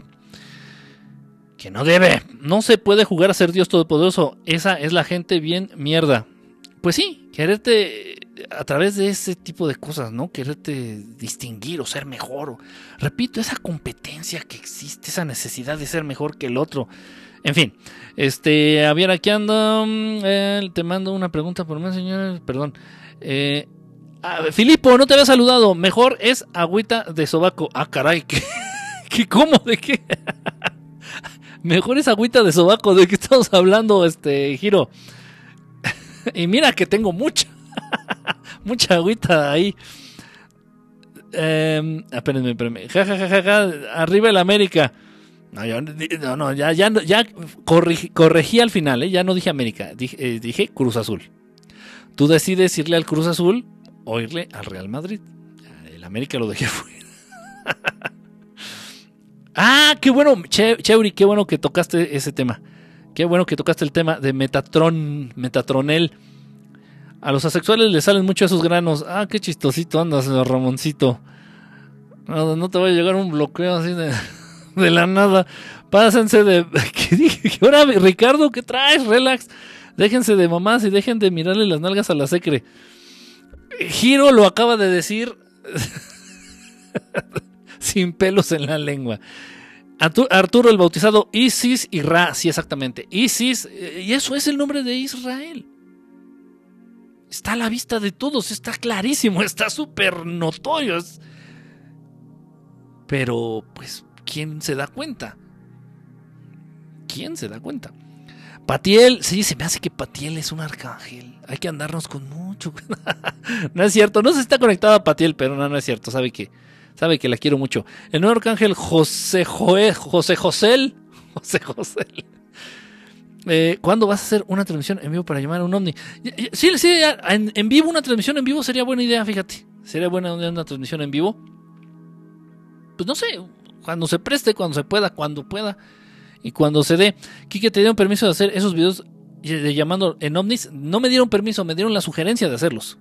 No se puede jugar a ser Dios Todopoderoso. Esa es la gente bien mierda. Pues sí, quererte a través de ese tipo de cosas, ¿no? Quererte distinguir o ser mejor. Repito, esa competencia que existe, esa necesidad de ser mejor que el otro. En fin, a ver, aquí ando. Te mando una pregunta por más, señores. Perdón. Filipo, no te había saludado. Mejor es agüita de sobaco. Caray, ¿qué cómo? ¿De qué? Mejor es agüita de sobaco. ¿De qué estamos hablando, Giro? Y mira que tengo mucha agüita ahí Espérenme. Ja, ja, ja, ja, ja, arriba el América. No, ya corregí al final, ya no dije América, dije Cruz Azul. Tú decides irle al Cruz Azul o irle al Real Madrid. El América lo dejé fuera. Qué bueno, Cheuri, qué bueno que tocaste ese tema. Qué bueno que tocaste el tema de Metatronel. A los asexuales les salen mucho esos granos. Qué chistosito andas, Ramoncito. No te va a llegar un bloqueo así de la nada. Pásense de... ¿Qué dije? ¿Qué hora, Ricardo? ¿Qué traes? Relax. Déjense de mamás y dejen de mirarle las nalgas a la secre. Giro lo acaba de decir sin pelos en la lengua. Arturo el Bautizado, Isis y Ra. Sí, exactamente. Isis, y eso es el nombre de Israel. Está a la vista de todos, está clarísimo, está súper notorio. Pero, pues, ¿quién se da cuenta? ¿Quién se da cuenta? Patiel, sí, se me hace que Patiel es un arcángel. Hay que andarnos con mucho. No es cierto, no se está conectado a Patiel, pero no es cierto, sabe que la quiero mucho. El nuevo arcángel José Josel. ¿Cuándo vas a hacer una transmisión en vivo para llamar a un ovni? Sí, en vivo, una transmisión en vivo sería buena idea, fíjate. Sería buena una transmisión en vivo. Pues no sé, cuando se preste, cuando se pueda, cuando pueda y cuando se dé. Quique, te dieron permiso de hacer esos videos de llamando en ovnis. No me dieron permiso, me dieron la sugerencia de hacerlos.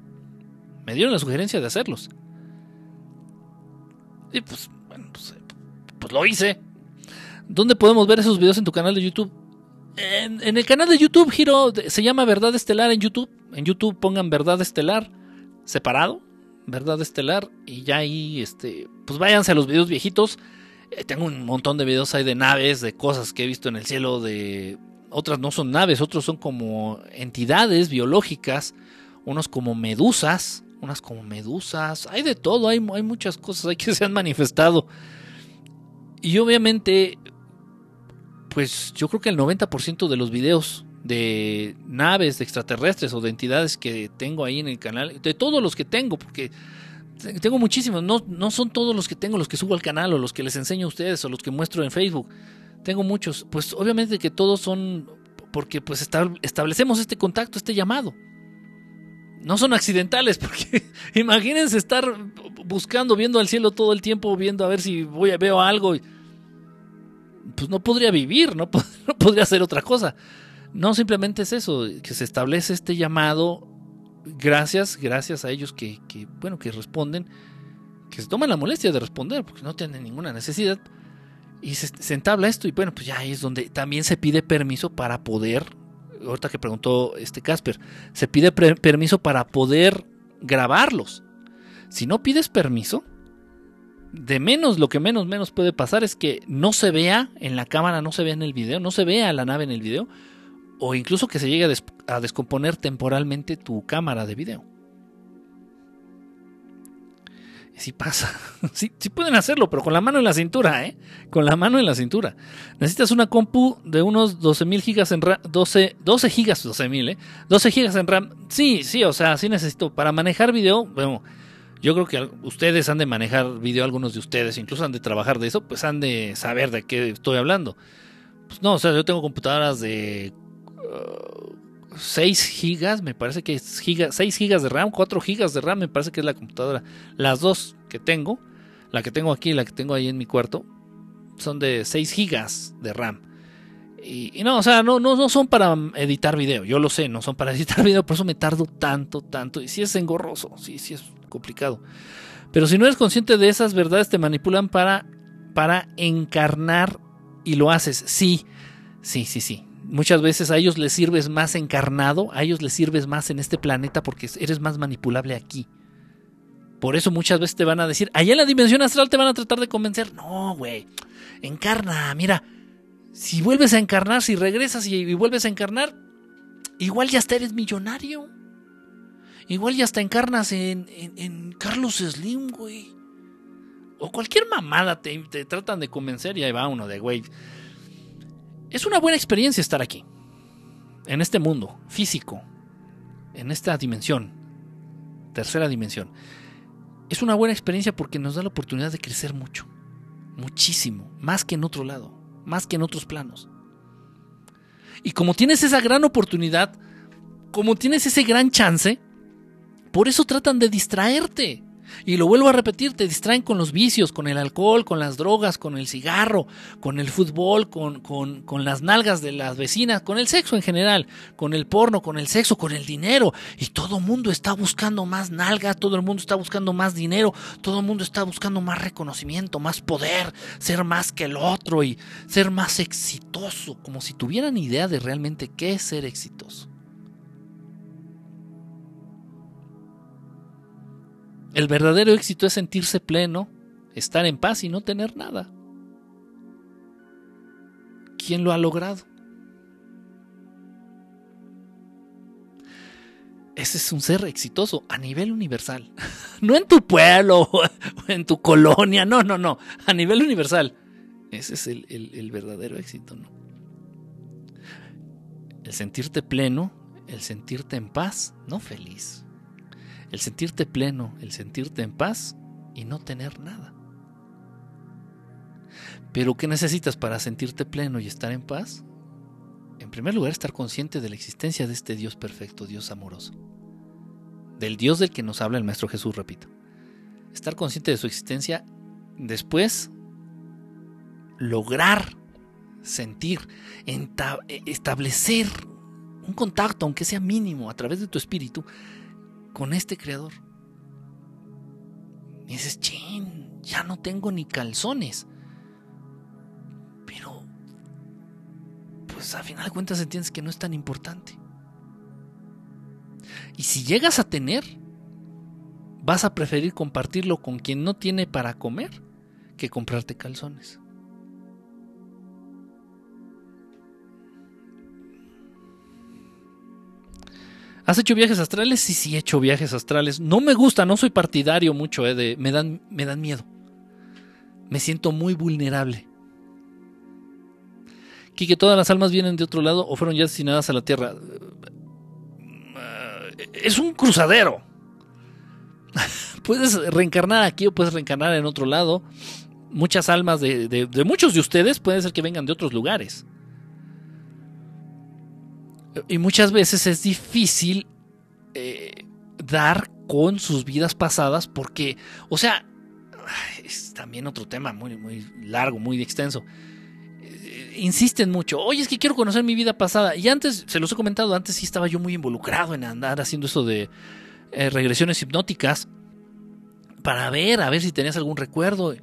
Y pues, bueno, pues lo hice. ¿Dónde podemos ver esos videos en tu canal de YouTube? En el canal de YouTube, Giro, se llama Verdad Estelar en YouTube. En YouTube pongan Verdad Estelar separado, Verdad Estelar, y ya ahí, pues váyanse a los videos viejitos. Tengo un montón de videos ahí de naves, de cosas que he visto en el cielo, de otras no son naves, otros son como entidades biológicas, unas como medusas, hay de todo, hay muchas cosas ahí que se han manifestado. Y obviamente, pues yo creo que el 90% de los videos de naves, de extraterrestres o de entidades que tengo ahí en el canal, de todos los que tengo, porque tengo muchísimos, no son todos los que tengo, los que subo al canal o los que les enseño a ustedes o los que muestro en Facebook, tengo muchos, pues obviamente que todos son porque pues establecemos este contacto, este llamado. No son accidentales, porque imagínense estar buscando, viendo al cielo todo el tiempo, viendo a ver si veo algo. Pues no podría vivir, no podría hacer otra cosa. No, simplemente es eso, que se establece este llamado gracias a ellos que responden, que se toman la molestia de responder, porque no tienen ninguna necesidad. Y se entabla esto, y bueno, pues ya ahí es donde también se pide permiso para poder... Ahorita que preguntó Casper, se pide permiso para poder grabarlos. Si no pides permiso, lo que menos puede pasar es que no se vea en la cámara, no se vea en el video, no se vea la nave en el video, o incluso que se llegue a descomponer temporalmente tu cámara de video. Sí pasa, sí pueden hacerlo, pero con la mano en la cintura, con la mano en la cintura. Necesitas una compu de unos 12,000 gigas en RAM, 12 gigas, 12,000, 12 gigas en RAM. Sí, o sea, sí necesito para manejar video. Bueno, yo creo que ustedes han de manejar video, algunos de ustedes, incluso han de trabajar de eso, pues han de saber de qué estoy hablando. Pues no, o sea, yo tengo computadoras de 6 gigas, me parece que es 6 gigas de RAM, 4 gigas de RAM, me parece que es la computadora. Las dos que tengo, la que tengo aquí y la que tengo ahí en mi cuarto, son de 6 gigas de RAM. Y no, o sea, no son para editar video, yo lo sé, no son para editar video, por eso me tardo tanto, y sí es engorroso, sí es complicado. Pero si no eres consciente de esas verdades, te manipulan para encarnar y lo haces, sí. Muchas veces a ellos les sirves más encarnado, a ellos les sirves más en este planeta porque eres más manipulable aquí. Por eso muchas veces te van a decir, allá en la dimensión astral te van a tratar de convencer. No, güey, encarna, mira, si vuelves a encarnar, si regresas y vuelves a encarnar, igual ya hasta eres millonario. Igual ya hasta encarnas en Carlos Slim, güey. O cualquier mamada te tratan de convencer y ahí va uno de, güey. Es una buena experiencia estar aquí, en este mundo físico, en esta dimensión, tercera dimensión. es una buena experiencia porque nos da la oportunidad de crecer mucho, muchísimo, más que en otro lado, más que en otros planos. Y como tienes esa gran oportunidad, como tienes ese gran chance, por eso tratan de distraerte. Y lo vuelvo a repetir, te distraen con los vicios, con el alcohol, con las drogas, con el cigarro, con el fútbol, con las nalgas de las vecinas, con el sexo en general, con el porno, con el sexo, con el dinero. Y todo el mundo está buscando más nalgas, todo el mundo está buscando más dinero, todo el mundo está buscando más reconocimiento, más poder, ser más que el otro y ser más exitoso, como si tuvieran idea de realmente qué es ser exitoso. El verdadero éxito es sentirse pleno, estar en paz y no tener nada. ¿Quién lo ha logrado? Ese es un ser exitoso a nivel universal. No en tu pueblo o en tu colonia, no. A nivel universal. Ese es el verdadero éxito, ¿no? El sentirte pleno, el sentirte en paz, no feliz. El sentirte pleno, el sentirte en paz y no tener nada. ¿Pero qué necesitas para sentirte pleno y estar en paz? En primer lugar, estar consciente de la existencia de este Dios perfecto, Dios amoroso. Del Dios del que nos habla el Maestro Jesús, repito. Estar consciente de su existencia. Después, lograr sentir, establecer un contacto, aunque sea mínimo, a través de tu espíritu, con este creador. Y dices, chin, ya no tengo ni calzones. Pero, pues a final de cuentas entiendes que no es tan importante. Y si llegas a tener, vas a preferir compartirlo con quien no tiene para comer que comprarte calzones. ¿Has hecho viajes astrales? Sí, he hecho viajes astrales. No me gusta, no soy partidario mucho, me dan miedo. Me siento muy vulnerable. Quique, ¿todas las almas vienen de otro lado o fueron ya destinadas a la Tierra? Es un cruzadero. Puedes reencarnar aquí o puedes reencarnar en otro lado. Muchas almas de muchos de ustedes pueden ser que vengan de otros lugares. Y muchas veces es difícil dar con sus vidas pasadas porque, o sea, es también otro tema muy, muy largo, muy extenso. Insisten mucho, oye, es que quiero conocer mi vida pasada. Y antes, se los he comentado, antes sí estaba yo muy involucrado en andar haciendo eso de regresiones hipnóticas para ver, a ver si tenías algún recuerdo.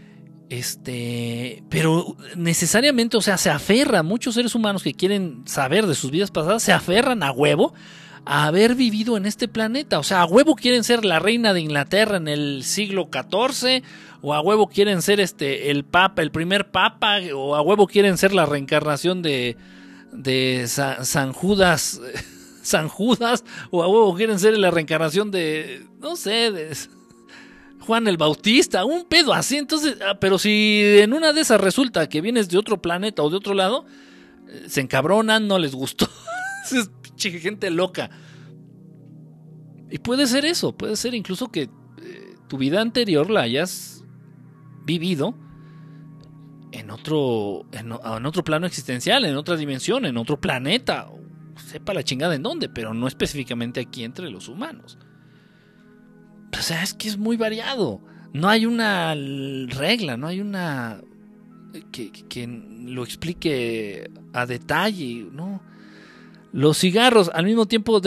Pero necesariamente, o sea, se aferra, muchos seres humanos que quieren saber de sus vidas pasadas, se aferran a huevo a haber vivido en este planeta. O sea, a huevo quieren ser la reina de Inglaterra en el siglo XIV, o a huevo quieren ser el papa, el primer papa, o a huevo quieren ser la reencarnación de San Judas, o a huevo quieren ser la reencarnación de, no sé, de Juan el Bautista, un pedo así. Entonces, pero si en una de esas resulta que vienes de otro planeta o de otro lado, se encabronan, no les gustó. Es pinche gente loca. Y puede ser eso, puede ser incluso que tu vida anterior la hayas vivido en otro plano existencial, en otra dimensión, en otro planeta, sepa la chingada en dónde, pero no específicamente aquí entre los humanos. O sea, es que es muy variado. No hay una regla, no hay una que lo explique a detalle, ¿no? Los cigarros, al mismo tiempo,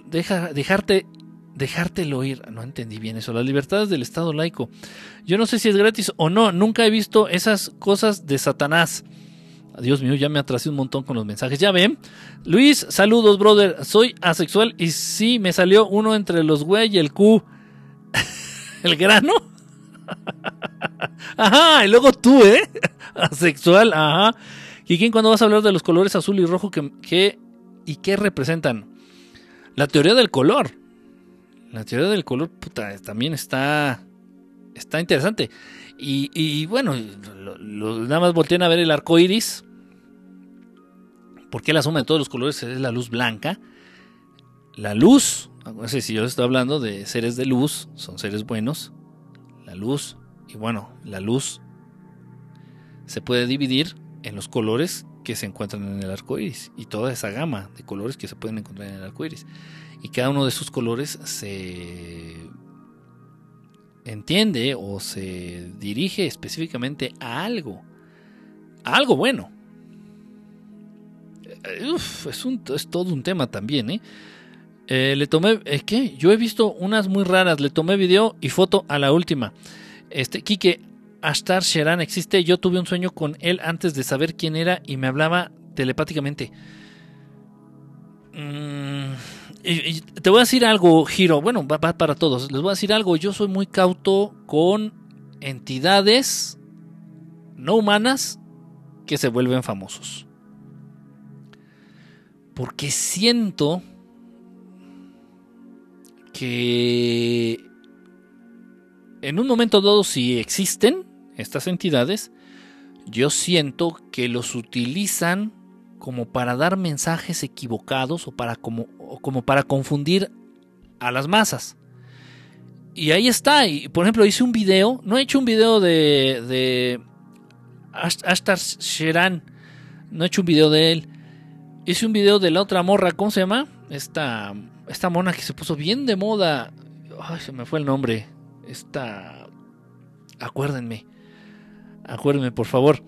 dejártelo ir. No entendí bien eso. Las libertades del Estado laico. Yo no sé si es gratis o no. Nunca he visto esas cosas de Satanás. Dios mío, ya me atrasé un montón con los mensajes. Ya ven. Luis, saludos, brother. Soy asexual y sí, me salió uno entre los güey y el Q. ¿El grano? Ajá, y luego tú, asexual, ajá. ¿Y quién cuando vas a hablar de los colores azul y rojo qué representan? La teoría del color. La teoría del color, puta, también está interesante. Y bueno, nada más volteen a ver el arco iris. Porque la suma de todos los colores es la luz blanca. La luz, no sé si yo estoy hablando de seres de luz, son seres buenos, La luz, y bueno, la luz se puede dividir en los colores que se encuentran en el arco iris y toda esa gama de colores que se pueden encontrar en el arco iris. Y cada uno de esos colores se entiende o se dirige específicamente a algo bueno. Es todo un tema también, le tomé, ¿qué? Yo he visto unas muy raras, le tomé video y foto a la última. Quique Ashtar Sheran existe, yo tuve un sueño con él antes de saber quién era y me hablaba telepáticamente. Y te voy a decir algo, Hiro, bueno, va para todos, les voy a decir algo, yo soy muy cauto con entidades no humanas que se vuelven famosos. Porque siento que en un momento dado, si existen estas entidades, yo siento que los utilizan como para dar mensajes equivocados o como para confundir a las masas. Y ahí está. Y, por ejemplo, hice un video, no he hecho un video de Ashtar Sheran, no he hecho un video de él. Hice un video de la otra morra, ¿cómo se llama? Esta mona que se puso bien de moda. Ay, se me fue el nombre. Acuérdenme, por favor.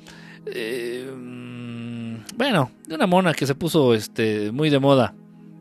Bueno, de una mona que se puso muy de moda.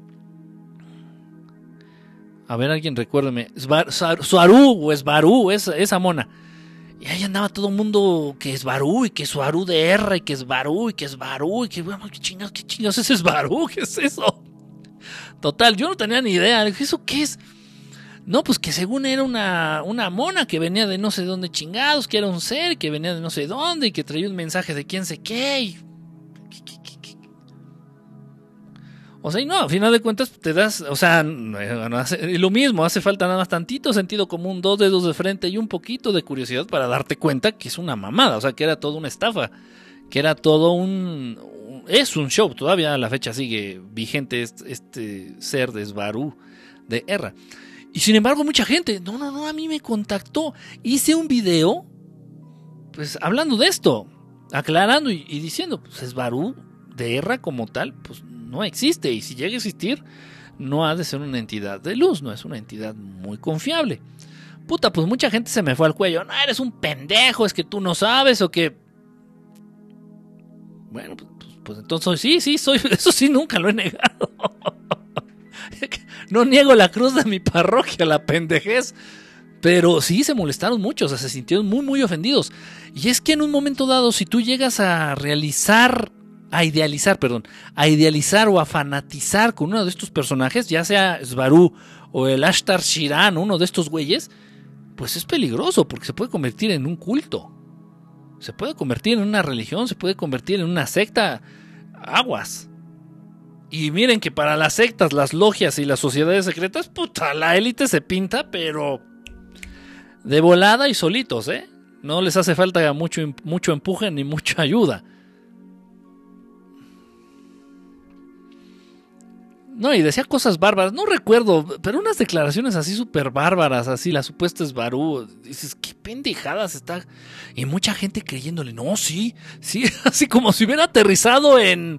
A ver, alguien recuérdeme. Suaru o Esbarú, esa mona. Y ahí andaba todo el mundo que es Barú y que es Suaru de R y que es Barú y que es Barú y que bueno, qué chingados es Barú, ¿qué es eso? Total, yo no tenía ni idea. Le dije, ¿eso qué es? No, pues que según era una mona que venía de no sé dónde chingados, que era un ser que venía de no sé dónde y que traía un mensaje de quién sé qué. Y... O sea, y no, a final de cuentas te das, o sea, lo mismo, hace falta nada más tantito sentido común, 2 dedos de frente y un poquito de curiosidad para darte cuenta que es una mamada, o sea, que era toda una estafa, que era todo es un show, todavía a la fecha sigue vigente este ser de Svaru de Erra. Y sin embargo mucha gente, no, a mí me contactó, hice un video, pues hablando de esto, aclarando y diciendo, pues Svaru de Erra como tal, pues no existe, y si llega a existir, no ha de ser una entidad de luz, no es una entidad muy confiable. Puta, pues mucha gente se me fue al cuello, no, eres un pendejo, es que tú no sabes, o que... Bueno, pues entonces sí, soy, eso sí nunca lo he negado. No niego la cruz de mi parroquia, la pendejez. Pero sí se molestaron mucho, o sea, se sintieron muy, muy ofendidos. Y es que en un momento dado, si tú llegas a idealizar o a fanatizar con uno de estos personajes, ya sea Svaru o el Ashtar Sheran, uno de estos güeyes, pues es peligroso porque se puede convertir en un culto, se puede convertir en una religión, se puede convertir en una secta. Aguas. Y miren que para las sectas, las logias y las sociedades secretas, puta, la élite se pinta, pero de volada y solitos, no les hace falta mucho empuje ni mucha ayuda. No, y decía cosas bárbaras, no recuerdo, pero unas declaraciones así súper bárbaras, así, la supuesta Svaru. Dices, qué pendejadas está. Y mucha gente creyéndole, no, sí, así como si hubiera aterrizado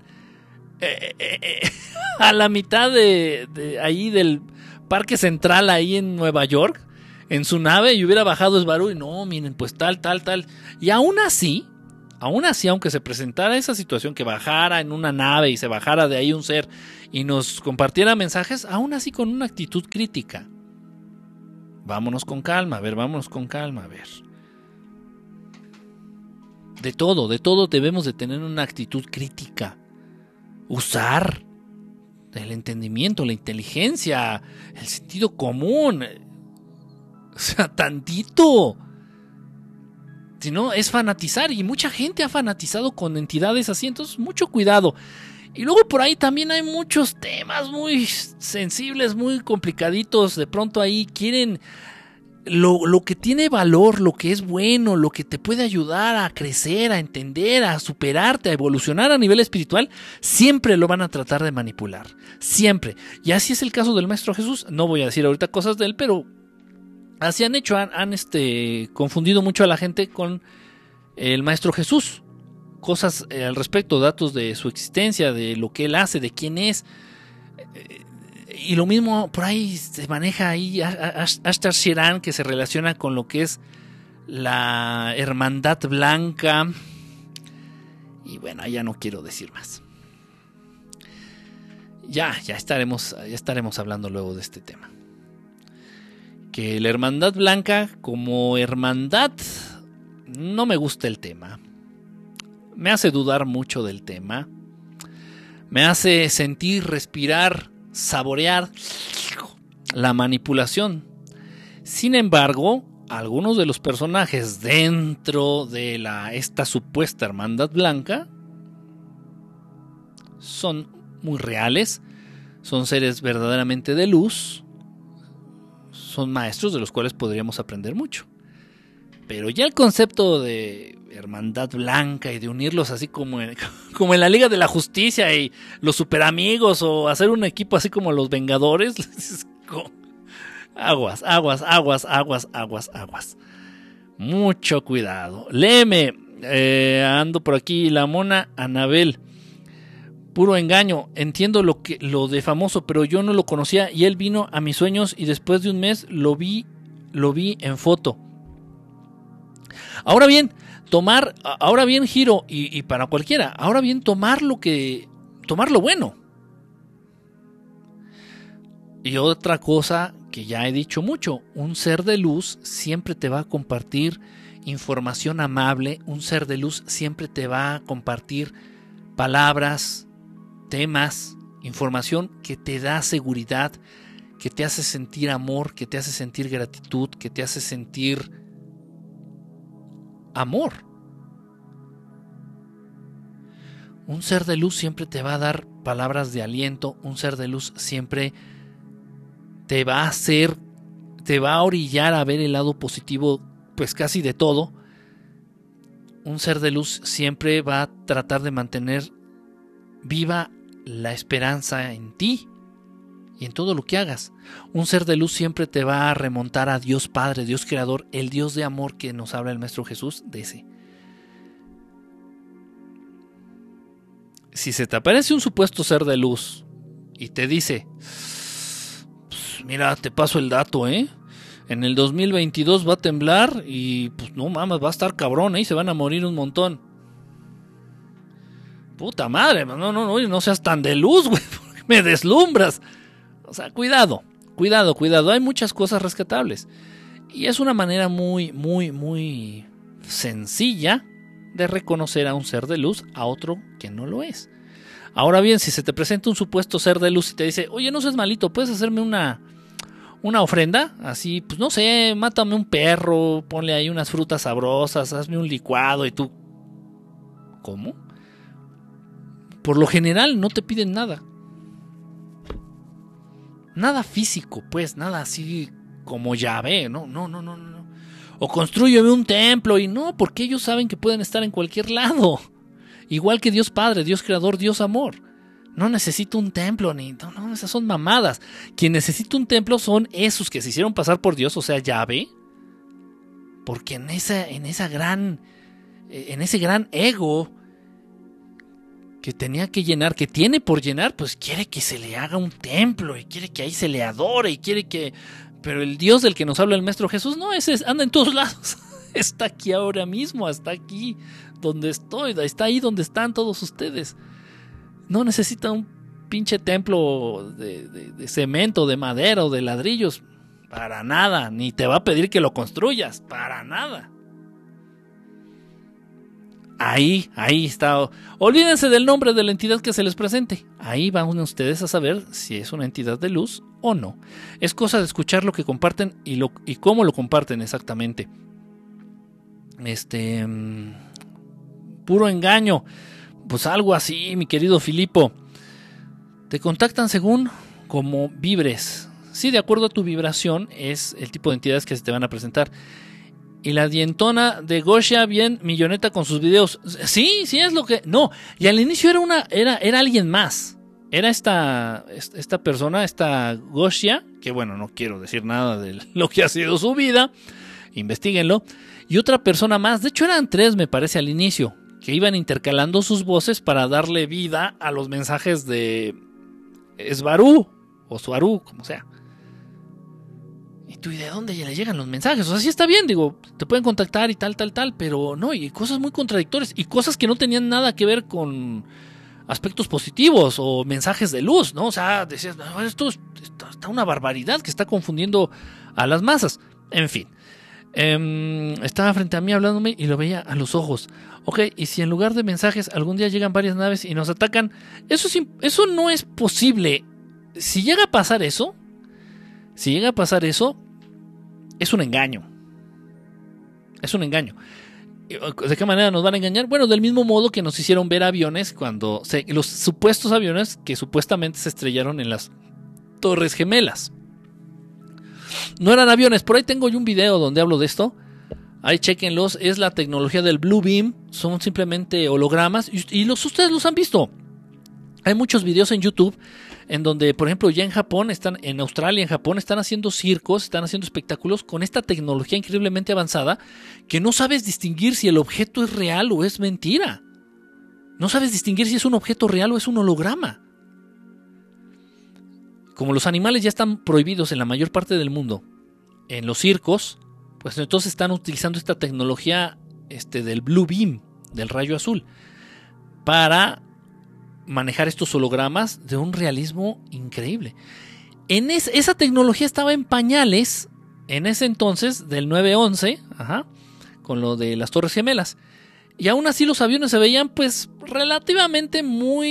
a la mitad de ahí del Parque Central, ahí en Nueva York, en su nave, y hubiera bajado Svaru, y no, miren, pues tal. Y aún así, aunque se presentara esa situación, que bajara en una nave y se bajara de ahí un ser y nos compartiera mensajes, aún así con una actitud crítica. Vámonos con calma, a ver. De todo debemos de tener una actitud crítica. Usar el entendimiento, la inteligencia, el sentido común. O sea, tantito. Si no, es fanatizar, y mucha gente ha fanatizado con entidades así, entonces mucho cuidado. Y luego por ahí también hay muchos temas muy sensibles, muy complicaditos. De pronto ahí quieren lo que tiene valor, lo que es bueno, lo que te puede ayudar a crecer, a entender, a superarte, a evolucionar a nivel espiritual, siempre lo van a tratar de manipular, siempre. Y así es el caso del Maestro Jesús. No voy a decir ahorita cosas de él, pero así han hecho, han confundido mucho a la gente con el Maestro Jesús. Cosas al respecto, datos de su existencia, de lo que él hace, de quién es. Y lo mismo por ahí se maneja ahí Ashtar Sheran, que se relaciona con lo que es la Hermandad Blanca. Y bueno, ya no quiero decir más. Ya estaremos hablando luego de este tema. Que la Hermandad Blanca como hermandad, no me gusta el tema. Me hace dudar mucho del tema. Me hace sentir, respirar, saborear la manipulación. Sin embargo, algunos de los personajes dentro de esta supuesta Hermandad Blanca son muy reales, son seres verdaderamente de luz, son maestros de los cuales podríamos aprender mucho. Pero ya el concepto de Hermandad Blanca y de unirlos así como en la Liga de la Justicia y los Superamigos, o hacer un equipo así como los Vengadores, aguas. Mucho cuidado. Léeme, ando por aquí, la mona Anabel. Puro engaño, entiendo lo de famoso, pero yo no lo conocía y él vino a mis sueños y después de un mes lo vi en foto. Ahora bien, Giro, y para cualquiera, ahora bien, tomar lo bueno. Y otra cosa que ya he dicho mucho, un ser de luz siempre te va a compartir información amable, un ser de luz siempre te va a compartir palabras, temas, información que te da seguridad, que te hace sentir amor, que te hace sentir gratitud, que te hace sentir amor. Un ser de luz siempre te va a dar palabras de aliento, un ser de luz siempre te va a orillar a ver el lado positivo, pues casi de todo. Un ser de luz siempre va a tratar de mantener viva la esperanza en ti y en todo lo que hagas. Un ser de luz siempre te va a remontar a Dios Padre, Dios Creador, el Dios de amor que nos habla el Maestro Jesús, de ese. Si se te aparece un supuesto ser de luz y te dice, pues mira, te paso el dato, en el 2022 va a temblar y pues no mames, va a estar cabrón, se van a morir un montón. Puta madre, no seas tan de luz, güey, porque me deslumbras. O sea, cuidado, hay muchas cosas rescatables. Y es una manera muy, muy, muy sencilla de reconocer a un ser de luz, a otro que no lo es. Ahora bien, si se te presenta un supuesto ser de luz y te dice, oye, no seas malito, ¿puedes hacerme una ofrenda? Así, pues no sé, mátame un perro, ponle ahí unas frutas sabrosas, hazme un licuado, y tú, ¿cómo? Por lo general no te piden nada. Nada físico, pues, nada así como llave, no. O construyeme un templo, y no, porque ellos saben que pueden estar en cualquier lado. Igual que Dios Padre, Dios Creador, Dios Amor. No necesito un templo, no, esas son mamadas. Quien necesita un templo son esos que se hicieron pasar por Dios, o sea, llave. Porque en ese gran ego que tenía que llenar, que tiene por llenar, pues quiere que se le haga un templo y quiere que ahí se le adore y quiere que... Pero el Dios del que nos habla el Maestro Jesús, no, ese anda en todos lados. Está aquí ahora mismo, está aquí donde estoy, está ahí donde están todos ustedes. No necesita un pinche templo de cemento, de madera o de ladrillos. Para nada, ni te va a pedir que lo construyas, para nada. Ahí está. Olvídense del nombre de la entidad que se les presente. Ahí van ustedes a saber si es una entidad de luz o no. Es cosa de escuchar lo que comparten y cómo lo comparten exactamente. Puro engaño. Pues algo así, mi querido Filipo. Te contactan según cómo vibres. Sí, de acuerdo a tu vibración es el tipo de entidades que se te van a presentar. Y la dientona de Gosia bien milloneta con sus videos. Sí, es lo que... No, y al inicio era alguien más. Era esta persona, esta Gosia, que bueno, no quiero decir nada de lo que ha sido su vida, investíguenlo, y otra persona más, de hecho eran 3 me parece al inicio, que iban intercalando sus voces para darle vida a los mensajes de Svaru o Suaru, como sea. ¿Y tú, y de dónde le llegan los mensajes? O sea, sí está bien, digo, te pueden contactar y tal, pero no, y cosas muy contradictorias y cosas que no tenían nada que ver con aspectos positivos o mensajes de luz, ¿no? O sea, decías, no, esto está una barbaridad que está confundiendo a las masas. En fin, estaba frente a mí hablándome y lo veía a los ojos. Ok, y si en lugar de mensajes algún día llegan varias naves y nos atacan, eso no es posible. Si llega a pasar eso, es un engaño. Es un engaño. ¿De qué manera nos van a engañar? Bueno, del mismo modo que nos hicieron ver aviones los supuestos aviones que supuestamente se estrellaron en las Torres Gemelas. No eran aviones, por ahí tengo yo un video donde hablo de esto. Ahí chéquenlos, es la tecnología del Blue Beam, son simplemente hologramas y ustedes los han visto. Hay muchos videos en YouTube en donde, por ejemplo, ya en Australia, en Japón, están haciendo circos, están haciendo espectáculos con esta tecnología increíblemente avanzada que no sabes distinguir si el objeto es real o es mentira. No sabes distinguir si es un objeto real o es un holograma. Como los animales ya están prohibidos en la mayor parte del mundo, en los circos, pues entonces están utilizando esta tecnología del Blue Beam, del rayo azul, para manejar estos hologramas de un realismo increíble. Esa tecnología estaba en pañales en ese entonces, del 9/11, con lo de las Torres Gemelas. Y aún así los aviones se veían pues relativamente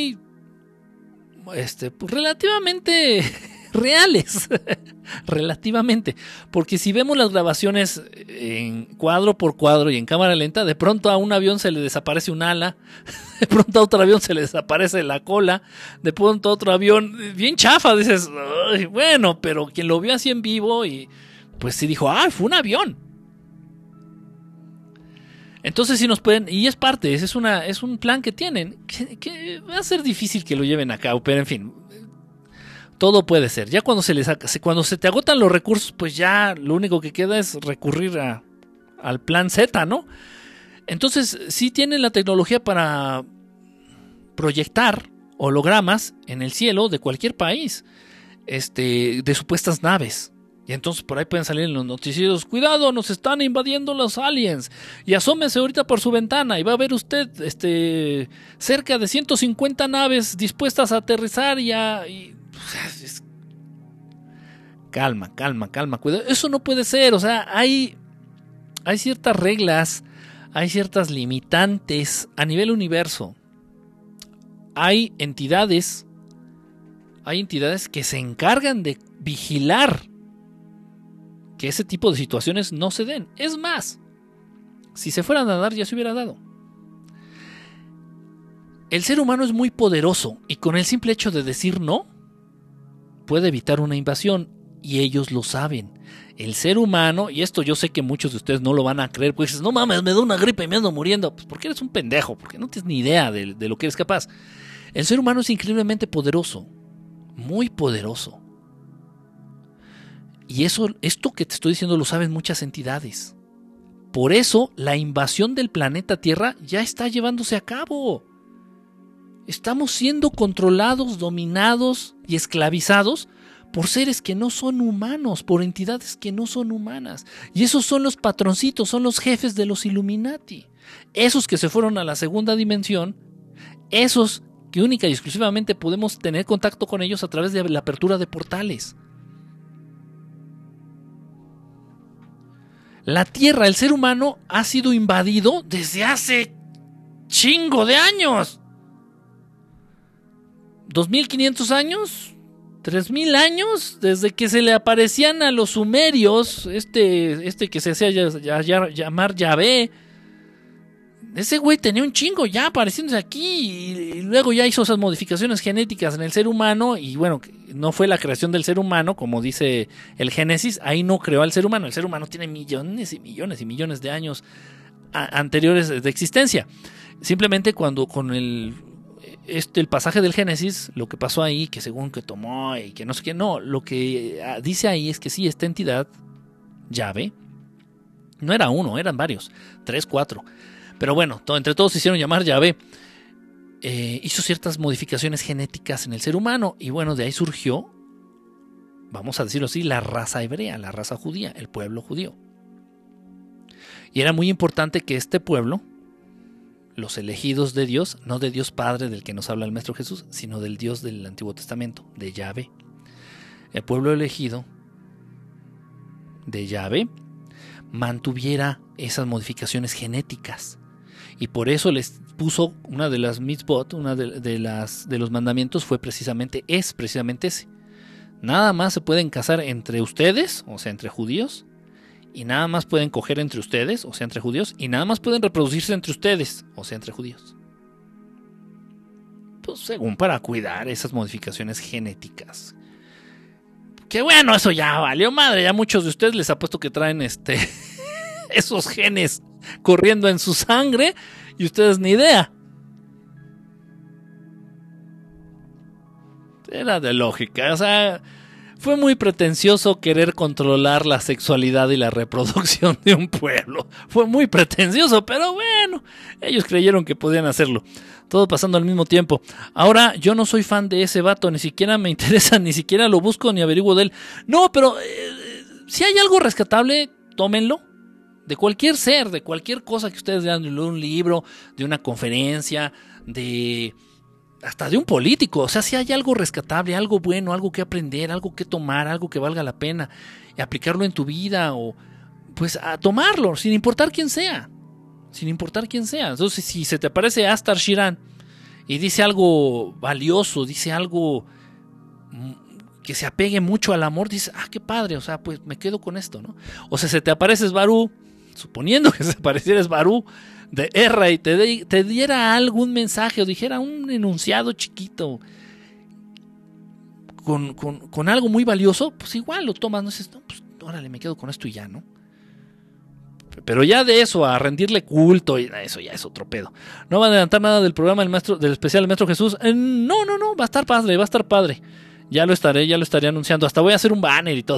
relativamente reales. Relativamente. Porque si vemos las grabaciones en cuadro por cuadro y en cámara lenta, de pronto a un avión se le desaparece un ala, de pronto a otro avión se le desaparece la cola, de pronto a otro avión, bien chafa, dices, bueno, pero quien lo vio así en vivo y pues sí dijo, fue un avión. Entonces sí nos pueden, y es parte, es un plan que tienen, que va a ser difícil que lo lleven a cabo, pero en fin, todo puede ser. Ya cuando cuando se te agotan los recursos, pues ya lo único que queda es recurrir al plan Z, ¿no? Entonces sí tienen la tecnología para proyectar hologramas en el cielo de cualquier país, de supuestas naves. Y entonces por ahí pueden salir en los noticieros, cuidado, nos están invadiendo los aliens, y asómese ahorita por su ventana y va a ver usted cerca de 150 naves dispuestas a aterrizar calma, cuidado, eso no puede ser. O sea, hay ciertas reglas, hay ciertas limitantes a nivel universo. Hay entidades que se encargan de vigilar que ese tipo de situaciones no se den. Es más, si se fueran a dar ya se hubiera dado. El ser humano es muy poderoso y con el simple hecho de decir no puede evitar una invasión, y ellos lo saben. El ser humano, y esto yo sé que muchos de ustedes no lo van a creer, pues dices, no mames, me da una gripe y me ando muriendo. Pues porque eres un pendejo, porque no tienes ni idea de lo que eres capaz. El ser humano es increíblemente poderoso, muy poderoso. Y esto que te estoy diciendo lo saben muchas entidades. Por eso la invasión del planeta Tierra ya está llevándose a cabo. Estamos siendo controlados, dominados y esclavizados por seres que no son humanos, por entidades que no son humanas. Y esos son los patroncitos, son los jefes de los Illuminati. Esos que se fueron a la segunda dimensión, esos que única y exclusivamente podemos tener contacto con ellos a través de la apertura de portales. La Tierra, el ser humano, ha sido invadido desde hace chingo de años. 2500 años, 3000 años, desde que se le aparecían a los sumerios, que se hacía llamar Yahvé. Ese güey tenía un chingo ya apareciéndose aquí, y luego ya hizo esas modificaciones genéticas en el ser humano, y bueno, no fue la creación del ser humano, como dice el Génesis, ahí no creó al ser humano. El ser humano tiene millones y millones y millones de años anteriores de existencia. Simplemente cuando con el el pasaje del Génesis, lo que pasó ahí, que según que tomó y que no sé qué, no, lo que dice ahí es que sí, esta entidad, Yahvé, no era uno, eran varios, 3, 4, pero bueno, entre todos se hicieron llamar Yahvé, hizo ciertas modificaciones genéticas en el ser humano, y bueno, de ahí surgió, vamos a decirlo así, la raza hebrea, la raza judía, el pueblo judío. Y era muy importante que este pueblo, los elegidos de Dios, no de Dios Padre del que nos habla el Maestro Jesús, sino del Dios del Antiguo Testamento, de Yahvé. El pueblo elegido de Yahvé mantuviera esas modificaciones genéticas. Y por eso les puso una de las mitzvot, una de los mandamientos es precisamente ese. Nada más se pueden casar entre ustedes, o sea, entre judíos, y nada más pueden coger entre ustedes, o sea, entre judíos, y nada más pueden reproducirse entre ustedes, o sea, entre judíos. Pues según para cuidar esas modificaciones genéticas. Que bueno, eso ya valió madre, ya muchos de ustedes les apuesto que traen esos genes corriendo en su sangre y ustedes ni idea. Era de lógica, o sea, fue muy pretencioso querer controlar la sexualidad y la reproducción de un pueblo. Fue muy pretencioso, pero bueno, ellos creyeron que podían hacerlo. Todo pasando al mismo tiempo. Ahora, yo no soy fan de ese vato, ni siquiera me interesa, ni siquiera lo busco ni averiguo de él. No, pero si hay algo rescatable, tómenlo. De cualquier ser, de cualquier cosa que ustedes vean, de un libro, de una conferencia, hasta de un político. O sea, si hay algo rescatable, algo bueno, algo que aprender, algo que tomar, algo que valga la pena, y aplicarlo en tu vida, o pues a tomarlo, sin importar quién sea. Sin importar quién sea. Entonces, si se te aparece Astar Shiran y dice algo valioso, dice algo que se apegue mucho al amor, dices, qué padre, o sea, pues me quedo con esto, ¿no? O sea, se te aparece Svarú, suponiendo que se pareciera Svarú de Erra y te diera algún mensaje o dijera un enunciado chiquito con algo muy valioso, pues igual lo tomas, no dices, no, pues órale, me quedo con esto y ya, ¿no? Pero ya de eso a rendirle culto, y eso ya es otro pedo. No va a adelantar nada del programa del especial del Maestro Jesús. No, va a estar padre. Ya lo estaré anunciando. Hasta voy a hacer un banner y todo.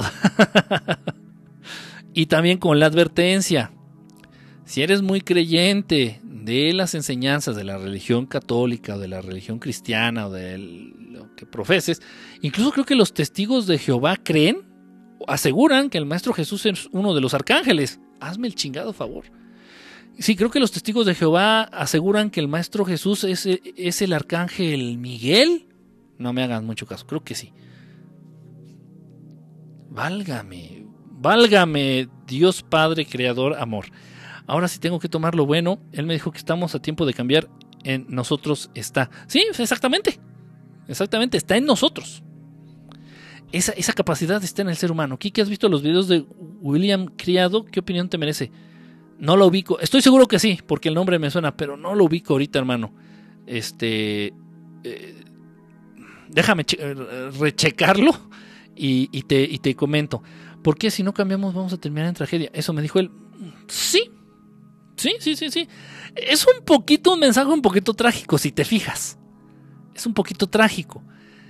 Y también con la advertencia. Si eres muy creyente de las enseñanzas de la religión católica o de la religión cristiana o de lo que profeses, incluso creo que los testigos de Jehová aseguran que el Maestro Jesús es uno de los arcángeles. Hazme el chingado favor. Sí, creo que los testigos de Jehová aseguran que el Maestro Jesús es el arcángel Miguel. No me hagan mucho caso, creo que sí. Válgame, Dios Padre, Creador, Amor. Ahora sí tengo que tomar lo bueno. Él me dijo que estamos a tiempo de cambiar. En nosotros está. Sí, exactamente, está en nosotros. Esa capacidad está en el ser humano. Kiki, ¿has visto los videos de William Criado? ¿Qué opinión te merece? No lo ubico. Estoy seguro que sí, porque el nombre me suena, pero no lo ubico ahorita, hermano. Déjame rechecarlo y te comento. ¿Por qué si no cambiamos vamos a terminar en tragedia? Eso me dijo él. Sí. Es un mensaje un poquito trágico, si te fijas. Es un poquito trágico.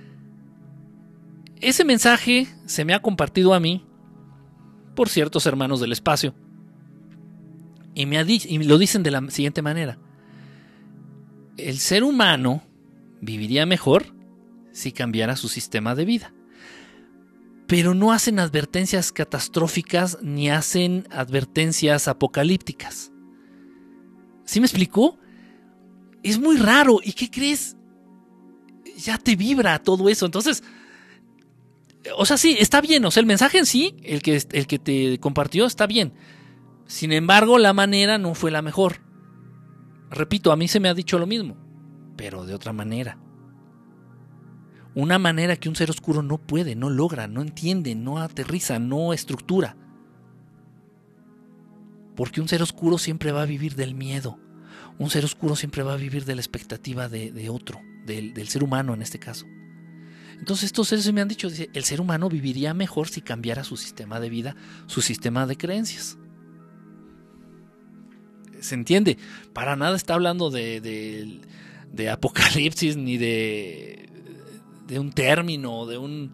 Ese mensaje se me ha compartido a mí por ciertos hermanos del espacio y lo dicen de la siguiente manera: el ser humano viviría mejor si cambiara su sistema de vida, pero no hacen advertencias catastróficas ni hacen advertencias apocalípticas. ¿Sí me explicó? Es muy raro. ¿Y qué crees? Ya te vibra todo eso. Entonces, o sea, sí, está bien. O sea, el mensaje en sí, el que te compartió, está bien. Sin embargo, la manera no fue la mejor. Repito, a mí se me ha dicho lo mismo, pero de otra manera. Una manera que un ser oscuro no puede, no logra, no entiende, no aterriza, no estructura. Porque un ser oscuro siempre va a vivir del miedo. Un ser oscuro siempre va a vivir de la expectativa de otro, del ser humano en este caso. Entonces estos seres me han dicho, dice, el ser humano viviría mejor si cambiara su sistema de vida, su sistema de creencias. ¿Se entiende? Para nada está hablando de apocalipsis, ni de un término, de un...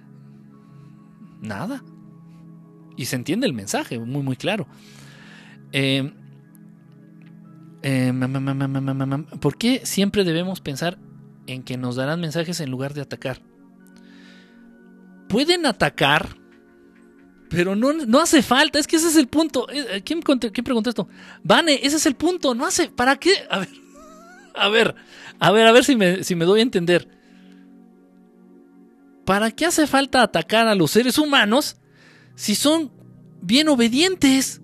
nada. Y se entiende el mensaje, muy, muy claro. ¿Por qué siempre debemos pensar en que nos darán mensajes en lugar de atacar? Pueden atacar, pero no hace falta. Es que ese es el punto. ¿Quién preguntó esto? Vane, ese es el punto. No hace... ¿Para qué? A ver si me doy a entender. ¿Para qué hace falta atacar a los seres humanos si son bien obedientes?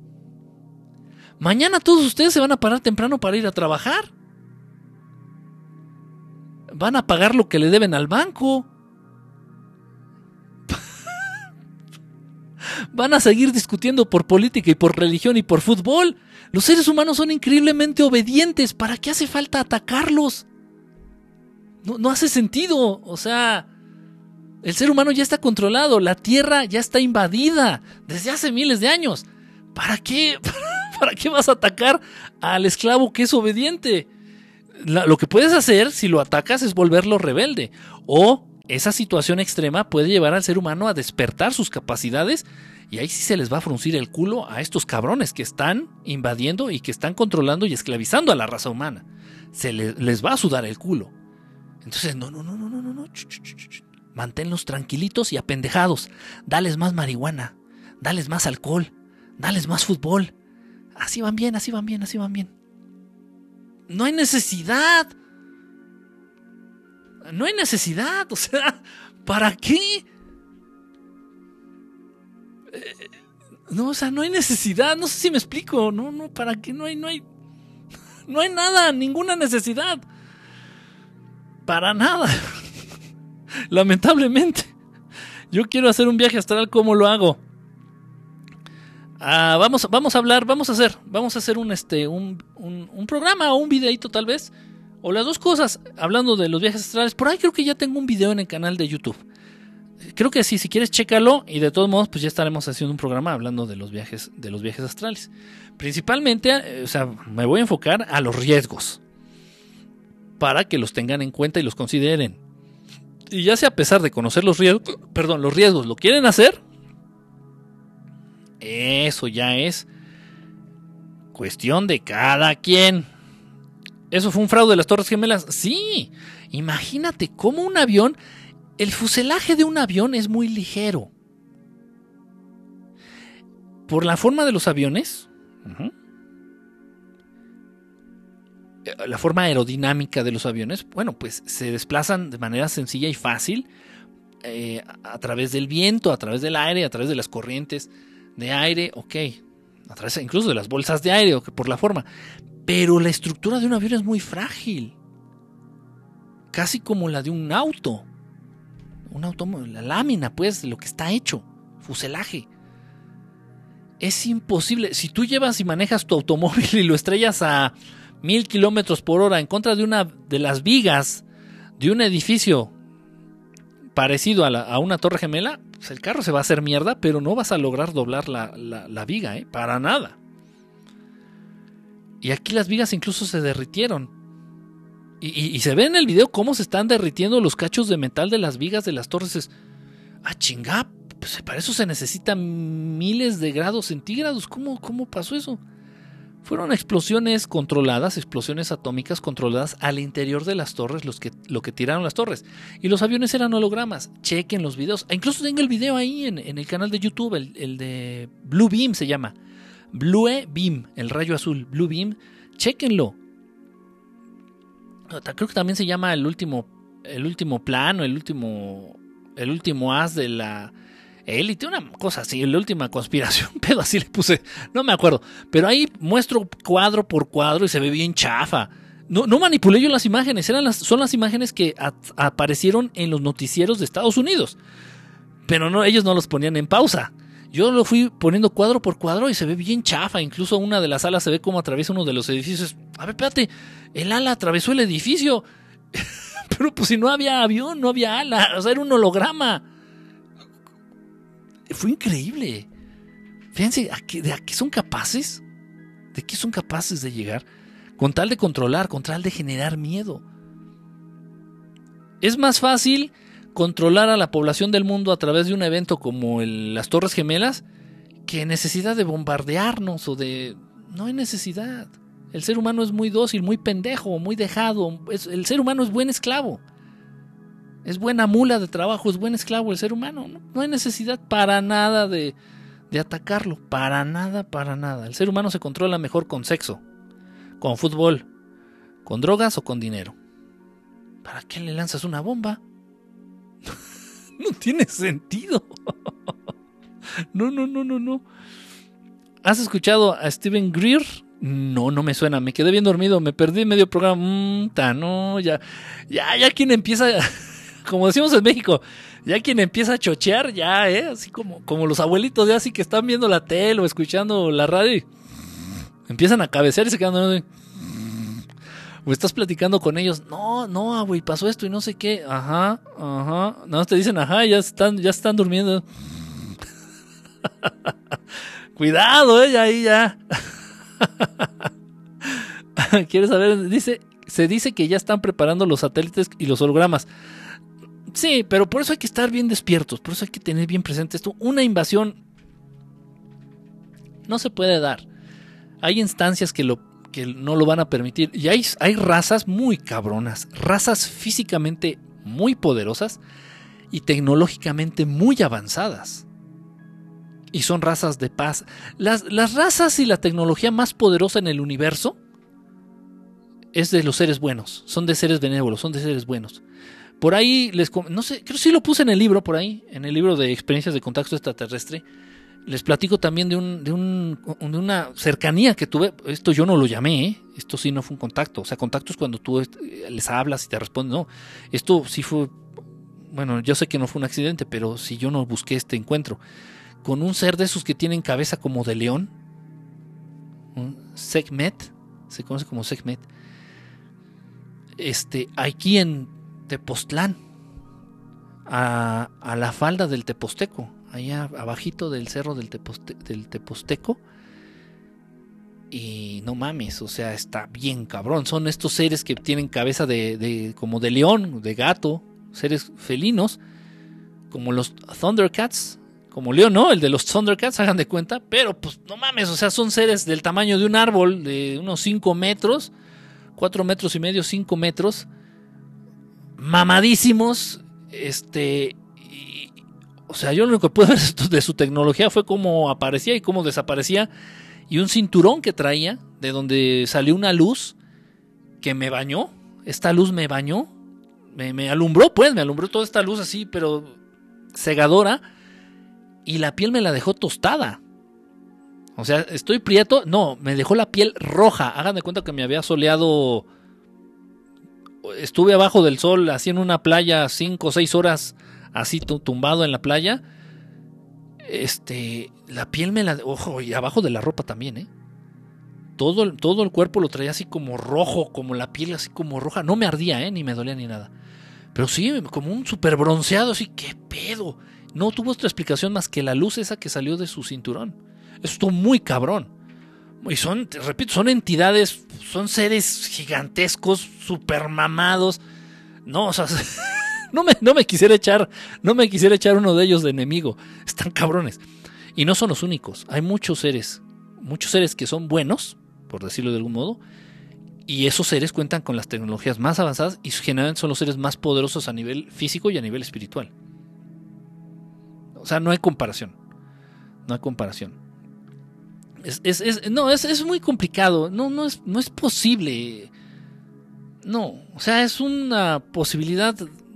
Mañana todos ustedes se van a parar temprano para ir a trabajar. Van a pagar lo que le deben al banco. Van a seguir discutiendo por política y por religión y por fútbol. Los seres humanos son increíblemente obedientes. ¿Para qué hace falta atacarlos? No hace sentido. O sea, el ser humano ya está controlado. La tierra ya está invadida desde hace miles de años. ¿Para qué? ¿Para qué vas a atacar al esclavo que es obediente? Lo que puedes hacer si lo atacas es volverlo rebelde. O esa situación extrema puede llevar al ser humano a despertar sus capacidades, y ahí sí se les va a fruncir el culo a estos cabrones que están invadiendo y que están controlando y esclavizando a la raza humana. Les va a sudar el culo. Entonces, no. Manténlos tranquilitos y apendejados. Dales más marihuana, dales más alcohol, dales más fútbol. Así van bien. No hay necesidad. O sea, ¿para qué? No hay necesidad. No sé si me explico. ¿Para qué? No hay nada, ninguna necesidad. Para nada. Lamentablemente. Yo quiero hacer un viaje astral, ¿cómo lo hago? Vamos a hacer un programa o un videito tal vez, o las dos cosas, hablando de los viajes astrales. Por ahí creo que ya tengo un video en el canal de YouTube. Creo que sí, si quieres chécalo, y de todos modos pues ya estaremos haciendo un programa hablando de los viajes astrales. Principalmente, me voy a enfocar a los riesgos, para que los tengan en cuenta y los consideren. Y ya sea a pesar de conocer los riesgos, ¿lo quieren hacer? Eso ya es cuestión de cada quien. ¿Eso fue un fraude de las Torres Gemelas? Sí. Imagínate cómo un avión, el fuselaje de un avión es muy ligero. Por la forma de los aviones, la forma aerodinámica de los aviones, bueno, pues se desplazan de manera sencilla y fácil a través del viento, a través del aire, a través de las corrientes de aire, a través incluso de las bolsas de aire, por la forma. Pero la estructura de un avión es muy frágil, casi como la de un auto. La lámina, pues, de lo que está hecho, fuselaje. Es imposible. Si tú llevas y manejas tu automóvil y lo estrellas a 1000 kilómetros por hora en contra de una de las vigas de un edificio parecido a una torre gemela, pues el carro se va a hacer mierda, pero no vas a lograr doblar la viga, para nada. Y aquí las vigas incluso se derritieron. Y se ve en el video cómo se están derritiendo los cachos de metal de las vigas de las torres. Chingá, pues para eso se necesitan miles de grados centígrados. ¿Cómo pasó eso? Fueron explosiones controladas, explosiones atómicas controladas al interior de las torres, lo que tiraron las torres. Y los aviones eran hologramas. Chequen los videos. Incluso tengo el video ahí en el canal de YouTube, el de Blue Beam se llama. Blue Beam, el rayo azul, Blue Beam. Chequenlo. Creo que también se llama el último plano, el último as de la élite, una cosa así, la última conspiración, pero así le puse, no me acuerdo, pero ahí muestro cuadro por cuadro y se ve bien chafa. No manipulé yo las imágenes, son las imágenes que aparecieron en los noticieros de Estados Unidos, pero ellos no los ponían en pausa. Yo lo fui poniendo cuadro por cuadro y se ve bien chafa. Incluso una de las alas se ve como atraviesa uno de los edificios. A ver, espérate, el ala atravesó el edificio. Pero pues si no había avión, no había ala. O sea, era un holograma. Fue increíble. Fíjense, ¿de qué son capaces? ¿De qué son capaces de llegar? con tal de controlar, con tal de generar miedo. Es más fácil controlar a la población del mundo a través de un evento como las Torres Gemelas que necesidad de bombardearnos o de... No hay necesidad. El ser humano es muy dócil, muy pendejo, muy dejado. El ser humano es buen esclavo. Es buena mula de trabajo, es buen esclavo el ser humano. No hay necesidad para nada de atacarlo. Para nada, para nada. El ser humano se controla mejor con sexo, con fútbol, con drogas o con dinero. ¿Para qué le lanzas una bomba? No tiene sentido. No. ¿Has escuchado a Steven Greer? No me suena. Me quedé bien dormido. Me perdí medio programa. No, ya quien empieza, como decimos en México, ya quien empieza a chochear, ya, así como los abuelitos, ya así que están viendo la tele o escuchando la radio y empiezan a cabecear y se quedan dormidos. O estás platicando con ellos, no, güey, pasó esto y no sé qué, ajá, no, te dicen, ajá, ya están durmiendo. Cuidado, ahí ya. ¿Quieres saber? Se dice que ya están preparando los satélites y los hologramas. Sí, pero por eso hay que estar bien despiertos, por eso hay que tener bien presente esto. Una invasión no se puede dar. Hay instancias que no lo van a permitir. Y hay razas muy cabronas, razas físicamente muy poderosas y tecnológicamente muy avanzadas. Y son razas de paz. Las razas y la tecnología más poderosa en el universo es de los seres buenos. Son de seres benévolos, son de seres buenos. Por ahí, no sé, creo que sí lo puse en el libro por ahí, en el libro de experiencias de contacto extraterrestre. Les platico también de una cercanía que tuve. Esto yo no lo llamé, esto sí no fue un contacto. O sea, contacto es cuando tú les hablas y te responden. No, esto sí fue, bueno, yo sé que no fue un accidente, pero sí yo no busqué este encuentro. Con un ser de esos que tienen cabeza como de león. Un Sekhmet, se conoce como Sekhmet. Aquí en Tepoztlán, a la falda del Teposteco, allá abajito del cerro del Teposteco. Y no mames, o sea, está bien cabrón. Son estos seres que tienen cabeza como de león, de gato, seres felinos, como los Thundercats, como León, ¿no? El de los Thundercats, hagan de cuenta. Pero pues no mames, o sea, son seres del tamaño de un árbol, de unos 5 metros, 4 metros y medio, 5 metros, mamadísimos. O sea, yo lo único que pude ver de su tecnología fue cómo aparecía y cómo desaparecía. Y un cinturón que traía, de donde salió una luz que me bañó. Esta luz me bañó, me alumbró, pues, me alumbró toda esta luz así, pero cegadora. Y la piel me la dejó tostada. O sea, estoy prieto. No, me dejó la piel roja. Hagan de cuenta que me había soleado. Estuve abajo del sol, así en una playa, 5 o 6 horas, así tumbado en la playa. La piel me la... Ojo, y abajo de la ropa también, Todo el cuerpo lo traía así como rojo, como la piel así como roja. No me ardía, ni me dolía ni nada. Pero sí, como un súper bronceado, así, ¿qué pedo? No tuvo otra explicación más que la luz esa que salió de su cinturón. Eso estuvo muy cabrón. Y repito, son entidades, son seres gigantescos, súper mamados. No, o sea, no me quisiera echar uno de ellos de enemigo. Están cabrones. Y no son los únicos. Hay muchos seres que son buenos, por decirlo de algún modo. Y esos seres cuentan con las tecnologías más avanzadas y generalmente son los seres más poderosos a nivel físico y a nivel espiritual. O sea, no hay comparación. No hay comparación. Es muy complicado. No es posible. No, o sea, es una posibilidad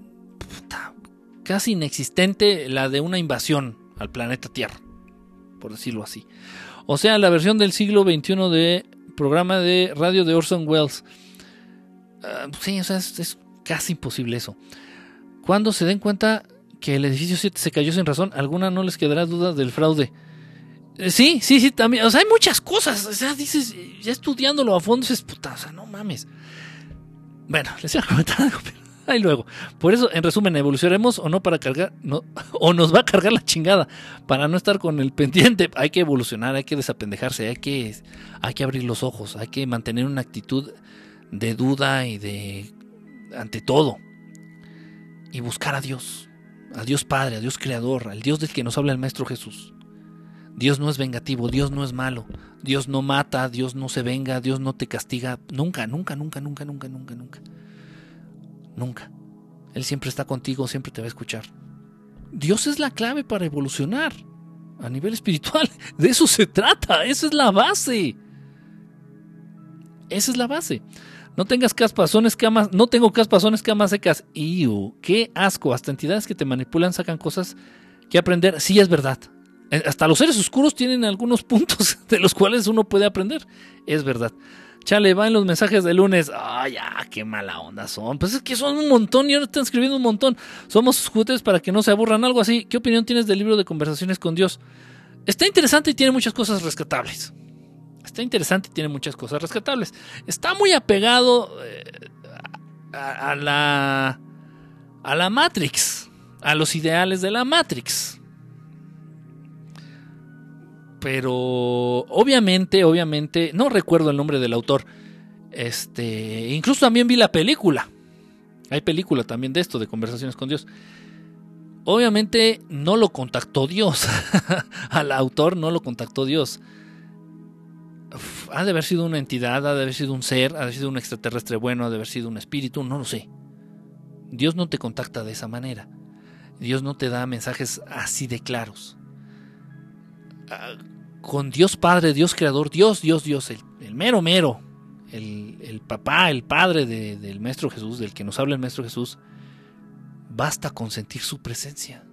casi inexistente la de una invasión al planeta Tierra, por decirlo así. O sea, la versión del siglo XXI de programa de radio de Orson Welles. Sí, o sea, es casi imposible eso. Cuando se den cuenta que el edificio 7 se cayó sin razón, alguna no les quedará duda del fraude. Sí, también. O sea, hay muchas cosas. O sea, dices, ya estudiándolo a fondo, dices, puta, o sea, no mames. Bueno, les iba a comentar algo, pero Ahí luego. Por eso, en resumen, evolucionaremos o no para cargar, no, o nos va a cargar la chingada para no estar con el pendiente. Hay que evolucionar, hay que desapendejarse, hay que abrir los ojos, hay que mantener una actitud de duda y de ante todo. Y buscar a Dios Padre, a Dios Creador, al Dios del que nos habla el Maestro Jesús. Dios no es vengativo, Dios no es malo, Dios no mata, Dios no se venga, Dios no te castiga, nunca. Nunca. Él siempre está contigo, siempre te va a escuchar. Dios es la clave para evolucionar a nivel espiritual. De eso se trata, esa es la base. Esa es la base. No tengas caspas, son escamas. No tengo caspas, son escamas secas. ¡Iu! ¡Qué asco! Hasta entidades que te manipulan sacan cosas que aprender. Sí, es verdad. Hasta los seres oscuros tienen algunos puntos de los cuales uno puede aprender. Es verdad. Chale, va en los mensajes de lunes. Ay, qué mala onda son. Pues es que son un montón y ahora están escribiendo un montón. Somos sus juguetes para que no se aburran. Algo así. ¿Qué opinión tienes del libro de Conversaciones con Dios? Está interesante y tiene muchas cosas rescatables. Está muy apegado a la Matrix. A los ideales de la Matrix. Pero obviamente, no recuerdo el nombre del autor. Incluso también vi la película. Hay película también de esto, de Conversaciones con Dios. Obviamente no lo contactó Dios. Al autor no lo contactó Dios. Ha de haber sido una entidad, ha de haber sido un ser, ha de haber sido un extraterrestre bueno, ha de haber sido un espíritu, no lo sé. Dios no te contacta de esa manera. Dios no te da mensajes así de claros. Con Dios Padre, Dios Creador, Dios, el mero, el papá, el Padre del Maestro Jesús, del que nos habla el Maestro Jesús, basta con sentir su presencia.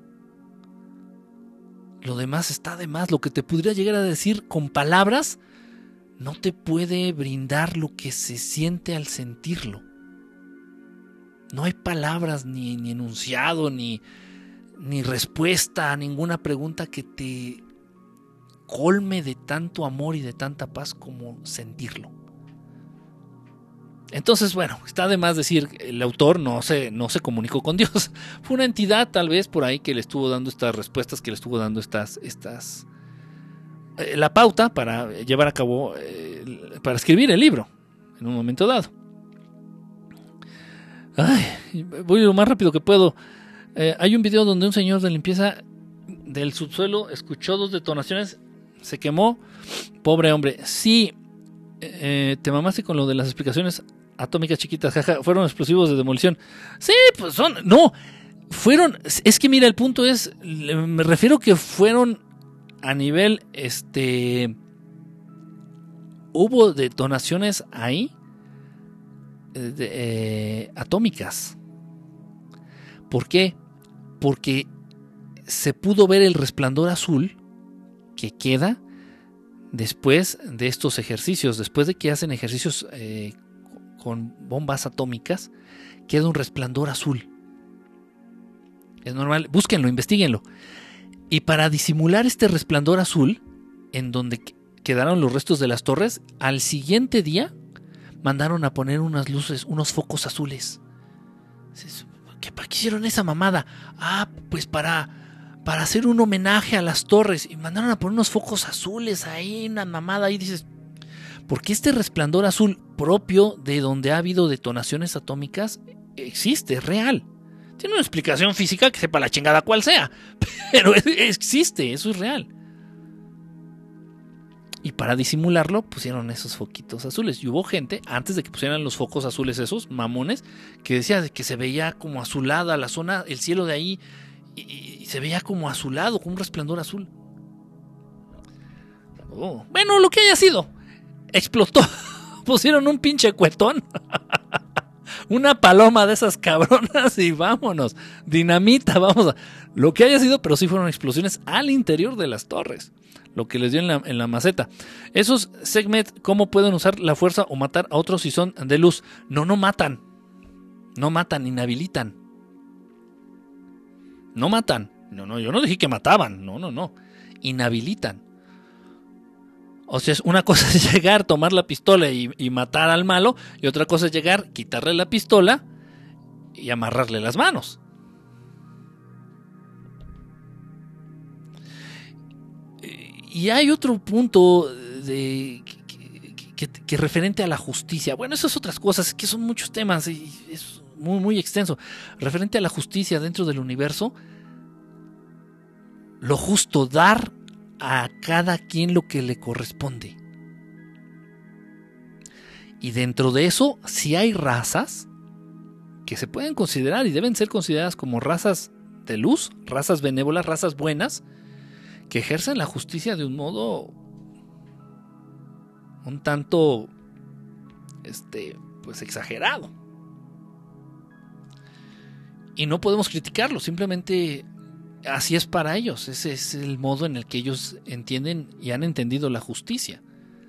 Lo demás está de más. Lo que te podría llegar a decir con palabras no te puede brindar lo que se siente al sentirlo. No hay palabras, ni enunciado, ni respuesta a ninguna pregunta que te colme de tanto amor y de tanta paz como sentirlo. Entonces, bueno, está de más decir, el autor no se comunicó con Dios. Fue una entidad tal vez por ahí que le estuvo dando estas respuestas, que le estuvo dando la pauta para llevar a cabo, para escribir el libro en un momento dado. Voy lo más rápido que puedo. Hay un video donde un señor de limpieza del subsuelo escuchó 2 detonaciones, se quemó, pobre hombre. Sí, te mamaste con lo de las explicaciones atómicas chiquitas, jaja, fueron explosivos de demolición. Sí, pues es que mira, el punto es, me refiero que fueron a nivel, hubo detonaciones ahí atómicas. ¿Por qué? Porque se pudo ver el resplandor azul que queda después de estos ejercicios. Después de que hacen ejercicios con bombas atómicas, queda un resplandor azul. Es normal, búsquenlo, investíguenlo. Y para disimular este resplandor azul, en donde quedaron los restos de las torres, al siguiente día mandaron a poner unas luces, unos focos azules. ¿Para qué hicieron esa mamada? Pues para hacer un homenaje a las torres. Y mandaron a poner unos focos azules ahí, una mamada ahí. Dices, porque este resplandor azul propio de donde ha habido detonaciones atómicas existe, es real. Tiene una explicación física que sepa la chingada cuál sea, pero existe, eso es real. Y para disimularlo pusieron esos foquitos azules. Y hubo gente, antes de que pusieran los focos azules esos, mamones, que decía que se veía como azulada la zona, el cielo de ahí, y se veía como azulado, con un resplandor azul. Bueno, lo que haya sido, explotó. Pusieron un pinche cuetón. Una paloma de esas cabronas y vámonos. Dinamita, lo que haya sido, pero sí fueron explosiones al interior de las torres. Lo que les dio en la maceta. Esos Sekhmet, ¿cómo pueden usar la fuerza o matar a otros si son de luz? No matan. No matan, inhabilitan. No matan. No, yo no dije que mataban. No. Inhabilitan. O sea, una cosa es llegar, tomar la pistola y matar al malo, y otra cosa es llegar, quitarle la pistola y amarrarle las manos. Y hay otro punto que referente a la justicia. Bueno, esas otras cosas que son muchos temas y es muy, muy extenso. Referente a la justicia dentro del universo, lo justo, dar a cada quien lo que le corresponde. Y dentro de eso, sí hay razas que se pueden considerar y deben ser consideradas como razas de luz, razas benévolas, razas buenas, que ejercen la justicia de un modo un tanto pues exagerado. Y no podemos criticarlo, simplemente así es para ellos. Ese es el modo en el que ellos entienden y han entendido la justicia.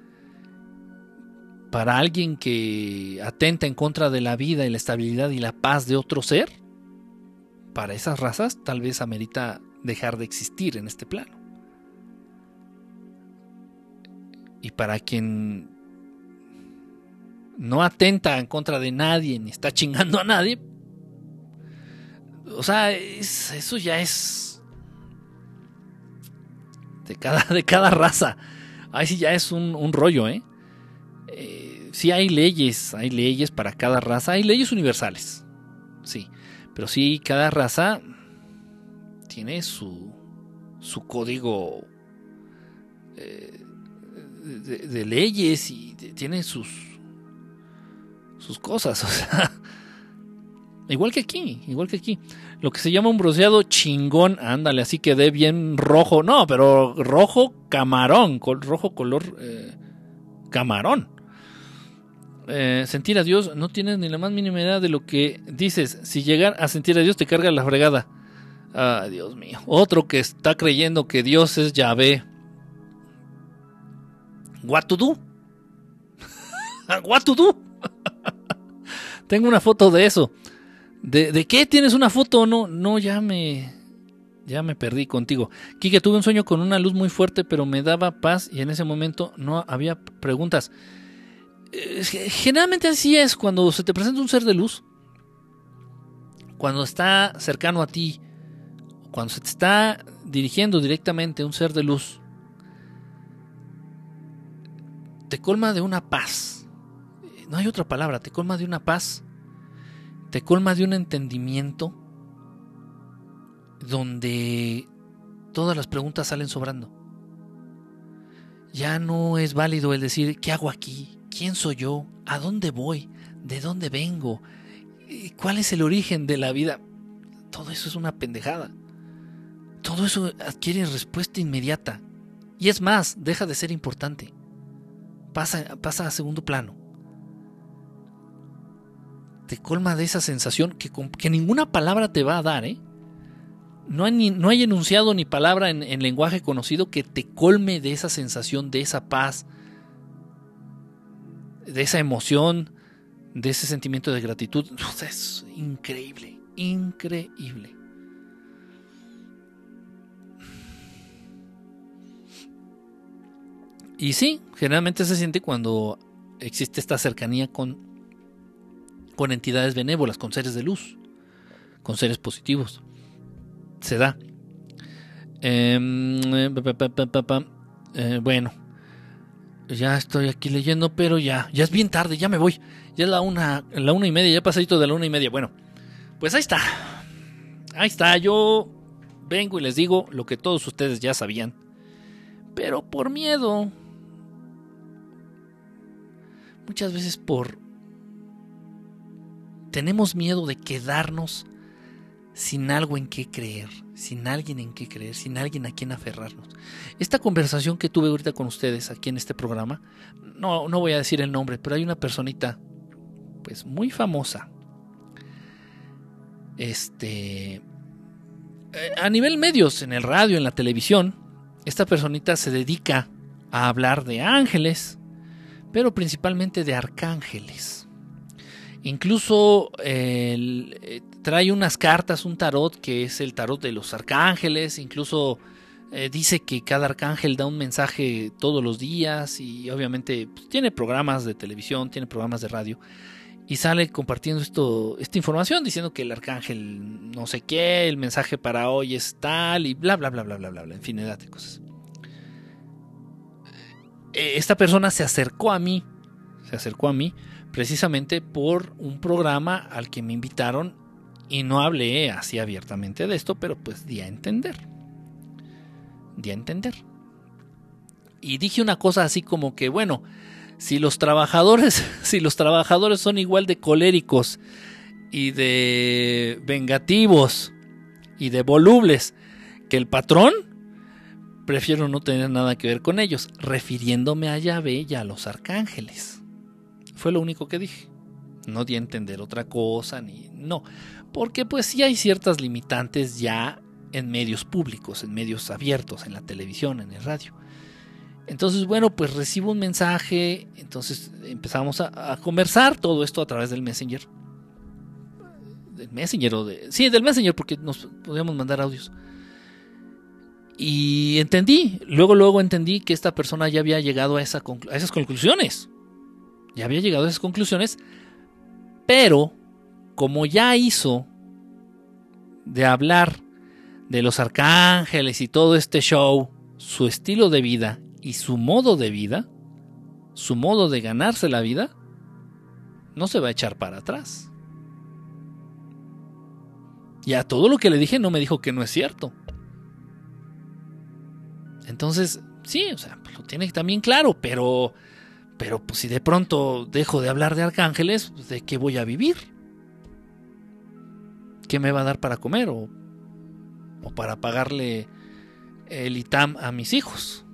Para alguien que atenta en contra de la vida y la estabilidad y la paz de otro ser, para esas razas tal vez amerita dejar de existir en este plano. Y para quien no atenta en contra de nadie ni está chingando a nadie, o sea, eso ya es de cada raza. Ahí sí ya es un rollo, ¿eh? Sí hay leyes para cada raza, hay leyes universales, sí, pero sí cada raza tiene su código de leyes y tiene sus cosas, o sea, igual que aquí, lo que se llama un bronceado chingón, ándale, así quedé bien rojo, no, pero rojo camarón, rojo color camarón. Sentir a Dios, no tienes ni la más mínima idea de lo que dices. Si llegar a sentir a Dios te carga la fregada. Ah, Dios mío. Otro que está creyendo que Dios es Yahvé. What to do? What to do? Tengo una foto de eso. ¿De qué tienes una foto? No, ya me perdí contigo. Quique, tuve un sueño con una luz muy fuerte, pero me daba paz y en ese momento no había preguntas. Generalmente así es cuando se te presenta un ser de luz, cuando está cercano a ti, cuando se te está dirigiendo directamente un ser de luz, te colma de una paz, no hay otra palabra, te colma de una paz, te colma de un entendimiento donde todas las preguntas salen sobrando. Ya no es válido el decir ¿qué hago aquí? ¿Quién soy yo? ¿A dónde voy? ¿De dónde vengo? ¿Cuál es el origen de la vida? Todo eso es una pendejada. Todo eso adquiere respuesta inmediata. Y es más, deja de ser importante. Pasa a segundo plano. Te colma de esa sensación que ninguna palabra te va a dar, ¿eh? No hay enunciado ni palabra en lenguaje conocido que te colme de esa sensación, de esa paz, de esa emoción, de ese sentimiento de gratitud. O sea, es increíble, increíble. Y sí, generalmente se siente cuando existe esta cercanía con entidades benévolas, con seres de luz, con seres positivos. Se da. Bueno, ya estoy aquí leyendo, pero ya es bien tarde, ya me voy. Ya es la 1:30, ya pasadito de la 1:30. Bueno, pues ahí está. Yo vengo y les digo lo que todos ustedes ya sabían, pero por miedo, muchas veces tenemos miedo de quedarnos sin algo en qué creer, sin alguien en qué creer, sin alguien a quien aferrarnos. Esta conversación que tuve ahorita con ustedes aquí en este programa, no voy a decir el nombre, pero hay una personita pues muy famosa, a nivel medios, en el radio, en la televisión. Esta personita se dedica a hablar de ángeles, pero principalmente de arcángeles. Incluso trae unas cartas, un tarot que es el tarot de los arcángeles. Incluso dice que cada arcángel da un mensaje todos los días y obviamente pues, tiene programas de televisión, tiene programas de radio. y sale compartiendo esta información, diciendo que el arcángel no sé qué, el mensaje para hoy es tal, y bla, bla, bla, bla, bla, bla, bla, infinidad de cosas. Esta persona se acercó a mí precisamente por un programa al que me invitaron, y no hablé así abiertamente de esto, pero pues di a entender. Y dije una cosa así como que, bueno, si los trabajadores son igual de coléricos y de vengativos y de volubles que el patrón, prefiero no tener nada que ver con ellos, refiriéndome a Yahvé y a los arcángeles. Fue lo único que dije. No di a entender otra cosa, no. Porque pues sí hay ciertas limitantes ya en medios públicos, en medios abiertos, en la televisión, en el radio. Entonces, bueno, pues recibo un mensaje, entonces empezamos a conversar todo esto a través del Messenger. Del Messenger, porque nos podíamos mandar audios. Y luego entendí que esta persona ya había llegado a esas conclusiones. Pero como ya hizo de hablar de los arcángeles y todo este show, su estilo de vida y su modo de vida, su modo de ganarse la vida, no se va a echar para atrás. Y a todo lo que le dije no me dijo que no es cierto. Entonces, sí, o sea, pues lo tiene también claro, pero pues si de pronto dejo de hablar de arcángeles, pues ¿de qué voy a vivir? ¿Qué me va a dar para comer? O para pagarle el ITAM a mis hijos.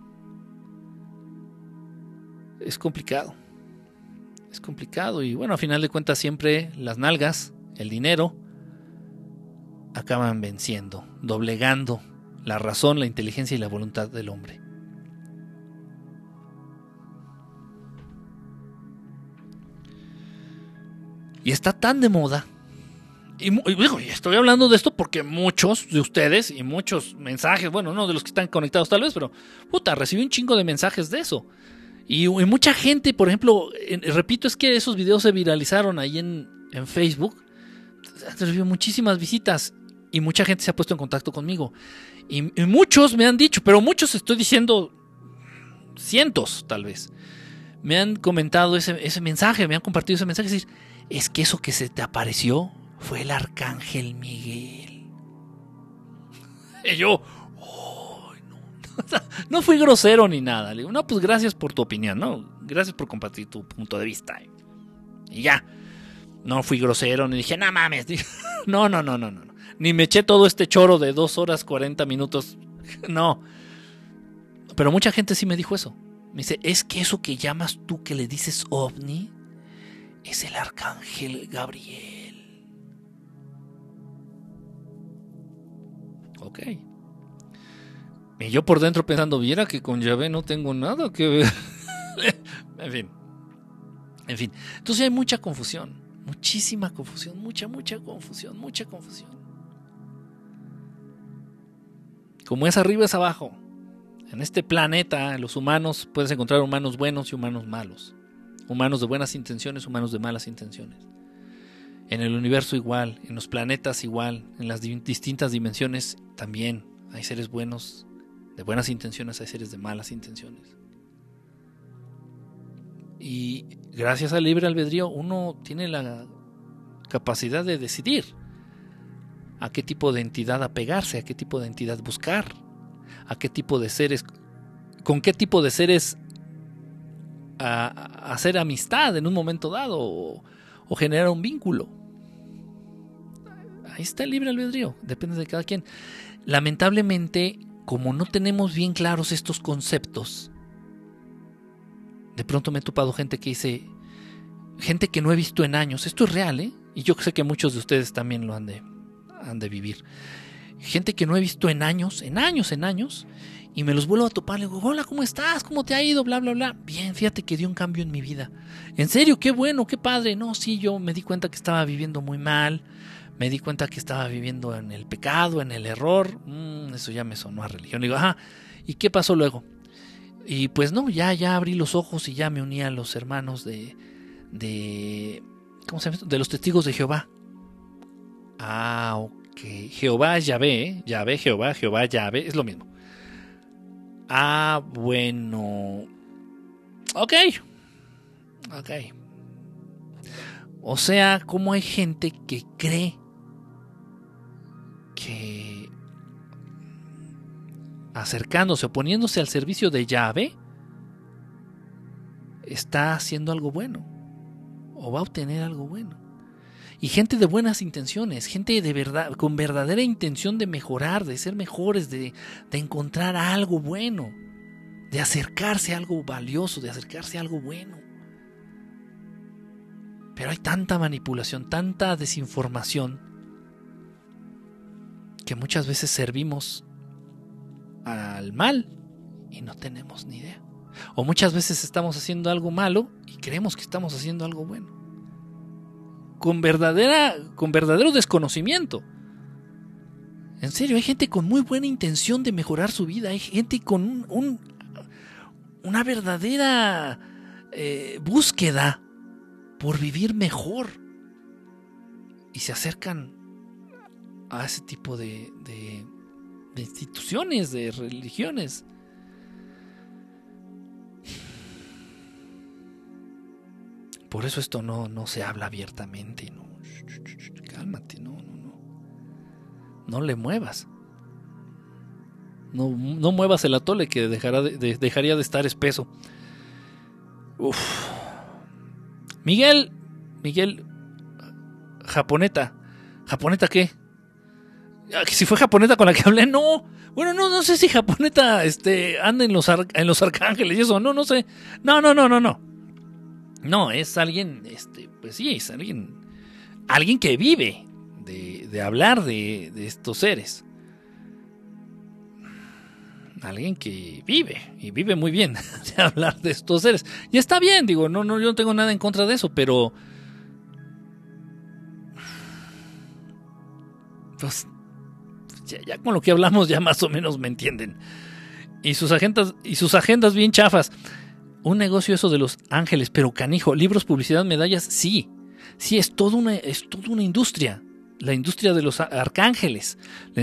Es complicado y bueno, a final de cuentas siempre las nalgas, el dinero, acaban venciendo, doblegando la razón, la inteligencia y la voluntad del hombre. Y está tan de moda. Y estoy hablando de esto porque muchos de ustedes y muchos mensajes, bueno, no de los que están conectados tal vez, pero recibí un chingo de mensajes de eso. Y mucha gente, por ejemplo, repito, es que esos videos se viralizaron ahí en Facebook. Recibió muchísimas visitas y mucha gente se ha puesto en contacto conmigo. Y muchos me han dicho, pero muchos estoy diciendo cientos tal vez, me han comentado ese mensaje, me han compartido ese mensaje, es que eso que se te apareció fue el arcángel Miguel. Y yo, no fui grosero ni nada. Le digo, no, pues gracias por tu opinión, ¿no? Gracias por compartir tu punto de vista. Y ya. No fui grosero, ni dije, no mames. No. Ni me eché todo este choro de 2 horas 40 minutos. No. Pero mucha gente sí me dijo eso. Me dice, es que eso que llamas tú que le dices ovni es el arcángel Gabriel. Ok. Y yo por dentro pensando, viera que con Yahvé no tengo nada que ver. En fin. Entonces hay mucha confusión. Muchísima confusión. Mucha confusión. Como es arriba es abajo. En este planeta, los humanos, puedes encontrar humanos buenos y humanos malos. Humanos de buenas intenciones, humanos de malas intenciones. En el universo igual, en los planetas igual, en las distintas dimensiones también. Hay seres buenos de buenas intenciones, hay seres de malas intenciones. Y gracias al libre albedrío uno tiene la capacidad de decidir a qué tipo de entidad apegarse, a qué tipo de entidad buscar, a qué tipo de seres, con qué tipo de seres a hacer amistad en un momento dado o generar un vínculo. Ahí está el libre albedrío, depende de cada quien. Lamentablemente, como no tenemos bien claros estos conceptos, de pronto me he topado gente que dice, gente que no he visto en años, esto es real, y yo sé que muchos de ustedes también lo han de vivir, gente que no he visto en años, y me los vuelvo a topar, le digo, hola, ¿cómo estás? ¿Cómo te ha ido? Bla, bla, bla. Bien, fíjate que dio un cambio en mi vida. ¿En serio? Qué bueno, qué padre. No, sí, yo me di cuenta que estaba viviendo muy mal, me di cuenta que estaba viviendo en el pecado, en el error. Eso ya me sonó a religión. Le digo, ajá, ¿y qué pasó luego? Y pues no, ya abrí los ojos y ya me uní a los hermanos de ¿Cómo se llama esto? De los testigos de Jehová. Ah, ok. Jehová es Yahvé, ¿eh? Yahvé, Jehová, Jehová, Yahvé. Es lo mismo. Ah, bueno. Ok. Ok. O sea, ¿cómo hay gente que cree que acercándose o poniéndose al servicio de Yahvé está haciendo algo bueno o va a obtener algo bueno? Y gente de buenas intenciones, gente de verdad, con verdadera intención de mejorar, de ser mejores, de encontrar algo bueno, de acercarse a algo valioso, de acercarse a algo bueno. Pero hay tanta manipulación, tanta desinformación, que muchas veces servimos al mal y no tenemos ni idea. O muchas veces estamos haciendo algo malo y creemos que estamos haciendo algo bueno. Con verdadero desconocimiento. En serio, hay gente con muy buena intención de mejorar su vida. Hay gente con una verdadera búsqueda por vivir mejor. Y se acercan a ese tipo de instituciones, de religiones. Por eso esto no se habla abiertamente. No. Cálmate, no. No le muevas. No muevas el atole que dejaría de estar espeso. Uf. Miguel, Japoneta. ¿Japoneta qué? Si fue Japoneta con la que hablé, no. Bueno, no sé si Japoneta anda en los arcángeles y eso, no sé. No. No, es alguien, pues sí, es alguien que vive de hablar de estos seres. Alguien que vive, y vive muy bien de hablar de estos seres. Y está bien, digo, yo no tengo nada en contra de eso, pero pues ya con lo que hablamos ya más o menos me entienden. Y sus agendas bien chafas. Un negocio eso de los ángeles, pero canijo, libros, publicidad, medallas, sí, es toda una industria. La industria de los arcángeles.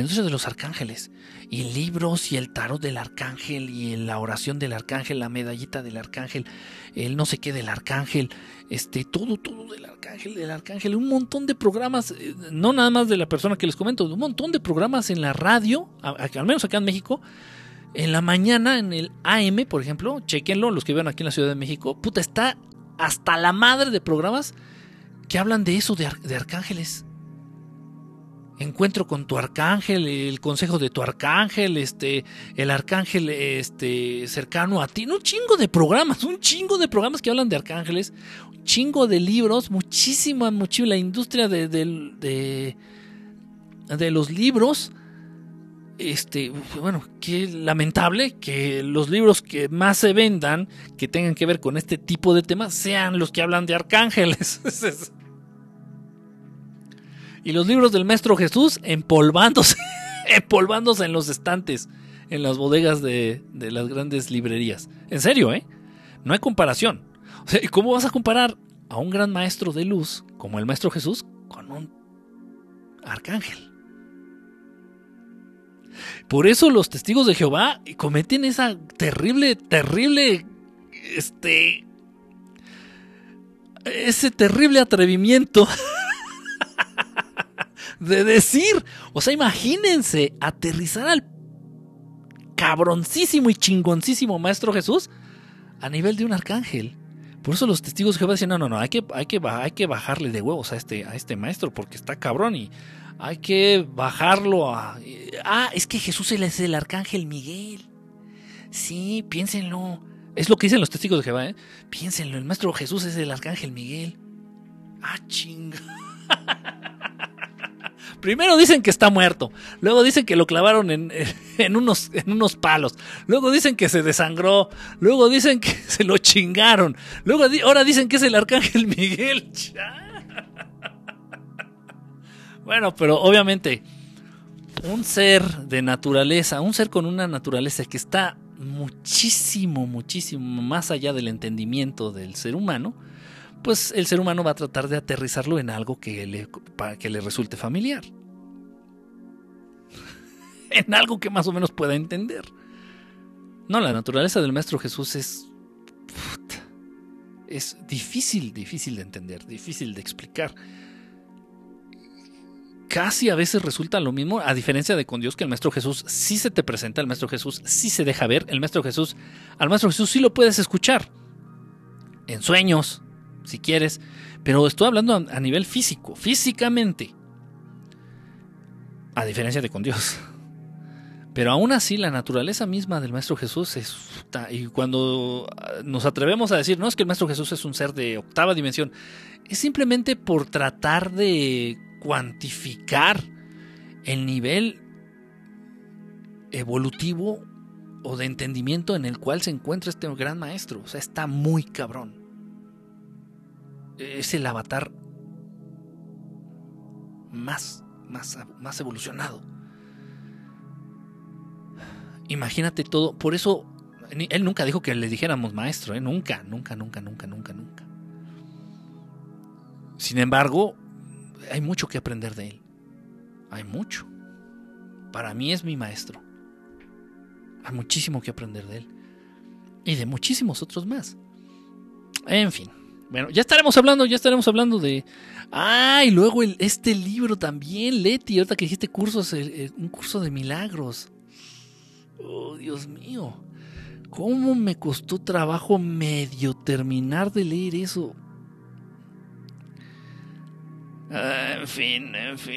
Y libros y el tarot del arcángel y la oración del arcángel, la medallita del arcángel, el no sé qué del arcángel, todo del arcángel, un montón de programas, no nada más de la persona que les comento, un montón de programas en la radio, al menos acá en México. En la mañana, en el AM, por ejemplo, chequenlo, los que viven aquí en la Ciudad de México, está hasta la madre de programas que hablan de eso, de arcángeles. Encuentro con tu arcángel, el consejo de tu arcángel, el arcángel cercano a ti. Un chingo de programas que hablan de arcángeles, un chingo de libros, muchísima, la industria de los libros. Bueno, qué lamentable que los libros que más se vendan, que tengan que ver con este tipo de temas, sean los que hablan de arcángeles. Y los libros del Maestro Jesús empolvándose en los estantes, en las bodegas de las grandes librerías. En serio, no hay comparación. O sea, ¿cómo vas a comparar a un gran maestro de luz como el Maestro Jesús con un arcángel? Por eso los testigos de Jehová cometen esa terrible, ese terrible atrevimiento de decir, o sea, imagínense aterrizar al cabroncísimo y chingoncísimo Maestro Jesús a nivel de un arcángel. Por eso los testigos de Jehová dicen, no, hay que bajarle de huevos a este maestro porque está cabrón y hay que bajarlo a... es que Jesús es el arcángel Miguel. Sí, piénsenlo. Es lo que dicen los testigos de Jehová, Piénsenlo, el Maestro Jesús es el arcángel Miguel. Chinga. Primero dicen que está muerto, luego dicen que lo clavaron en unos palos, luego dicen que se desangró, luego dicen que se lo chingaron, ahora dicen que es el arcángel Miguel. Bueno, pero obviamente un ser de naturaleza, un ser con una naturaleza que está muchísimo más allá del entendimiento del ser humano, pues el ser humano va a tratar de aterrizarlo en algo para que le resulte familiar. En algo que más o menos pueda entender. No, la naturaleza del Maestro Jesús es difícil de entender, difícil de explicar. Casi a veces resulta lo mismo, a diferencia de con Dios, que el Maestro Jesús sí se te presenta, el Maestro Jesús sí se deja ver, al Maestro Jesús sí lo puedes escuchar. En sueños, si quieres, pero estoy hablando a nivel físico, físicamente. A diferencia de con Dios. Pero aún así, la naturaleza misma del Maestro Jesús y cuando nos atrevemos a decir, no es que el Maestro Jesús es un ser de octava dimensión, es simplemente por tratar de cuantificar el nivel evolutivo o de entendimiento en el cual se encuentra este gran maestro. O sea, está muy cabrón. Es el avatar más evolucionado. Imagínate todo. Por eso él nunca dijo que le dijéramos maestro, nunca. Sin embargo, hay mucho que aprender de él. Hay mucho. Para mí es mi maestro. Hay muchísimo que aprender de él. Y de muchísimos otros más. En fin. Bueno, ya estaremos hablando de... y luego este libro también, Leti, ahorita que dijiste cursos, un curso de milagros. Oh, Dios mío. ¿Cómo me costó trabajo medio terminar de leer eso? En fin.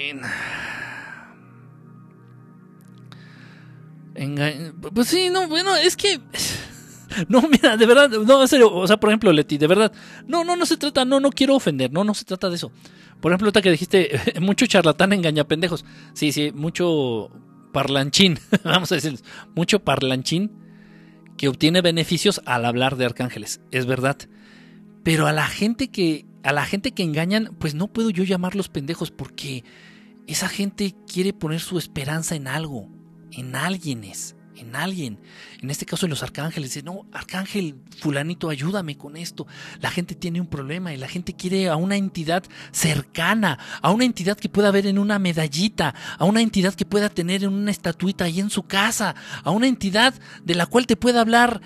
Pues sí, no, bueno, es que... No, mira, de verdad, no, en serio, o sea, por ejemplo, Leti, de verdad, no se trata, no quiero ofender, no se trata de eso. Por ejemplo, ahorita que dijiste, mucho charlatán engañapendejos. Sí, mucho parlanchín, vamos a decir, mucho parlanchín que obtiene beneficios al hablar de arcángeles, es verdad. Pero a la gente que engañan, pues no puedo yo llamarlos pendejos, porque esa gente quiere poner su esperanza en algo, en alguien. En este caso en los arcángeles. Dice, no, arcángel fulanito, ayúdame con esto. La gente tiene un problema y la gente quiere a una entidad cercana, a una entidad que pueda ver en una medallita, a una entidad que pueda tener en una estatuita ahí en su casa, a una entidad de la cual te pueda hablar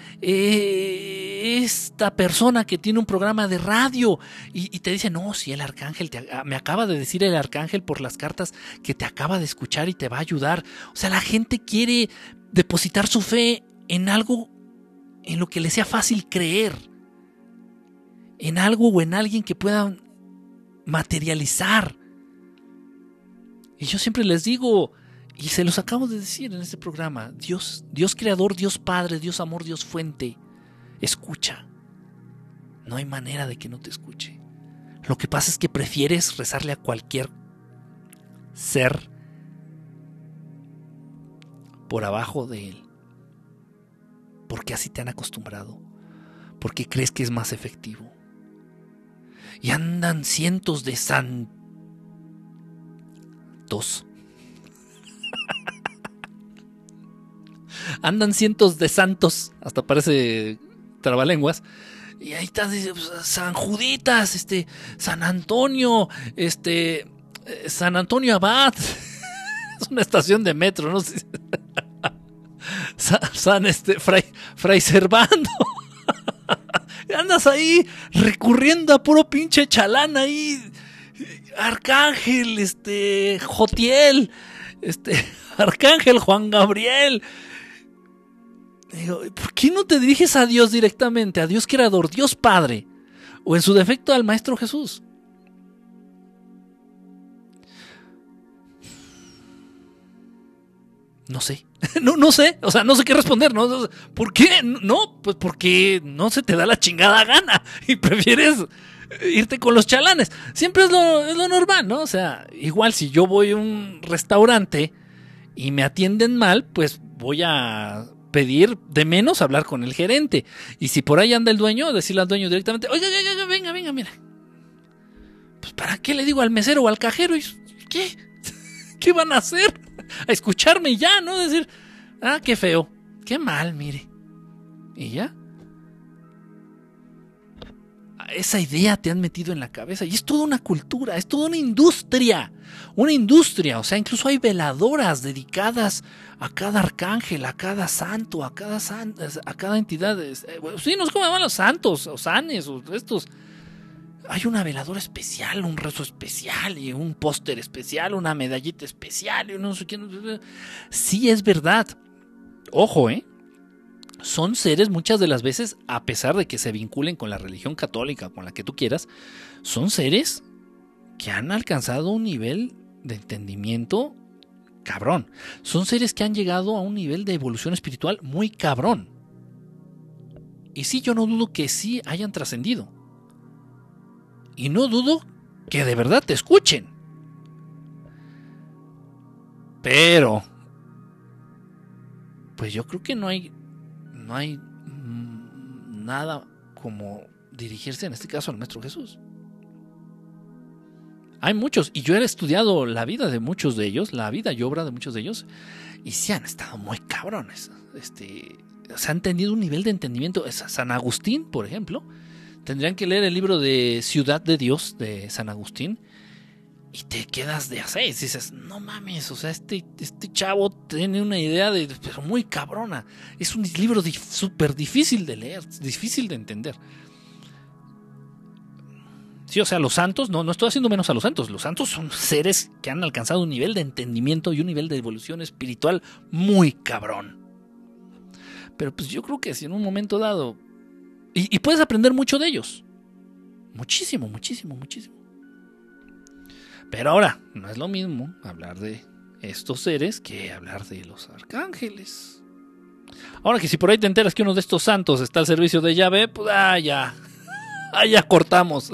esta persona que tiene un programa de radio y te dice, no, si el arcángel me acaba de decir el arcángel por las cartas que te acaba de escuchar y te va a ayudar. O sea, la gente quiere depositar su fe en algo en lo que le sea fácil creer, en algo o en alguien que pueda materializar. Y yo siempre les digo, y se los acabo de decir en este programa, Dios creador, Dios Padre, Dios amor, Dios fuente, escucha. No hay manera de que no te escuche. Lo que pasa es que prefieres rezarle a cualquier ser por abajo de él, porque así te han acostumbrado, porque crees que es más efectivo. Y andan cientos de santos. Andan cientos de santos, hasta parece trabalenguas. Y ahí está San Juditas, San Antonio, San Antonio Abad. Es una estación de metro, no sé. Fray Servando. Andas ahí recurriendo a puro pinche chalán ahí. Arcángel, Jotiel, Arcángel Juan Gabriel. Digo, ¿por qué no te diriges a Dios directamente? A Dios creador, Dios Padre. O en su defecto al Maestro Jesús. No sé. No sé. O sea, no sé qué responder, ¿no? ¿Por qué? No, pues porque no se te da la chingada gana. Y prefieres irte con los chalanes. Siempre es lo normal, ¿no? O sea, igual si yo voy a un restaurante y me atienden mal, pues voy a pedir de menos hablar con el gerente. Y si por ahí anda el dueño, decirle al dueño directamente, oiga, venga, mira. Pues ¿para qué le digo al mesero o al cajero? ¿Qué? ¿Qué van a hacer? A escucharme ya, ¿no? Decir, qué feo, qué mal, mire. Y ya. esa idea te han metido en la cabeza. Y es toda una cultura, es toda una industria. Una industria, o sea, incluso hay veladoras dedicadas a cada arcángel, a cada santo, a cada entidad. Sí, no sé cómo llaman los santos, o sanes, o estos. Hay una veladora especial, un rezo especial, y un póster especial, una medallita especial, y no sé qué. Sí, es verdad. Ojo, son seres muchas de las veces, a pesar de que se vinculen con la religión católica, con la que tú quieras, son seres que han alcanzado un nivel de entendimiento cabrón. Son seres que han llegado a un nivel de evolución espiritual muy cabrón. Y sí, yo no dudo que sí hayan trascendido. Y no dudo que de verdad te escuchen. Pero, pues yo creo que no hay nada como dirigirse en este caso al Maestro Jesús. Hay muchos, y yo he estudiado la vida de muchos de ellos, la vida y obra de muchos de ellos, y sí han estado muy cabrones. Se han tenido un nivel de entendimiento. San Agustín, por ejemplo, tendrían que leer el libro de Ciudad de Dios de San Agustín, y te quedas de a seis. Dices, no mames, o sea, este chavo tiene una idea pero muy cabrona. Es un libro súper difícil de leer, difícil de entender. Sí, o sea, los santos, no estoy haciendo menos a los santos. Los santos son seres que han alcanzado un nivel de entendimiento y un nivel de evolución espiritual muy cabrón. Pero pues yo creo que si en un momento dado... Y puedes aprender mucho de ellos. Muchísimo, muchísimo, muchísimo. Pero ahora, no es lo mismo hablar de estos seres que hablar de los arcángeles. Ahora que si por ahí te enteras que uno de estos santos está al servicio de Yahvé, pues ya cortamos.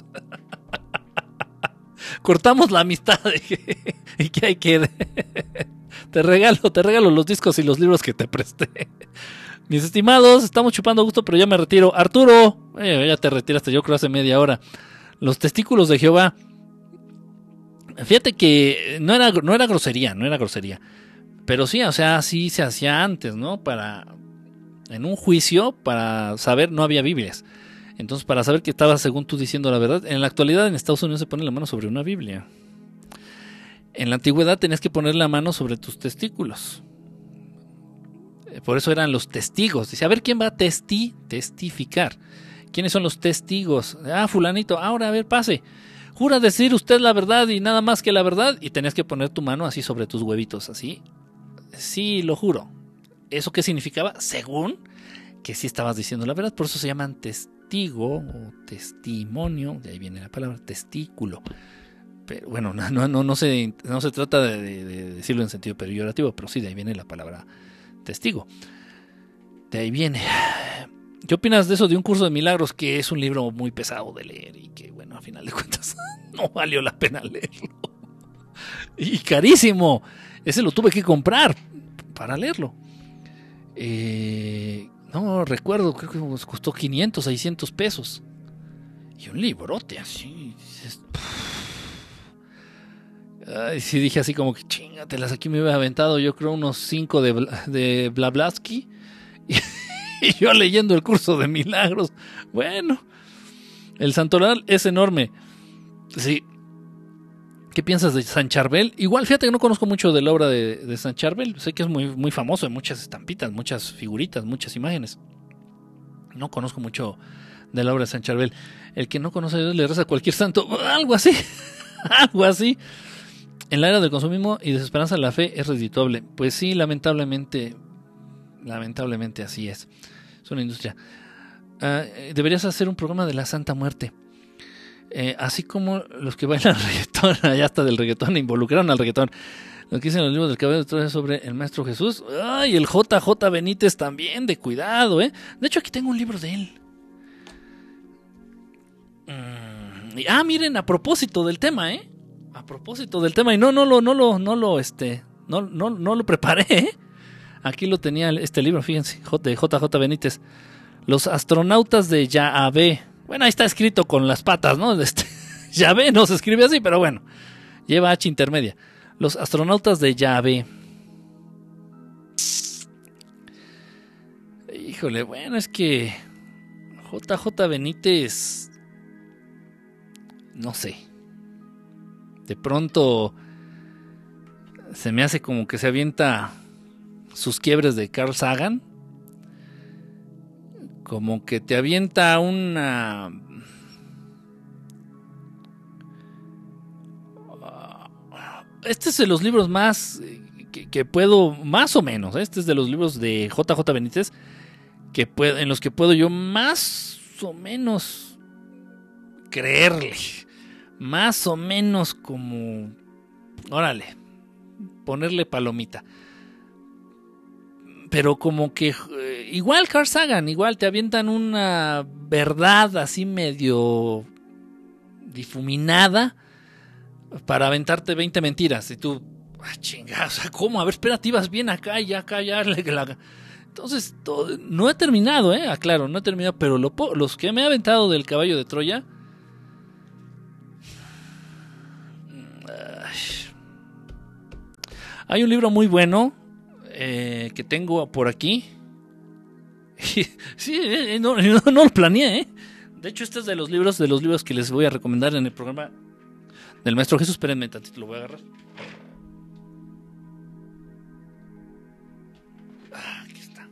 Cortamos la amistad y que hay que... Te regalo los discos y los libros que te presté. Mis estimados, estamos chupando a gusto, pero ya me retiro. Arturo, ya te retiraste, yo creo hace media hora. Los testículos de Jehová. Fíjate que no era grosería. Pero sí, o sea, sí se hacía antes, ¿no? En un juicio, para saber, no había Biblias. Entonces, para saber que estabas, según tú, diciendo la verdad. En la actualidad, en Estados Unidos se pone la mano sobre una Biblia. En la antigüedad tenías que poner la mano sobre tus testículos. Por eso eran los testigos. Dice, a ver, ¿quién va a testificar? ¿Quiénes son los testigos? Fulanito, ahora, a ver, pase. Jura decir usted la verdad y nada más que la verdad. Y tenías que poner tu mano así sobre tus huevitos, así. Sí, lo juro. ¿Eso qué significaba? Según que sí estabas diciendo la verdad. Por eso se llaman testigo o testimonio. De ahí viene la palabra testículo. Pero bueno, no se trata de decirlo en sentido peyorativo, pero sí, de ahí viene la palabra testigo. De ahí viene. ¿Qué opinas de eso de Un Curso de Milagros? Que es un libro muy pesado de leer y que, bueno, a final de cuentas no valió la pena leerlo. Y carísimo. Ese lo tuve que comprar para leerlo. No recuerdo, creo que nos costó 500, 600 pesos. Y un librote así. Ay, sí, dije así como que chingatelas, aquí me había aventado yo creo unos 5 de Blavatsky y yo leyendo El Curso de Milagros. Bueno, el santoral es enorme. Sí. ¿Qué piensas de San Charbel? Igual, fíjate que no conozco mucho de la obra de San Charbel. Sé que es muy, muy famoso, hay muchas estampitas, muchas figuritas, muchas imágenes. No conozco mucho de la obra de San Charbel. El que no conoce a Dios le reza a cualquier santo. Algo así. Algo así. En la era del consumismo y desesperanza la fe es redituable. Pues sí, lamentablemente así es. Es una industria. Deberías hacer un programa de la Santa Muerte. Así como los que bailan reggaetón, allá hasta del reggaetón, involucraron al reggaetón. Lo que dicen los libros del Caballero de Troya sobre el Maestro Jesús. Ay, el JJ Benítez también, de cuidado, De hecho, aquí tengo un libro de él. Miren, a propósito del tema, A propósito del tema, y no lo preparé, Aquí lo tenía este libro, fíjense, de JJ Benítez. Los astronautas de Yahvé. Bueno, ahí está escrito con las patas, ¿no? Yahvé no se escribe así, pero bueno. Lleva H intermedia. Los astronautas de Yahvé. Híjole, bueno, es que JJ Benítez no sé. De pronto se me hace como que se avienta sus quiebres de Carl Sagan. Como que te avienta una... Este es de los libros más que puedo, más o menos, este es de los libros de JJ Benítez en los que puedo yo más o menos creerle, más o menos como, órale, ponerle palomita. Pero como que igual Carl Sagan, igual te avientan una verdad así medio difuminada para aventarte 20 mentiras. Y tú, chingada, o sea, ¿cómo? A ver, espérate, ibas bien acá y acá, ya. Entonces, no he terminado, aclaro, no he terminado, pero los que me he aventado del Caballo de Troya... Hay un libro muy bueno que tengo por aquí. Sí, no lo planeé, De hecho, este es de los libros que les voy a recomendar en el programa del Maestro Jesús. Espérenme tantito, lo voy a agarrar. Aquí está.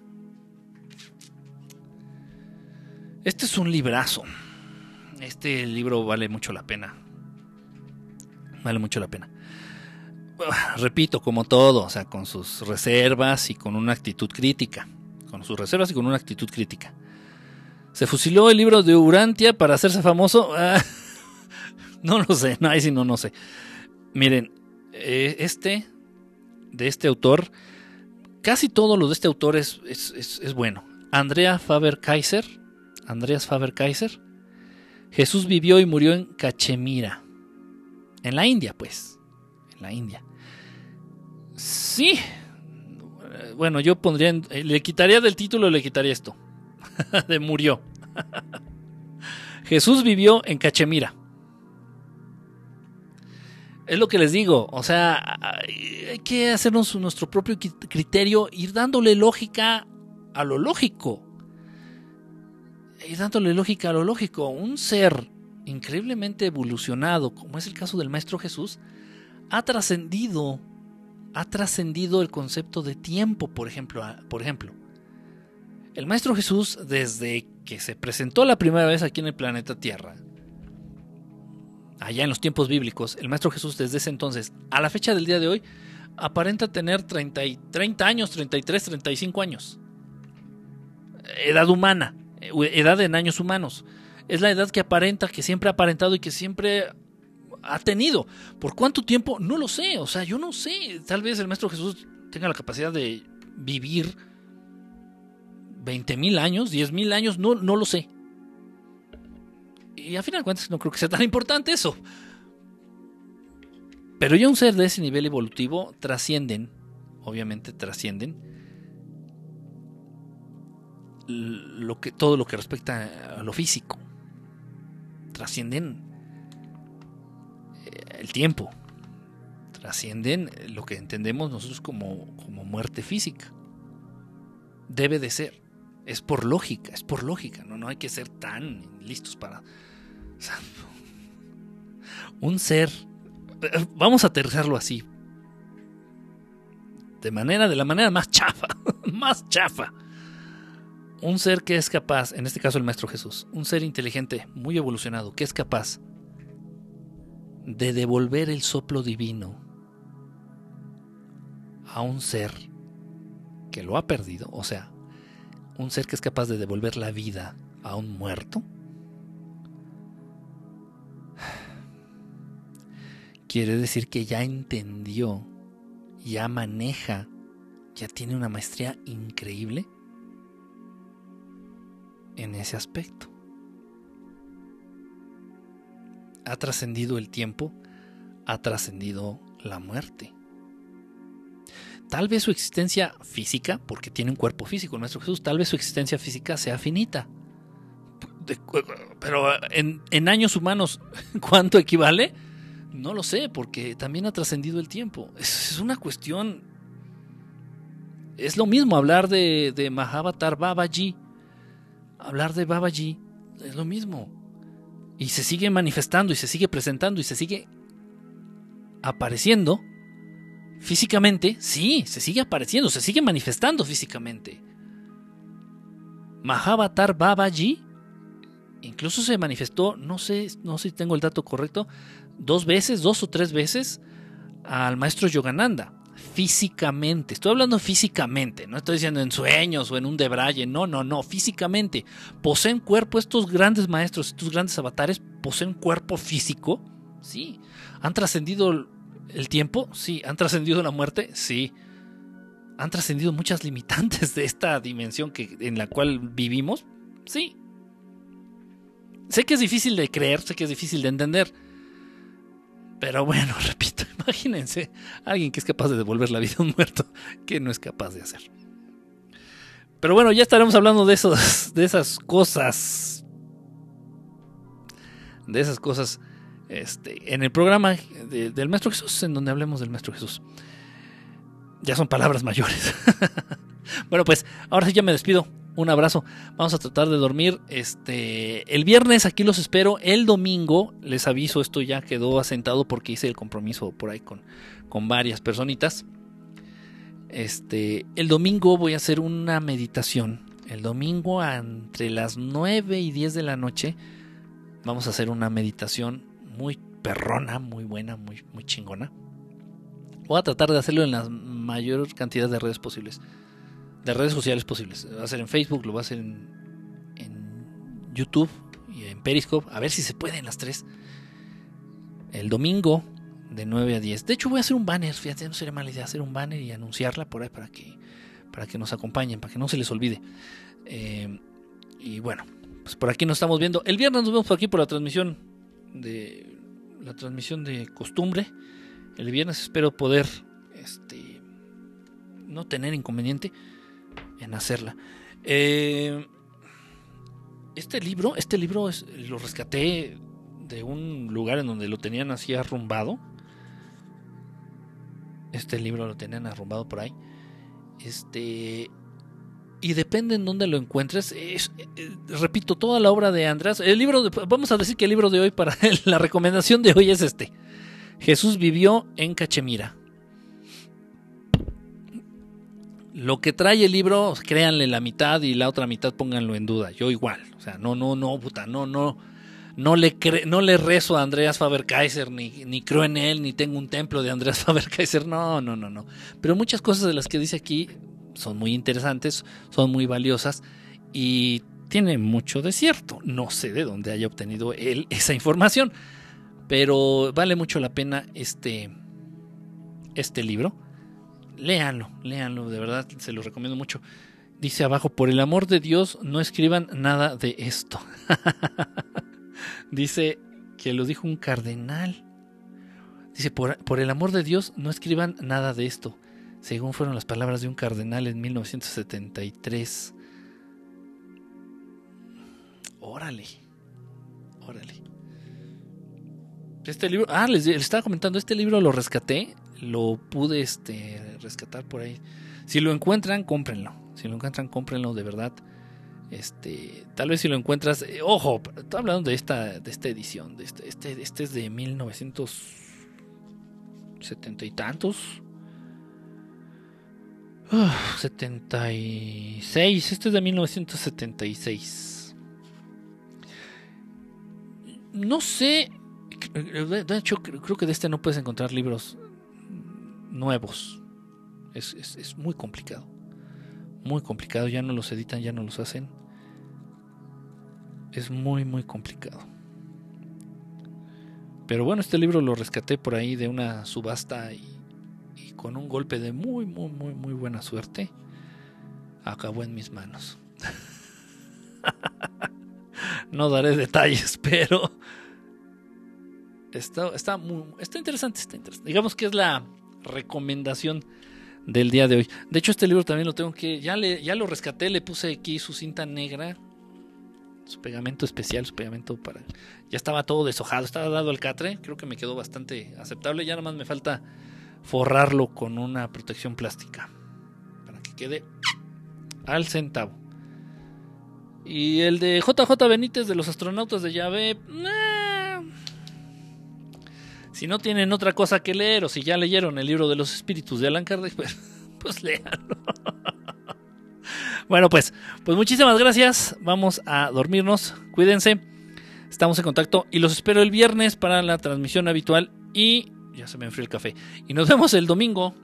Este es un librazo. Este libro vale mucho la pena. Vale mucho la pena. Repito, como todo, o sea, con sus reservas y con una actitud crítica. Con sus reservas y con una actitud crítica. ¿Se fusiló el libro de Urantia para hacerse famoso? No lo sé, no, ahí sí no sé. Miren, de este autor, casi todo lo de este autor es bueno. Andreas Faber-Kaiser. Jesús vivió y murió en Cachemira. En la India, pues. En la India. Sí. Bueno, yo pondría... le quitaría del título, le quitaría esto. De murió. Jesús vivió en Cachemira. Es lo que les digo. O sea, hay que hacernos nuestro propio criterio, ir dándole lógica a lo lógico. Un ser increíblemente evolucionado, como es el caso del Maestro Jesús, ha trascendido el concepto de tiempo, por ejemplo. El Maestro Jesús, desde que se presentó la primera vez aquí en el planeta Tierra, allá en los tiempos bíblicos, el Maestro Jesús desde ese entonces, a la fecha del día de hoy, aparenta tener 30 años, 33, 35 años. Edad humana, edad en años humanos. Es la edad que aparenta, que siempre ha aparentado y que siempre ha tenido. ¿Por cuánto tiempo? No lo sé, o sea, yo no sé. Tal vez el Maestro Jesús tenga la capacidad de vivir 20,000 años, 10,000 años, no lo sé. Y a final de cuentas no creo que sea tan importante eso. Pero ya un ser de ese nivel evolutivo obviamente trascienden todo lo que respecta a lo físico. Trascienden el tiempo. Trascienden lo que entendemos nosotros como muerte física. Debe de ser. Es por lógica. No hay que ser tan listos para... O sea, un ser... Vamos a aterrizarlo así. De la manera más chafa. Más chafa. Un ser que es capaz, en este caso el Maestro Jesús, un ser inteligente, muy evolucionado, que es capaz de devolver el soplo divino a un ser que lo ha perdido, o sea, un ser que es capaz de devolver la vida a un muerto, quiere decir que ya entendió, ya maneja, ya tiene una maestría increíble en ese aspecto. Ha trascendido el tiempo, ha trascendido la muerte. Tal vez su existencia física, porque tiene un cuerpo físico, el Maestro Jesús, tal vez su existencia física sea finita. Pero en años humanos, ¿cuánto equivale? No lo sé, porque también ha trascendido el tiempo. Es una cuestión... Es lo mismo hablar de Mahavatar Babaji. Hablar de Babaji es lo mismo. Y se sigue manifestando y se sigue presentando y se sigue apareciendo físicamente. Sí, se sigue apareciendo, se sigue manifestando físicamente. Mahavatar Babaji incluso se manifestó, no sé si tengo el dato correcto, 2 o 3 veces al maestro Yogananda. Físicamente, estoy hablando físicamente, no estoy diciendo en sueños o en un debraye, no, físicamente. Poseen cuerpo, estos grandes maestros, estos grandes avatares poseen cuerpo físico, sí. ¿Han trascendido el tiempo? Sí. ¿Han trascendido la muerte? Sí. ¿Han trascendido muchas limitantes de esta dimensión en la cual vivimos? Sí. Sé que es difícil de creer, sé que es difícil de entender, pero bueno, repito, imagínense alguien que es capaz de devolver la vida a un muerto, que no es capaz de hacer. Pero bueno, ya estaremos hablando de esas cosas. De esas cosas en el programa del Maestro Jesús, en donde hablemos del Maestro Jesús. Ya son palabras mayores. Bueno, pues ahora sí ya me despido. Un abrazo. Vamos a tratar de dormir. El viernes aquí los espero. El domingo, les aviso, esto ya quedó asentado porque hice el compromiso por ahí con varias personitas. El domingo voy a hacer una meditación. El domingo entre las 9 y 10 de la noche vamos a hacer una meditación muy perrona, muy buena, muy, muy chingona. Voy a tratar de hacerlo en la mayor cantidad de redes posibles. De redes sociales posibles. Lo voy a hacer en Facebook, lo voy a hacer en YouTube y en Periscope. A ver si se puede en las 3. El domingo de 9 a 10. De hecho voy a hacer un banner. Fíjate, no sería mala idea hacer un banner y anunciarla por ahí para que nos acompañen, para que no se les olvide. Y bueno, pues por aquí nos estamos viendo. El viernes nos vemos por aquí por la transmisión de costumbre. El viernes espero poder no tener inconveniente en hacerla. Este libro lo rescaté de un lugar en donde lo tenían así arrumbado. Este libro lo tenían arrumbado por ahí. Y depende en dónde lo encuentres. Repito, toda la obra de András. Vamos a decir que el libro de hoy, para la recomendación de hoy es Jesús vivió en Cachemira. Lo que trae el libro, créanle la mitad y la otra mitad pónganlo en duda. Yo igual, o sea, no le rezo a Andreas Faber-Kaiser, ni creo en él, ni tengo un templo de Andreas Faber-Kaiser, no. Pero muchas cosas de las que dice aquí son muy interesantes, son muy valiosas y tiene mucho de cierto. No sé de dónde haya obtenido él esa información, pero vale mucho la pena este libro. Léanlo, de verdad, se lo recomiendo mucho. Dice abajo, por el amor de Dios, no escriban nada de esto. Dice que lo dijo un cardenal. Dice, por el amor de Dios, no escriban nada de esto. Según fueron las palabras de un cardenal en 1973. Órale. Este libro, les estaba comentando, este libro lo rescaté. Lo pude rescatar por ahí. Si lo encuentran, cómprenlo de verdad. Tal vez si lo encuentras, ojo, estoy hablando de esta edición, este es de 1970 y tantos. 76, este es de 1976. No sé, de hecho creo que de no puedes encontrar libros nuevos. Es muy complicado, ya no los editan, ya no los hacen. Es muy muy complicado, pero bueno, este libro lo rescaté por ahí de una subasta y con un golpe de muy muy muy muy buena suerte acabó en mis manos. No daré detalles, pero está interesante, digamos que es la recomendación del día de hoy. De hecho, este libro también lo tengo que... Ya lo rescaté, le puse aquí su cinta negra, su pegamento especial, ya estaba todo deshojado, estaba dado al catre. Creo que me quedó bastante aceptable. Ya nada más me falta forrarlo con una protección plástica para que quede al centavo. Y el de JJ Benítez de los astronautas de Yahvé, Si no tienen otra cosa que leer o si ya leyeron el libro de los espíritus de Allan Kardec, pues léanlo. Bueno, pues muchísimas gracias. Vamos a dormirnos. Cuídense. Estamos en contacto y los espero el viernes para la transmisión habitual. Y ya se me enfrió el café. Y nos vemos el domingo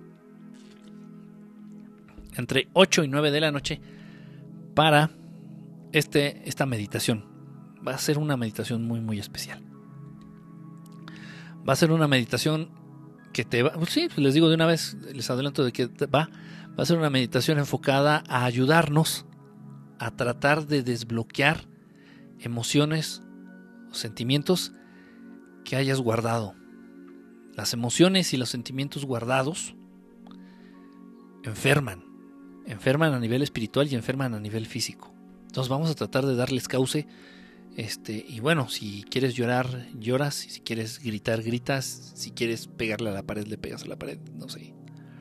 entre 8 y 9 de la noche para esta meditación. Va a ser una meditación muy, muy especial. Va a ser una meditación que te va... Sí, les digo de una vez, les adelanto de que va a ser una meditación enfocada a ayudarnos a tratar de desbloquear emociones o sentimientos que hayas guardado. Las emociones y los sentimientos guardados enferman a nivel espiritual y enferman a nivel físico. Entonces vamos a tratar de darles cauce. Y bueno, si quieres llorar, lloras. Si quieres gritar, gritas. Si quieres pegarle a la pared, le pegas a la pared. No sé.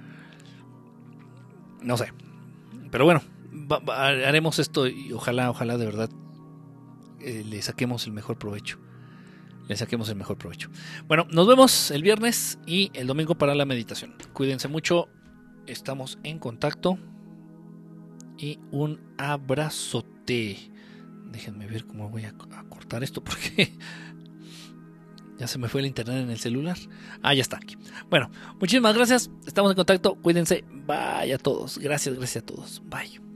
Pero bueno, haremos esto y ojalá de verdad le saquemos el mejor provecho. Bueno, nos vemos el viernes y el domingo para la meditación. Cuídense mucho. Estamos en contacto. Y un abrazote. Déjenme ver cómo voy a cortar esto porque ya se me fue el internet en el celular. Ya está aquí. Bueno, muchísimas gracias. Estamos en contacto. Cuídense. Bye a todos. Gracias a todos. Bye.